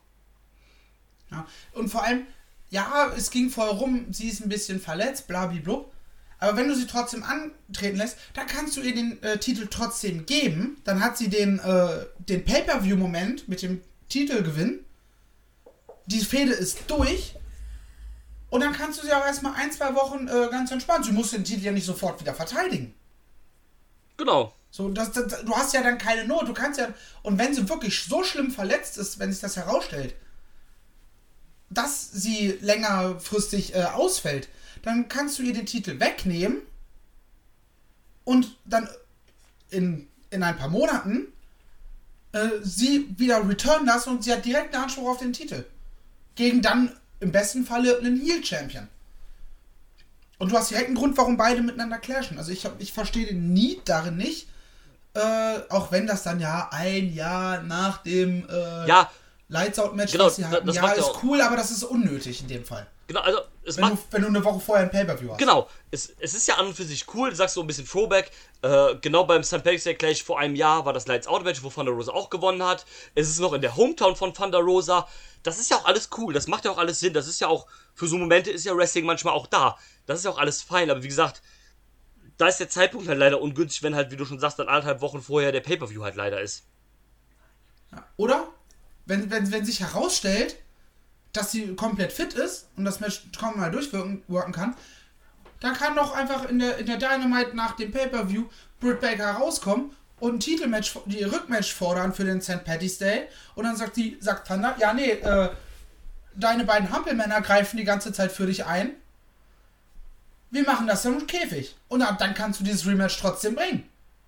Ja. Und vor allem, ja, es ging vorher rum, sie ist ein bisschen verletzt, blablabla. Aber wenn du sie trotzdem antreten lässt, dann kannst du ihr den Titel trotzdem geben. Dann hat sie den Pay-Per-View-Moment mit dem Titelgewinn. Die Fehde ist durch. Und dann kannst du sie auch erstmal 1-2 Wochen ganz entspannt. Sie muss den Titel ja nicht sofort wieder verteidigen. Genau. So, du hast ja dann keine Not. Du kannst ja. Und wenn sie wirklich so schlimm verletzt ist, wenn sich das herausstellt, dass sie längerfristig ausfällt, dann kannst du ihr den Titel wegnehmen und dann in ein paar Monaten sie wieder returnen lassen und sie hat direkt einen Anspruch auf den Titel. Gegen dann im besten Falle einen Heel-Champion. Und du hast direkt einen Grund, warum beide miteinander clashen. Also ich verstehe den Need darin nicht. Auch wenn das dann ja ein Jahr nach dem Lights-Out-Match, genau, was sie hatten, das ja, ist cool, aber das ist unnötig in dem Fall. Genau, also wenn du eine Woche vorher ein Pay-Per-View hast. Genau, es ist ja an und für sich cool, du sagst so ein bisschen Throwback. Genau beim St. Patrick's Day Clash vor einem Jahr war das Lights-Out-Match, wo Thunder Rosa auch gewonnen hat. Es ist noch in der Hometown von Thunder Rosa. Das ist ja auch alles cool, das macht ja auch alles Sinn. Das ist ja auch, für so Momente ist ja Wrestling manchmal auch da. Das ist ja auch alles fein, aber wie gesagt, da ist der Zeitpunkt halt leider ungünstig, wenn halt, wie du schon sagst, dann 1,5 Wochen vorher der Pay-Per-View halt leider ist. Ja. Oder, wenn sich herausstellt, dass sie komplett fit ist und das Match kaum mal durchwirken kann, dann kann doch einfach in der Dynamite nach dem Pay-Per-View Britt Baker rauskommen und ein Titelmatch, die Rückmatch fordern für den St. Patty's Day und dann sagt Thunder, ja nee, deine beiden Hampelmänner greifen die ganze Zeit für dich ein. Wir machen das im Käfig. Und dann kannst du dieses Rematch trotzdem bringen.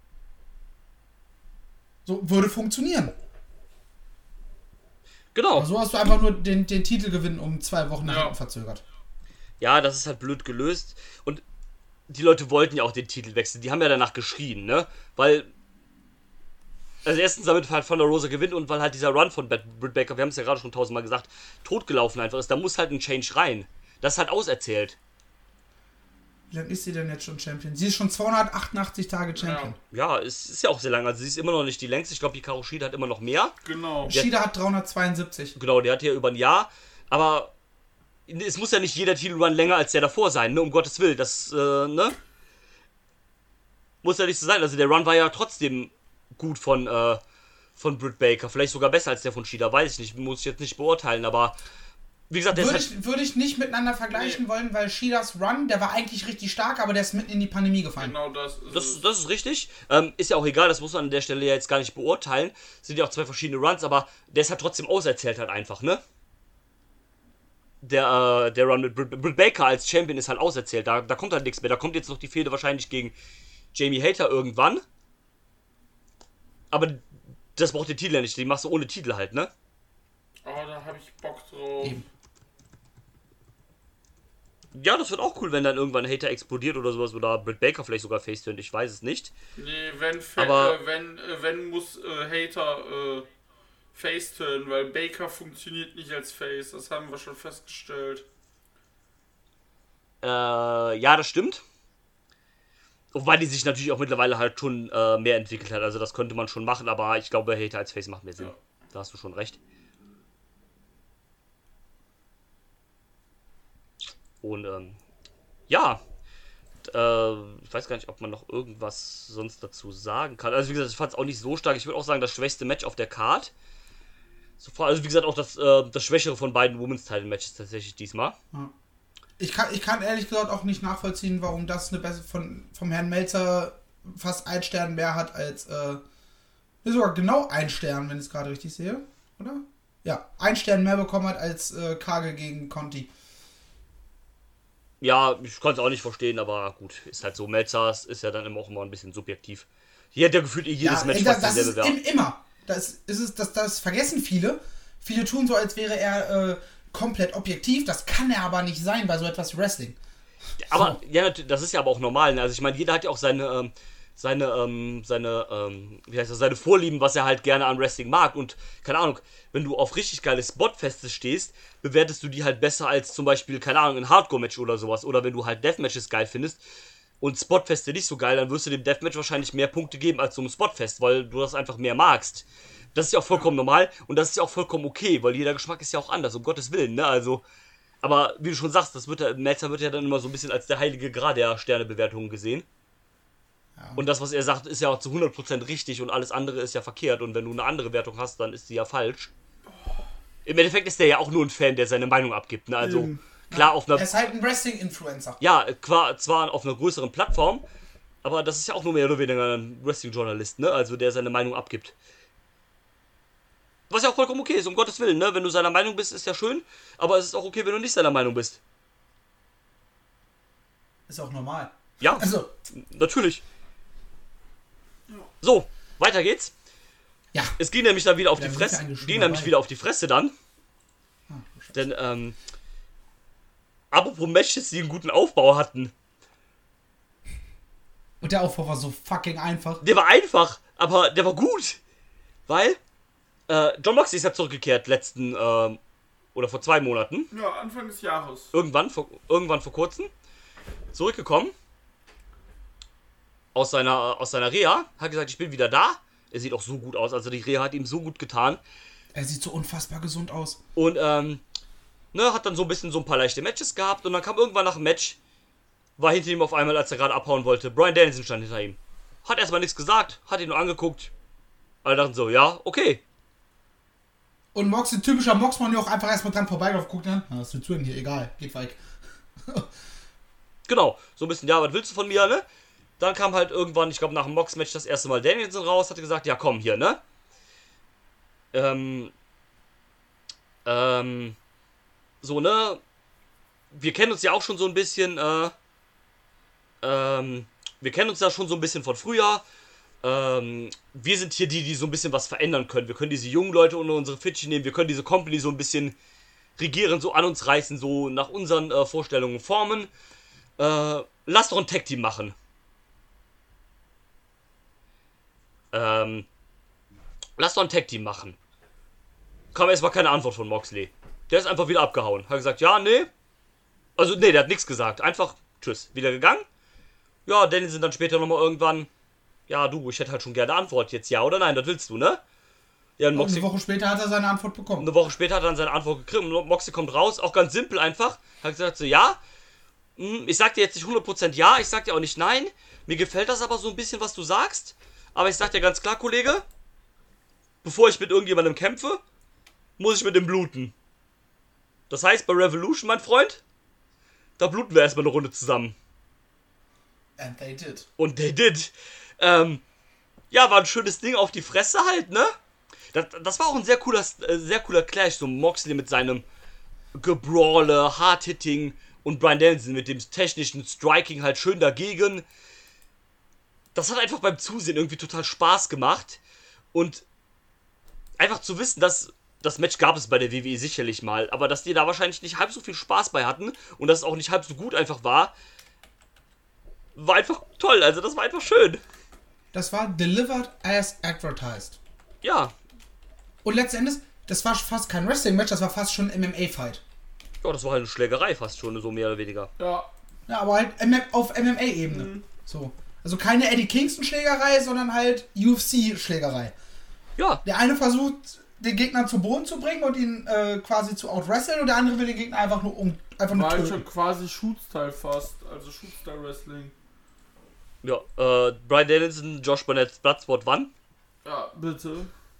So, würde funktionieren. Genau. Aber so hast du einfach nur den Titelgewinn um 2 Wochen nach hinten verzögert. Ja, das ist halt blöd gelöst. Und die Leute wollten ja auch den Titel wechseln. Die haben ja danach geschrien, ne? Weil, also erstens damit halt Thunder Rosa gewinnt und weil halt dieser Run von Britt Baker, wir haben es ja gerade schon 1000-mal gesagt, totgelaufen einfach ist. Da muss halt ein Change rein. Das ist halt auserzählt. Wie lange ist sie denn jetzt schon Champion? Sie ist schon 288 Tage Champion. Ja, es ist ja auch sehr lang. Also sie ist immer noch nicht die längste. Ich glaube, Hikaru Shida hat immer noch mehr. Genau. Shida hat 372. Genau, der hat ja über ein Jahr. Aber es muss ja nicht jeder Titelrun länger als der davor sein, ne? Um Gottes Willen. Das, ne? Muss ja nicht so sein. Also der Run war ja trotzdem gut von Britt Baker. Vielleicht sogar besser als der von Shida. Weiß ich nicht. Muss ich jetzt nicht beurteilen, aber wie gesagt, würde ich nicht miteinander vergleichen wollen, weil Shidas Run, der war eigentlich richtig stark, aber der ist mitten in die Pandemie gefallen. Genau das ist richtig. Ist ja auch egal, das muss man an der Stelle ja jetzt gar nicht beurteilen. Sind ja auch 2 verschiedene Runs, aber der ist halt trotzdem auserzählt halt einfach, ne? Der Run mit Britt Baker als Champion ist halt auserzählt. Da kommt halt nichts mehr. Da kommt jetzt noch die Fehde wahrscheinlich gegen Jamie Hayter irgendwann. Aber das braucht den Titel ja nicht. Die machst du ohne Titel halt, ne? Oh, da habe ich Bock drauf. Eben. Ja, das wird auch cool, wenn dann irgendwann Hater explodiert oder sowas oder Britt Baker vielleicht sogar faceturnt, ich weiß es nicht. Nee, Aber wenn muss Hater faceturn, weil Baker funktioniert nicht als Face, das haben wir schon festgestellt. Ja, das stimmt. Wobei die sich natürlich auch mittlerweile halt schon mehr entwickelt hat, also das könnte man schon machen, aber ich glaube, Hater als Face macht mehr Sinn. Ja. Da hast du schon recht. Und ja, ich weiß gar nicht, ob man noch irgendwas sonst dazu sagen kann. Also wie gesagt, ich fand es auch nicht so stark. Ich würde auch sagen, das schwächste Match auf der Card. Also wie gesagt, auch das schwächere von beiden Women's Title Matches tatsächlich diesmal. Ja. Ich kann ehrlich gesagt auch nicht nachvollziehen, warum das eine bessere vom Herrn Meltzer fast 1 Stern mehr hat als sogar genau 1 Stern, wenn ich es gerade richtig sehe, oder? Ja, 1 Stern mehr bekommen hat als Kage gegen Conti. Ja, ich kann es auch nicht verstehen, aber gut, ist halt so. Meltzer ist ja dann auch immer ein bisschen subjektiv. Hier hat ja gefühlt jedes Match fast dieselbe Wert. Immer. Das vergessen viele. Viele tun so, als wäre er komplett objektiv. Das kann er aber nicht sein bei so etwas wie Wrestling. Aber, so. Ja, das ist ja aber auch normal. Ne? Also ich meine, jeder hat ja auch seine Vorlieben, was er halt gerne an Wrestling mag. Und, keine Ahnung, wenn du auf richtig geile Spotfeste stehst, bewertest du die halt besser als zum Beispiel, keine Ahnung, ein Hardcore-Match oder sowas. Oder wenn du halt Deathmatches geil findest und Spotfeste nicht so geil, dann wirst du dem Deathmatch wahrscheinlich mehr Punkte geben als so einem Spotfest, weil du das einfach mehr magst. Das ist ja auch vollkommen normal und das ist ja auch vollkommen okay, weil jeder Geschmack ist ja auch anders, um Gottes Willen, ne? Also, Aber wie du schon sagst, Meltzer wird ja dann immer so ein bisschen als der heilige Gral der Sternebewertungen gesehen. Ja. Und das, was er sagt, ist ja auch zu 100% richtig und alles andere ist ja verkehrt. Und wenn du eine andere Wertung hast, dann ist die ja falsch. Im Endeffekt ist der ja auch nur ein Fan, der seine Meinung abgibt. Ne? Also klar auf einer... Er ist halt ein Wrestling-Influencer. Ja, zwar auf einer größeren Plattform, aber das ist ja auch nur mehr oder weniger ein Wrestling-Journalist, ne? Also der seine Meinung abgibt. Was ja auch vollkommen okay ist, um Gottes Willen, ne? Wenn du seiner Meinung bist, ist ja schön, aber es ist auch okay, wenn du nicht seiner Meinung bist. Ist auch normal. Ja, also natürlich. So, weiter geht's. Ja. Es ging nämlich dann wieder auf die Fresse. Wieder auf die Fresse dann. Denn, apropos Matches, die einen guten Aufbau hatten. Und der Aufbau war so fucking einfach. Der war einfach, aber der war gut. Weil, Jon Moxley ist ja zurückgekehrt oder vor 2 Monaten. Ja, Anfang des Jahres. Irgendwann vor kurzem. Zurückgekommen. Aus seiner Reha. Hat gesagt, ich bin wieder da. Er sieht auch so gut aus. Also die Reha hat ihm so gut getan. Er sieht so unfassbar gesund aus. Und, hat dann so ein paar leichte Matches gehabt. Und dann kam irgendwann nach dem Match, war hinter ihm auf einmal, als er gerade abhauen wollte. Bryan Danielson stand hinter ihm. Hat erstmal nichts gesagt, hat ihn nur angeguckt. Alle dachten so, ja, okay. Und Mox, typischer Moxmann, der auch einfach erstmal dran vorbeigelaufen, guckt dann, was willst du denn hier? Egal, geht weg. Genau, so ein bisschen, ja, was willst du von mir, ne? Dann kam halt irgendwann, ich glaube nach dem Mox-Match das erste Mal Danielson raus, hatte gesagt, ja komm, hier, ne? So, ne? Wir kennen uns ja auch schon so ein bisschen, wir kennen uns ja schon so ein bisschen von früher. Wir sind hier die so ein bisschen was verändern können. Wir können diese jungen Leute unter unsere Fittiche nehmen, wir können diese Company so ein bisschen regieren, so an uns reißen, so nach unseren Vorstellungen formen. Lass doch ein Tag-Team machen. Lass doch ein Tag-Team machen. Kam erstmal keine Antwort von Moxley. Der ist einfach wieder abgehauen. Hat gesagt, ja, nee. Also, nee, der hat nichts gesagt. Einfach, tschüss. Wieder gegangen. Ja, Danielson dann später nochmal irgendwann. Ja, du, ich hätte halt schon gerne Antwort jetzt. Ja oder nein, das willst du, ne? Ja, und eine Woche später hat er seine Antwort bekommen. Eine Woche später hat er dann seine Antwort gekriegt. Und Moxley kommt raus, auch ganz simpel einfach. Hat gesagt so, ja, ich sag dir jetzt nicht 100% ja, ich sag dir auch nicht nein. Mir gefällt das aber so ein bisschen, was du sagst. Aber ich sag dir ganz klar, Kollege, bevor ich mit irgendjemandem kämpfe, muss ich mit dem bluten. Das heißt, bei Revolution, mein Freund, da bluten wir erstmal eine Runde zusammen. And they did. Und they did. Ja, war ein schönes Ding auf die Fresse halt, ne? Das war auch ein sehr cooler Clash, so Moxley mit seinem Gebrawle, Hard-Hitting und Bryan Danielson mit dem technischen Striking halt schön dagegen. Das hat einfach beim Zusehen irgendwie total Spaß gemacht. Und einfach zu wissen, dass das Match gab es bei der WWE sicherlich mal, aber dass die da wahrscheinlich nicht halb so viel Spaß bei hatten und dass es auch nicht halb so gut einfach war einfach toll. Also das war einfach schön. Das war delivered as advertised. Ja. Und letzten Endes, das war fast kein Wrestling-Match, das war fast schon ein MMA-Fight. Ja, das war halt eine Schlägerei fast schon, so mehr oder weniger. Ja. Ja, aber halt auf MMA-Ebene. Mhm. So. Also keine Eddie Kingston-Schlägerei, sondern halt UFC-Schlägerei. Ja. Der eine versucht, den Gegner zu Boden zu bringen und ihn quasi zu outwresteln und der andere will den Gegner einfach nur töten. War schon quasi Shoot-Style fast, also Shoot-Style-Wrestling. Ja, Bryan Danielson, Josh Barnett, Bloodsport, wann? Ja, bitte.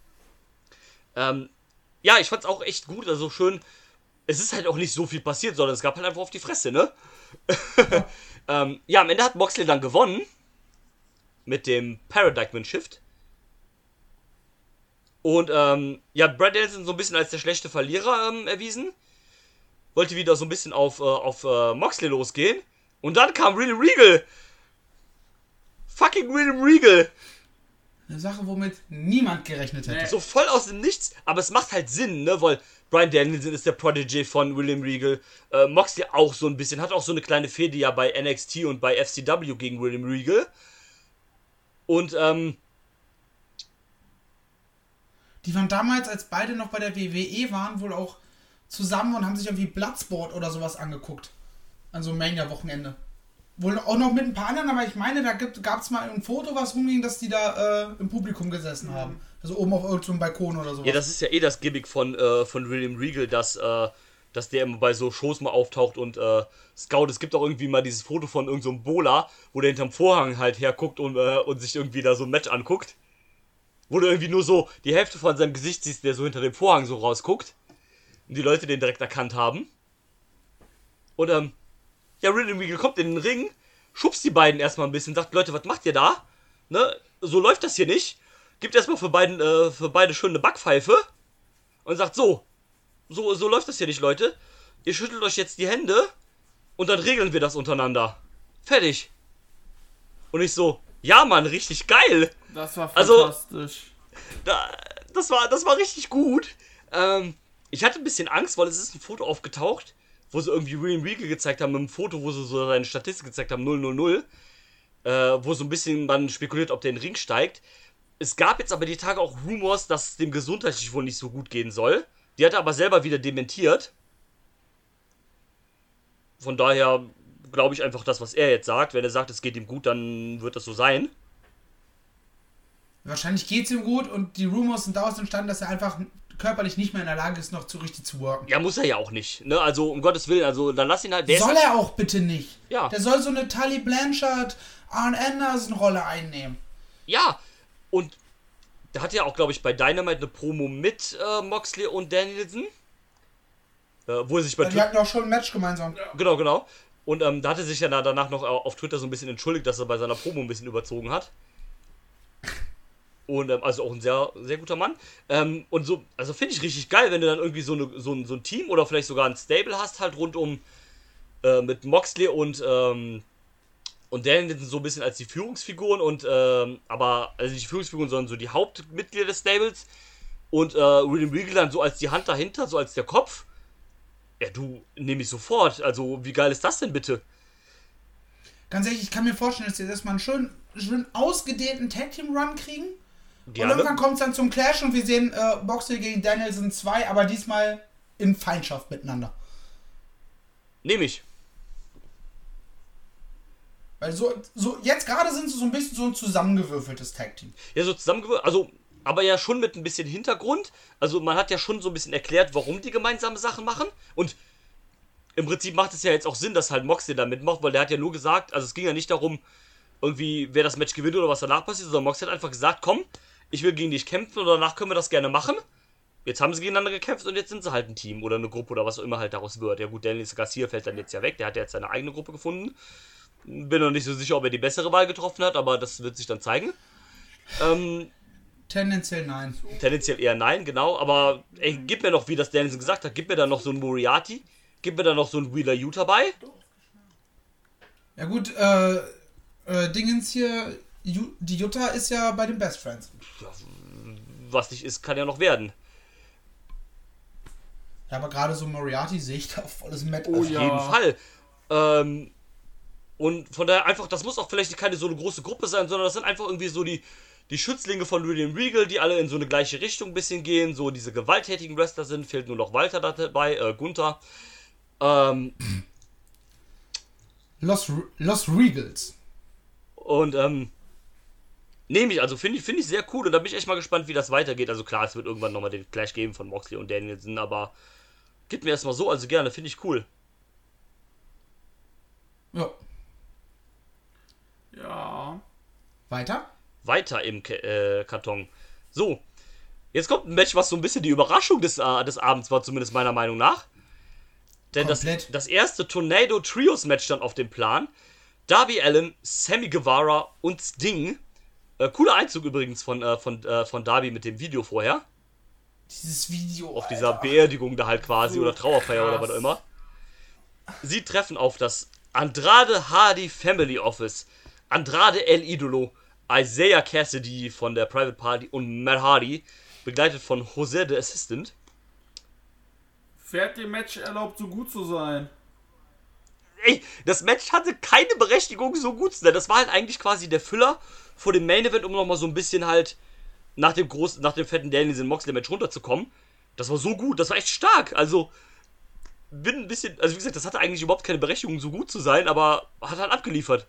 Ja, ich fand's auch echt gut, also schön. Es ist halt auch nicht so viel passiert, sondern es gab halt einfach auf die Fresse, ne? Ja, am Ende hat Moxley dann gewonnen. Mit dem Paradigm Shift. Und, ja, Bryan Danielson so ein bisschen als der schlechte Verlierer erwiesen. Wollte wieder so ein bisschen auf Moxley losgehen. Und dann kam William Regal. Fucking William Regal. Eine Sache, womit niemand gerechnet hätte. So voll aus dem Nichts, aber es macht halt Sinn, ne, weil Bryan Danielson ist der Protégé von William Regal. Moxley auch so ein bisschen, hat auch so eine kleine Fehde ja bei NXT und bei FCW gegen William Regal. Und, die waren damals, als beide noch bei der WWE waren, wohl auch zusammen und haben sich irgendwie Bloodsport oder sowas angeguckt. An so einem Mania-Wochenende. Wohl auch noch mit ein paar anderen, aber ich meine, da gab es mal ein Foto, was rumging, dass die da im Publikum gesessen haben. Also oben auf irgendeinem Balkon oder sowas. Ja, das ist ja eh das Gimmick von William Regal, dass dass der immer bei so Shows mal auftaucht und Scout. Es gibt auch irgendwie mal dieses Foto von irgendeinem so Bowler, wo der hinterm Vorhang halt herguckt und sich irgendwie da so ein Match anguckt. Wo du irgendwie nur so die Hälfte von seinem Gesicht siehst, der so hinter dem Vorhang so rausguckt. Und die Leute den direkt erkannt haben. Und William Regal kommt in den Ring, schubst die beiden erstmal ein bisschen, sagt, Leute, was macht ihr da? Ne? So läuft das hier nicht. Gibt erstmal für beide schön eine Backpfeife. Und sagt, so läuft das hier nicht, Leute. Ihr schüttelt euch jetzt die Hände und dann regeln wir das untereinander. Fertig. Und ich so, ja Mann, richtig geil. Das war fantastisch. Das war richtig gut. Ich hatte ein bisschen Angst, weil es ist ein Foto aufgetaucht, wo sie irgendwie William Regal gezeigt haben, mit einem Foto, wo sie so seine Statistik gezeigt haben, 000, wo so ein bisschen man spekuliert, ob der in den Ring steigt. Es gab jetzt aber die Tage auch Rumors, dass es dem gesundheitlich wohl nicht so gut gehen soll. Die hat er aber selber wieder dementiert. Von daher glaube ich einfach das, was er jetzt sagt. Wenn er sagt, es geht ihm gut, dann wird das so sein. Wahrscheinlich geht es ihm gut und die Rumors sind daraus entstanden, dass er einfach körperlich nicht mehr in der Lage ist, noch richtig zu worken. Ja, muss er ja auch nicht. Ne? Also, um Gottes Willen, also dann lass ihn halt... Soll er auch bitte nicht. Ja. Der soll so eine Tully Blanchard, Arn Anderson-Rolle einnehmen. Ja, und da hat ja auch, glaube ich, bei Dynamite eine Promo mit Moxley und Danielson. Wo er sich bei Die hatten auch schon ein Match gemeinsam. Genau. Und da hat er sich ja danach noch auf Twitter so ein bisschen entschuldigt, dass er bei seiner Promo ein bisschen überzogen hat. Und also auch ein sehr, sehr guter Mann. Und so, also finde ich richtig geil, wenn du dann irgendwie so ein Team oder vielleicht sogar ein Stable hast, halt rund um mit Moxley und Danielson so ein bisschen als die Führungsfiguren und aber also nicht die Führungsfiguren, sondern so die Hauptmitglieder des Stables und William Regal dann so als die Hand dahinter, so als der Kopf. Ja, du, nehme ich sofort. Also, wie geil ist das denn bitte? Ganz ehrlich, ich kann mir vorstellen, dass die erstmal einen schön ausgedehnten Tag-Team-Run kriegen. Gerne. Und irgendwann kommt es dann zum Clash und wir sehen Moxley gegen Danielson 2, aber diesmal in Feindschaft miteinander. Nehme ich. Weil so jetzt gerade sind sie so ein bisschen so ein zusammengewürfeltes Tag-Team. Ja, so zusammengewürfelt, also, aber ja schon mit ein bisschen Hintergrund. Also man hat ja schon so ein bisschen erklärt, warum die gemeinsame Sachen machen. Und im Prinzip macht es ja jetzt auch Sinn, dass halt Moxley da mitmacht, weil der hat ja nur gesagt, also es ging ja nicht darum, irgendwie, wer das Match gewinnt oder was danach passiert, sondern Moxley hat einfach gesagt, komm, ich will gegen dich kämpfen und danach können wir das gerne machen. Jetzt haben sie gegeneinander gekämpft und jetzt sind sie halt ein Team oder eine Gruppe oder was auch immer halt daraus wird. Ja gut, Daniel Garcia fällt dann jetzt ja weg, der hat ja jetzt seine eigene Gruppe gefunden. Bin noch nicht so sicher, ob er die bessere Wahl getroffen hat, aber das wird sich dann zeigen. Tendenziell nein. Tendenziell eher nein, genau. Aber ey, gib mir noch, wie das Danielson gesagt hat, gib mir da noch so einen Moriarty, gib mir da noch so einen Wheeler Utah bei. Ja gut, Dingens hier, die Utah ist ja bei den Best Friends. Ja, was nicht ist, kann ja noch werden. Ja, aber gerade so Moriarty sehe ich da auf volles Met. Auf jeden Fall. Und von daher einfach, das muss auch vielleicht keine so eine große Gruppe sein, sondern das sind einfach irgendwie so die Schützlinge von William Regal, die alle in so eine gleiche Richtung ein bisschen gehen, so diese gewalttätigen Wrestler sind, fehlt nur noch Walter dabei, Gunther. Los Regals. Und nehme ich, also finde ich sehr cool und da bin ich echt mal gespannt, wie das weitergeht. Also klar, es wird irgendwann nochmal den Clash geben von Moxley und Danielson, aber gib mir erstmal so, also gerne, finde ich cool. Ja. Ja. Weiter im Karton. So, jetzt kommt ein Match, was so ein bisschen die Überraschung des Abends war, zumindest meiner Meinung nach. Denn das erste Tornado Trios Match stand auf dem Plan. Darby Allin, Sammy Guevara und Sting. Cooler Einzug übrigens von Darby mit dem Video vorher. Dieses Video, auf dieser Beerdigung da halt quasi oder Trauerfeier oder was auch immer. Sie treffen auf das Andrade Hardy Family Office. Andrade El Idolo, Isaiah Cassidy von der Private Party und Matt Hardy, begleitet von Jose the Assistant. Wer hat dem Match erlaubt, so gut zu sein? Ey, das Match hatte keine Berechtigung, so gut zu sein. Das war halt eigentlich quasi der Füller vor dem Main Event, um nochmal so ein bisschen halt nach dem fetten Danielson Moxley Match runterzukommen. Das war so gut, das war echt stark. Also, bin ein bisschen, also wie gesagt, das hatte eigentlich überhaupt keine Berechtigung, so gut zu sein, aber hat halt abgeliefert.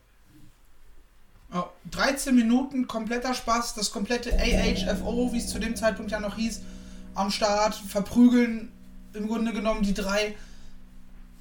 13 Minuten, kompletter Spaß, das komplette AHFO, wie es zu dem Zeitpunkt ja noch hieß, am Start, verprügeln im Grunde genommen die drei.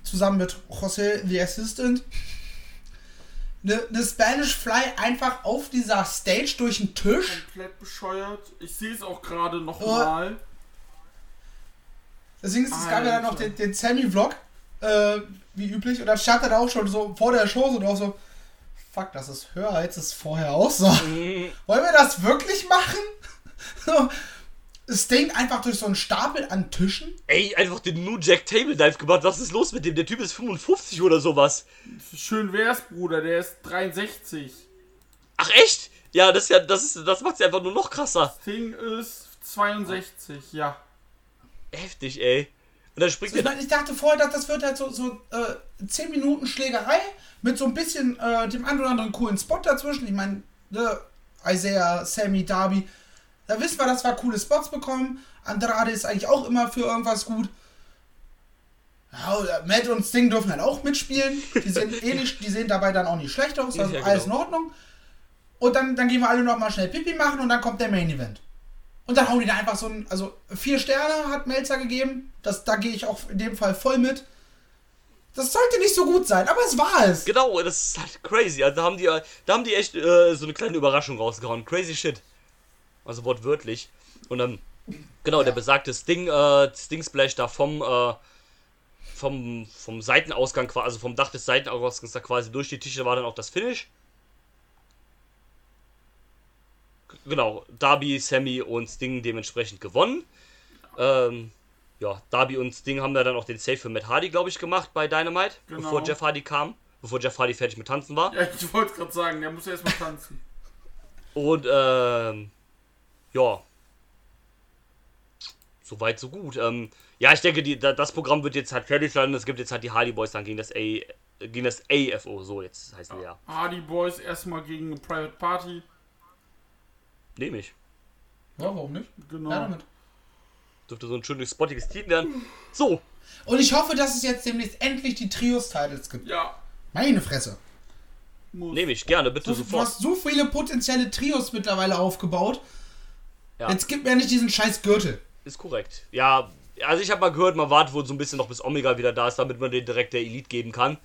zusammen mit José the Assistant eine Spanish Fly einfach auf dieser Stage durch den Tisch. Komplett bescheuert. Ich sehe es auch gerade nochmal. Deswegen es gab ja dann noch den Sammy-Vlog, wie üblich. Und dann stand er da auch schon so vor der Show und auch so, fuck, das ist höher, als es vorher aussah. Wollen wir das wirklich machen? So, Sting einfach durch so einen Stapel an Tischen. Ey, einfach den New Jack Table Dive gemacht. Was ist los mit dem? Der Typ ist 55 oder sowas. Schön wär's, Bruder. Der ist 63. Ach echt? Ja, das macht's ja einfach nur noch krasser. Sting ist 62, ja. Heftig, ey. Und dann springt ich dachte vorher, das wird halt so 10 Minuten Schlägerei mit so ein bisschen dem einen oder anderen coolen Spot dazwischen. Ich meine, Isaiah, Sammy, Darby. Da wissen wir, dass wir coole Spots bekommen. Andrade ist eigentlich auch immer für irgendwas gut. Ja, Matt und Sting dürfen halt auch mitspielen. Die sehen dabei dann auch nicht schlecht aus. Also alles in Ordnung. Und dann gehen wir alle nochmal schnell Pipi machen und dann kommt der Main Event. Und dann hauen die da einfach 4 Sterne hat Meltzer gegeben. Da gehe ich auch in dem Fall voll mit. Das sollte nicht so gut sein, aber es war es. Genau, das ist halt crazy. Also da haben die echt so eine kleine Überraschung rausgehauen. Crazy shit. Also wortwörtlich. Und dann, genau, der besagte Sting-Splash da vom Seitenausgang, also vom Dach des Seitenausgangs da quasi durch die Tische war dann auch das Finish. Genau, Darby, Sammy und Sting dementsprechend gewonnen. Ja, Darby und Sting haben da dann auch den Save für Matt Hardy, glaube ich, gemacht bei Dynamite, genau. Bevor Jeff Hardy kam. Bevor Jeff Hardy fertig mit Tanzen war. Ja, ich wollte gerade sagen, der muss ja erstmal tanzen. Und, ja. Soweit, so gut. Ja, ich denke, das Programm wird jetzt halt fertig sein. Es gibt jetzt halt die Hardy Boys dann gegen das AFO. So, jetzt heißen die ja. Hardy Boys erstmal gegen eine Private Party. Nehme ich. Ja, warum nicht? Genau. Ja, damit. Dürfte so ein schönes, spottiges Team werden. So. Und ich hoffe, dass es jetzt demnächst endlich die Trios-Titles gibt. Ja. Meine Fresse. Nehme ich, gerne, bitte Du sofort. hast so viele potenzielle Trios mittlerweile aufgebaut. Ja. Jetzt gib mir nicht diesen scheiß Gürtel. Ist korrekt. Ja, also ich habe mal gehört, man wartet wohl so ein bisschen noch bis Omega wieder da ist, damit man den direkt der Elite geben kann.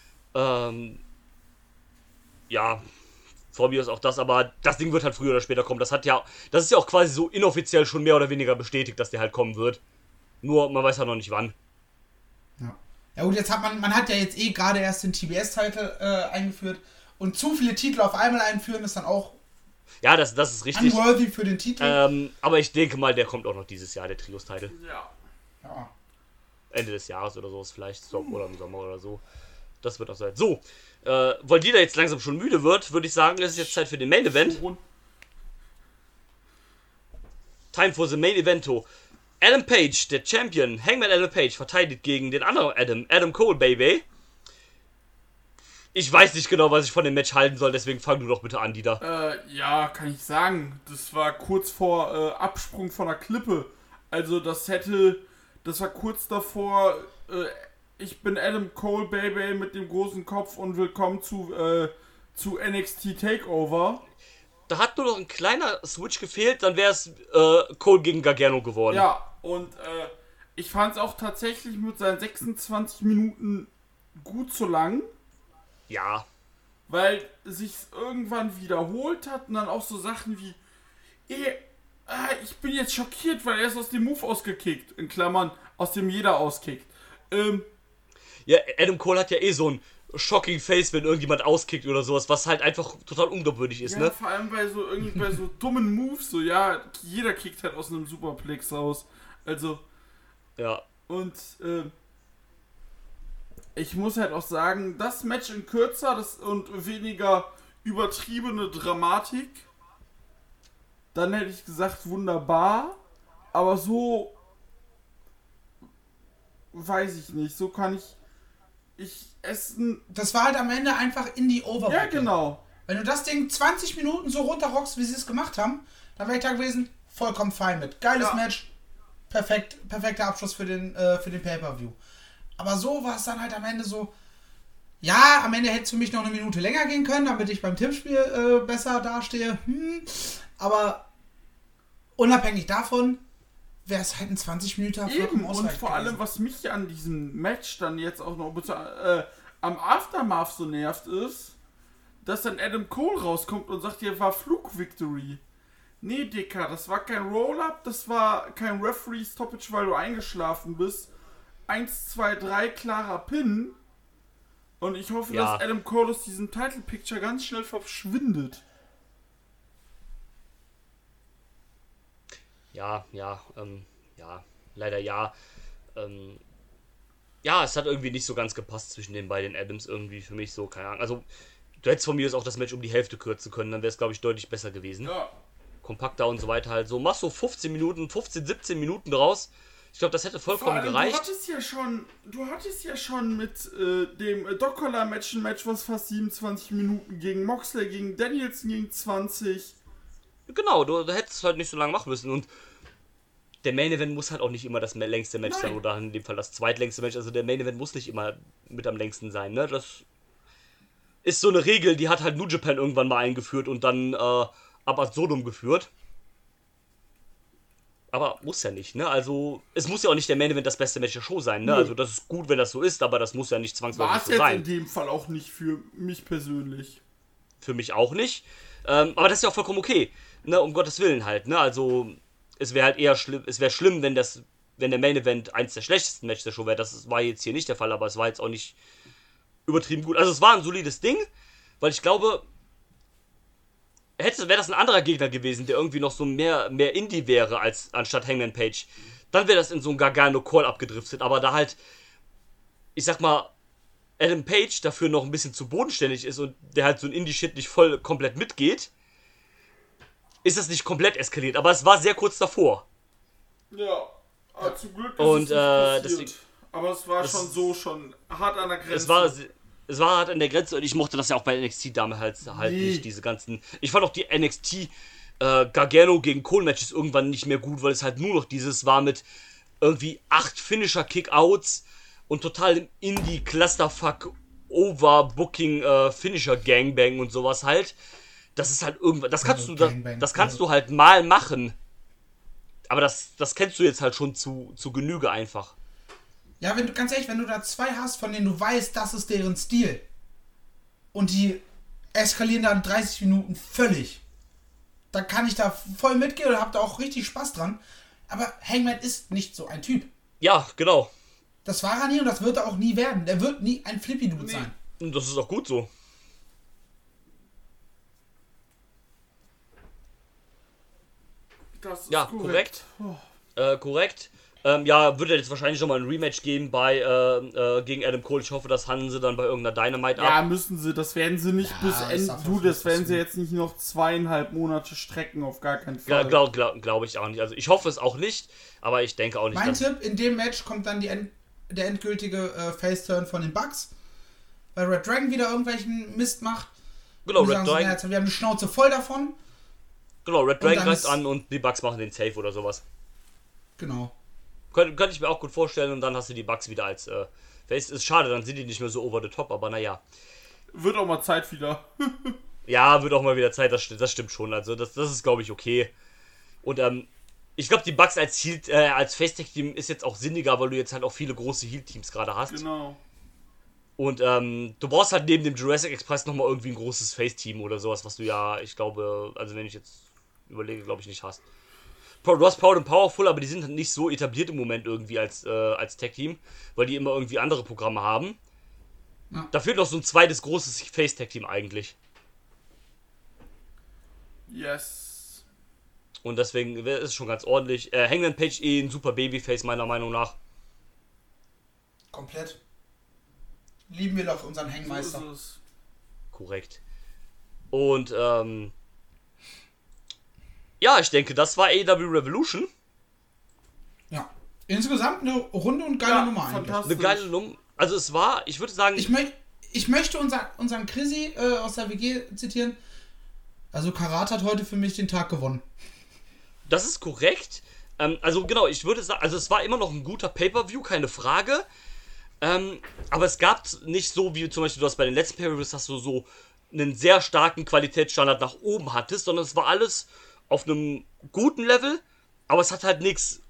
Ja, vor mir ist auch das, aber das Ding wird halt früher oder später kommen. Das ist ja auch quasi so inoffiziell schon mehr oder weniger bestätigt, dass der halt kommen wird. Nur, man weiß halt noch nicht wann. Ja. Ja gut, jetzt hat man hat ja jetzt gerade erst den TBS-Titel eingeführt. Und zu viele Titel auf einmal einführen ist dann auch Ja, das ist richtig. unworthy für den Titel. Aber ich denke mal, der kommt auch noch dieses Jahr, der Trios-Titel. Ja. Ende des Jahres oder so, vielleicht so, oder im Sommer oder so. Das wird auch sein. So, weil die da jetzt langsam schon müde wird, würde ich sagen, es ist jetzt Zeit für den Main Event. Time for the Main Evento. Adam Page, der Champion, Hangman Adam Page, verteidigt gegen den anderen Adam Cole, Baby. Ich weiß nicht genau, was ich von dem Match halten soll, deswegen fang du doch bitte an, Dieter. Ja, kann ich sagen. Das war kurz vor Absprung von der Klippe. Also das war kurz davor, ich bin Adam Cole, Baby, mit dem großen Kopf und willkommen zu NXT Takeover. Da hat nur noch ein kleiner Switch gefehlt, dann wäre es Cole gegen Gargano geworden. Ja, und ich fand es auch tatsächlich mit seinen 26 Minuten gut zu lang. Ja. Weil sich irgendwann wiederholt hat und dann auch so Sachen wie ich bin jetzt schockiert, weil er ist aus dem Move ausgekickt. In Klammern, aus dem jeder auskickt. Ja, Adam Cole hat ja eh so ein shocking Face, wenn irgendjemand auskickt oder sowas, was halt einfach total unglaubwürdig ist, ja, ne? Vor allem bei so dummen Moves, so ja, jeder kickt halt aus einem Superplex raus. Also. Ja. Und ich muss halt auch sagen, das Match in kürzer und weniger übertriebene Dramatik, dann hätte ich gesagt, wunderbar, aber so weiß ich nicht, so kann ich essen. Das war halt am Ende einfach in die Overbooking. Ja, genau. Wenn du das Ding 20 Minuten so runterrockst, wie sie es gemacht haben, dann wäre ich da gewesen, vollkommen fein mit. Geiles Match, perfekter Abschluss für den Pay-Per-View. Aber so war es dann halt am Ende so, ja, am Ende hätte es für mich noch eine Minute länger gehen können, damit ich beim Tippspiel besser dastehe. Aber unabhängig davon wäre es halt ein 20 Minuten Eben, und vor allem, was mich an diesem Match dann jetzt auch noch am Aftermath so nervt, ist, dass dann Adam Cole rauskommt und sagt, hier war Flug-Victory. Nee, Dicker, das war kein Roll-Up, das war kein Referee-Stoppage, weil du eingeschlafen bist. 1, 2, 3, klarer Pin. Und ich hoffe, dass Adam Cole aus diesem Title-Picture ganz schnell verschwindet. Leider ja. Es hat irgendwie nicht so ganz gepasst zwischen den beiden Adams irgendwie für mich so, keine Ahnung. Also, du hättest von mir jetzt auch das Match um die Hälfte kürzen können, dann wäre es, glaube ich, deutlich besser gewesen. Ja. Kompakter und so weiter halt so. Mach so 15, 17 Minuten draus. Ich glaube, das hätte vollkommen gereicht. Du hattest ja schon mit dem Doc Collar-Match ein Match, was fast 27 Minuten gegen Moxley, gegen Danielson gegen 20. Genau, du hättest halt nicht so lange machen müssen. Und der Main Event muss halt auch nicht immer das längste Match sein, oder in dem Fall das zweitlängste Match. Also der Main Event muss nicht immer mit am längsten sein, ne? Das ist so eine Regel, die hat halt New Japan irgendwann mal eingeführt und dann ab absurdum geführt. Aber muss ja nicht, ne? Also, es muss ja auch nicht der Main Event das beste Match der Show sein, ne? Also, das ist gut, wenn das so ist, aber das muss ja nicht zwangsläufig so sein. War es jetzt in dem Fall auch nicht für mich persönlich. Für mich auch nicht. Aber das ist ja auch vollkommen okay, ne? Um Gottes Willen halt, ne? Also, es wäre halt eher schlimm, wenn der Main Event eins der schlechtesten Matches der Show wäre. Das war jetzt hier nicht der Fall, aber es war jetzt auch nicht übertrieben gut. Also, es war ein solides Ding, weil ich glaube, wäre das ein anderer Gegner gewesen, der irgendwie noch so mehr Indie wäre als anstatt Hangman Page, dann wäre das in so ein Gargano-Call abgedriftet, aber da halt, ich sag mal, Adam Page dafür noch ein bisschen zu bodenständig ist und der halt so ein Indie-Shit nicht komplett mitgeht, ist das nicht komplett eskaliert, aber es war sehr kurz davor. Ja, aber zum Glück ist und, es nicht passiert. deswegen, aber es war schon hart an der Grenze. Es war halt an der Grenze und ich mochte das ja auch bei NXT damals halt nicht, diese ganzen... Ich fand auch die NXT Gargano gegen Cole Matches irgendwann nicht mehr gut, weil es halt nur noch dieses war mit irgendwie 8 Finisher Kickouts und total Indie Clusterfuck Overbooking Finisher Gangbang und sowas halt. Das ist halt irgendwann... Das kannst du halt mal machen. Aber das kennst du jetzt halt schon zu Genüge einfach. Ja, ganz ehrlich, wenn du da 2 hast, von denen du weißt, das ist deren Stil, und die eskalieren dann 30 Minuten völlig, dann kann ich da voll mitgehen und hab da auch richtig Spaß dran. Aber Hangman ist nicht so ein Typ. Ja, genau. Das war er nie und das wird er auch nie werden. Der wird nie ein Flippy-Dude sein. Und das ist auch gut so. Das ist ja, korrekt. Korrekt. Würde jetzt wahrscheinlich nochmal ein Rematch geben gegen Adam Cole. Ich hoffe, das handeln sie dann bei irgendeiner Dynamite ab. Ja, müssen sie. Das werden sie nicht bis Ende. Das werden sie jetzt nicht noch 2,5 Monate strecken, auf gar keinen Fall. Ja, glaube ich auch nicht. Also ich hoffe es auch nicht, aber ich denke auch nicht. Mein Tipp, in dem Match kommt dann der endgültige Face-Turn von den Bucks, weil Red Dragon wieder irgendwelchen Mist macht. Genau, Red Dragon. Wir haben eine Schnauze voll davon. Genau, Red Dragon greift an und die Bucks machen den Save oder sowas. Genau. Könnte ich mir auch gut vorstellen und dann hast du die Bucks wieder als Face. Ist schade, dann sind die nicht mehr so over the top, aber naja. Wird auch mal Zeit wieder. Ja, wird auch mal wieder Zeit, das stimmt schon. Also das ist, glaube ich, okay. Und ich glaube, die Bucks als Face-Tech-Team ist jetzt auch sinniger, weil du jetzt halt auch viele große Heel-Teams gerade hast. Genau. Und du brauchst halt neben dem Jurassic Express nochmal irgendwie ein großes Face-Team oder sowas, was du ja, ich glaube, also wenn ich jetzt überlege, glaube ich nicht hast. Du hast Proud and Powerful, aber die sind halt nicht so etabliert im Moment irgendwie als Tag-Team, weil die immer irgendwie andere Programme haben. Ja. Da fehlt noch so ein zweites großes Face-Tag-Team eigentlich. Yes. Und deswegen ist es schon ganz ordentlich. Hangman Page ein super Babyface, meiner Meinung nach. Komplett. Lieben wir doch unseren Hangmeister. So ist es. Korrekt. Und, ja, ich denke, das war AEW Revolution. Ja. Insgesamt eine runde und geile Nummer eigentlich. Eine geile Nummer. Also es war, ich würde sagen... Ich möchte unseren Chrissy aus der WG zitieren. Also Karat hat heute für mich den Tag gewonnen. Das ist korrekt. Also genau, ich würde sagen, also es war immer noch ein guter Pay-Per-View, keine Frage. Aber es gab nicht so, wie zum Beispiel du hast bei den letzten Pay-Per-Views, dass du so einen sehr starken Qualitätsstandard nach oben hattest, sondern es war alles auf einem guten Level, aber es hat halt nichts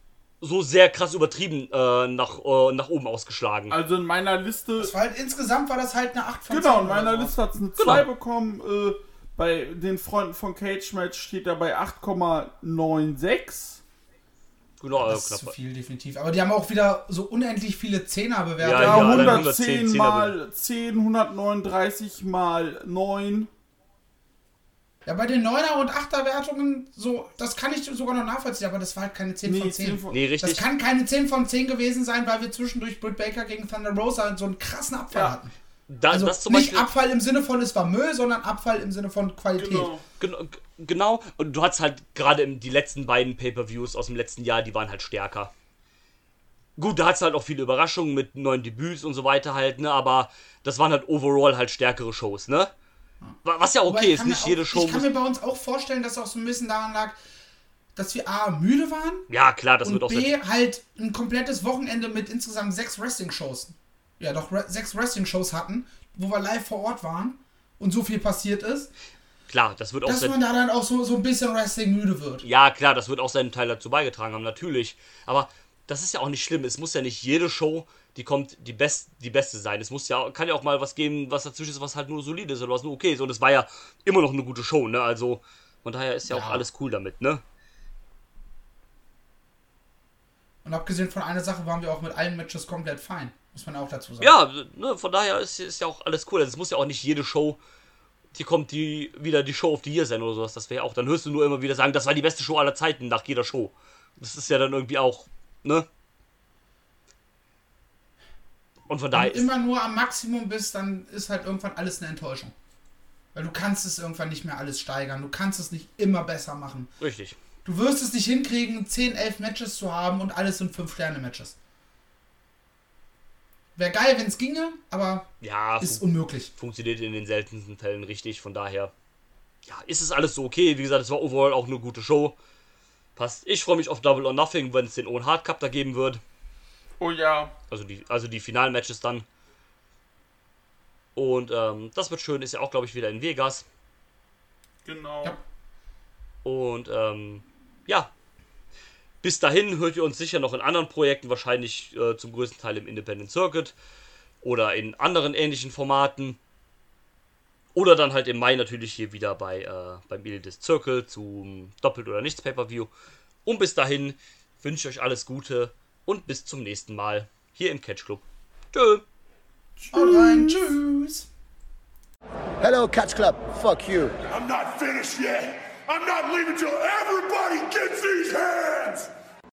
so sehr krass übertrieben nach oben ausgeschlagen. Also in meiner Liste... Das war halt, insgesamt war das halt eine 8 von 10. Genau, in meiner Liste hat es eine 2 Genau. bekommen. Bei den Freunden von Cage Match steht er bei 8,96. Genau, Das ist zu knapp. viel, definitiv. Aber die haben auch wieder so unendlich viele 10er bewertet. Ja, Ja, alle 110 110 mal 10, 139 mal 9. Ja, bei den 9er und 8er Wertungen, so, das kann ich sogar noch nachvollziehen, aber das war halt keine 10 von 10. Nee, richtig. Das kann keine 10 von 10 gewesen sein, weil wir zwischendurch Britt Baker gegen Thunder Rosa so einen krassen Abfall Ja. hatten. Das zum nicht Beispiel, Abfall im Sinne von es war Müll, sondern Abfall im Sinne von Qualität. Genau. Genau, und du hattest halt gerade die letzten beiden Pay-Per-Views aus dem letzten Jahr, die waren halt stärker. Gut, da hattest halt auch viele Überraschungen mit neuen Debüts und so weiter halt, ne, aber das waren halt overall halt stärkere Shows, ne? Was ja Aber okay ich ist, kann mir nicht auch- jede Show Ich kann mir bei uns auch vorstellen, dass es auch so ein bisschen daran lag, dass wir A, müde waren Ja, klar, das wird und auch B, sehr... halt ein komplettes Wochenende mit insgesamt 6 Wrestling-Shows. Ja, doch, 6 Wrestling-Shows hatten, wo wir live vor Ort waren und so viel passiert ist, Klar, das wird auch dass sehr... man da dann auch so ein bisschen Wrestling müde wird. Ja, klar, das wird auch seinen Teil dazu beigetragen haben, natürlich. Aber das ist ja auch nicht schlimm. Es muss ja nicht jede Show, die kommt, die beste sein. Es kann ja auch mal was geben, was dazwischen ist, was halt nur solide ist oder was nur okay ist. Und es war ja immer noch eine gute Show, ne? Also, von daher ist ja auch alles cool damit, ne? Und abgesehen von einer Sache waren wir auch mit allen Matches komplett fein. Muss man auch dazu sagen. Ja, ne, von daher ist ja auch alles cool. Also, es muss ja auch nicht jede Show, wieder die Show of the Year sein oder sowas. Das wäre ja auch, dann hörst du nur immer wieder sagen, das war die beste Show aller Zeiten nach jeder Show. Das ist ja dann irgendwie auch, ne? Und von Wenn daher du ist... immer nur am Maximum bist, dann ist halt irgendwann alles eine Enttäuschung. Weil du kannst es irgendwann nicht mehr alles steigern. Du kannst es nicht immer besser machen. Richtig. Du wirst es nicht hinkriegen, 10, 11 Matches zu haben und alles sind 5-Sterne-Matches. Wäre geil, wenn es ginge, aber Ja, ist unmöglich. funktioniert in den seltensten Fällen richtig, von daher, ja, ist es alles so okay. Wie gesagt, es war overall auch eine gute Show. Passt. Ich freue mich auf Double or Nothing, wenn es den Owen Hart Cup da geben wird. Oh ja. Also die finalen Matches dann. Und das wird schön, ist ja auch, glaube ich, wieder in Vegas. Genau. Ja. Und ja, bis dahin hört ihr uns sicher noch in anderen Projekten, wahrscheinlich zum größten Teil im Independent Circuit oder in anderen ähnlichen Formaten. Oder dann halt im Mai natürlich hier wieder beim Elitist Circle zum Doppelt oder Nichts Pay-Per-View. Und bis dahin wünsche ich euch alles Gute und bis zum nächsten Mal hier im Catch Club. Tschö! Haut rein, tschüss. Hello, Catch Club. Fuck you. I'm not finished yet. I'm not leaving till everybody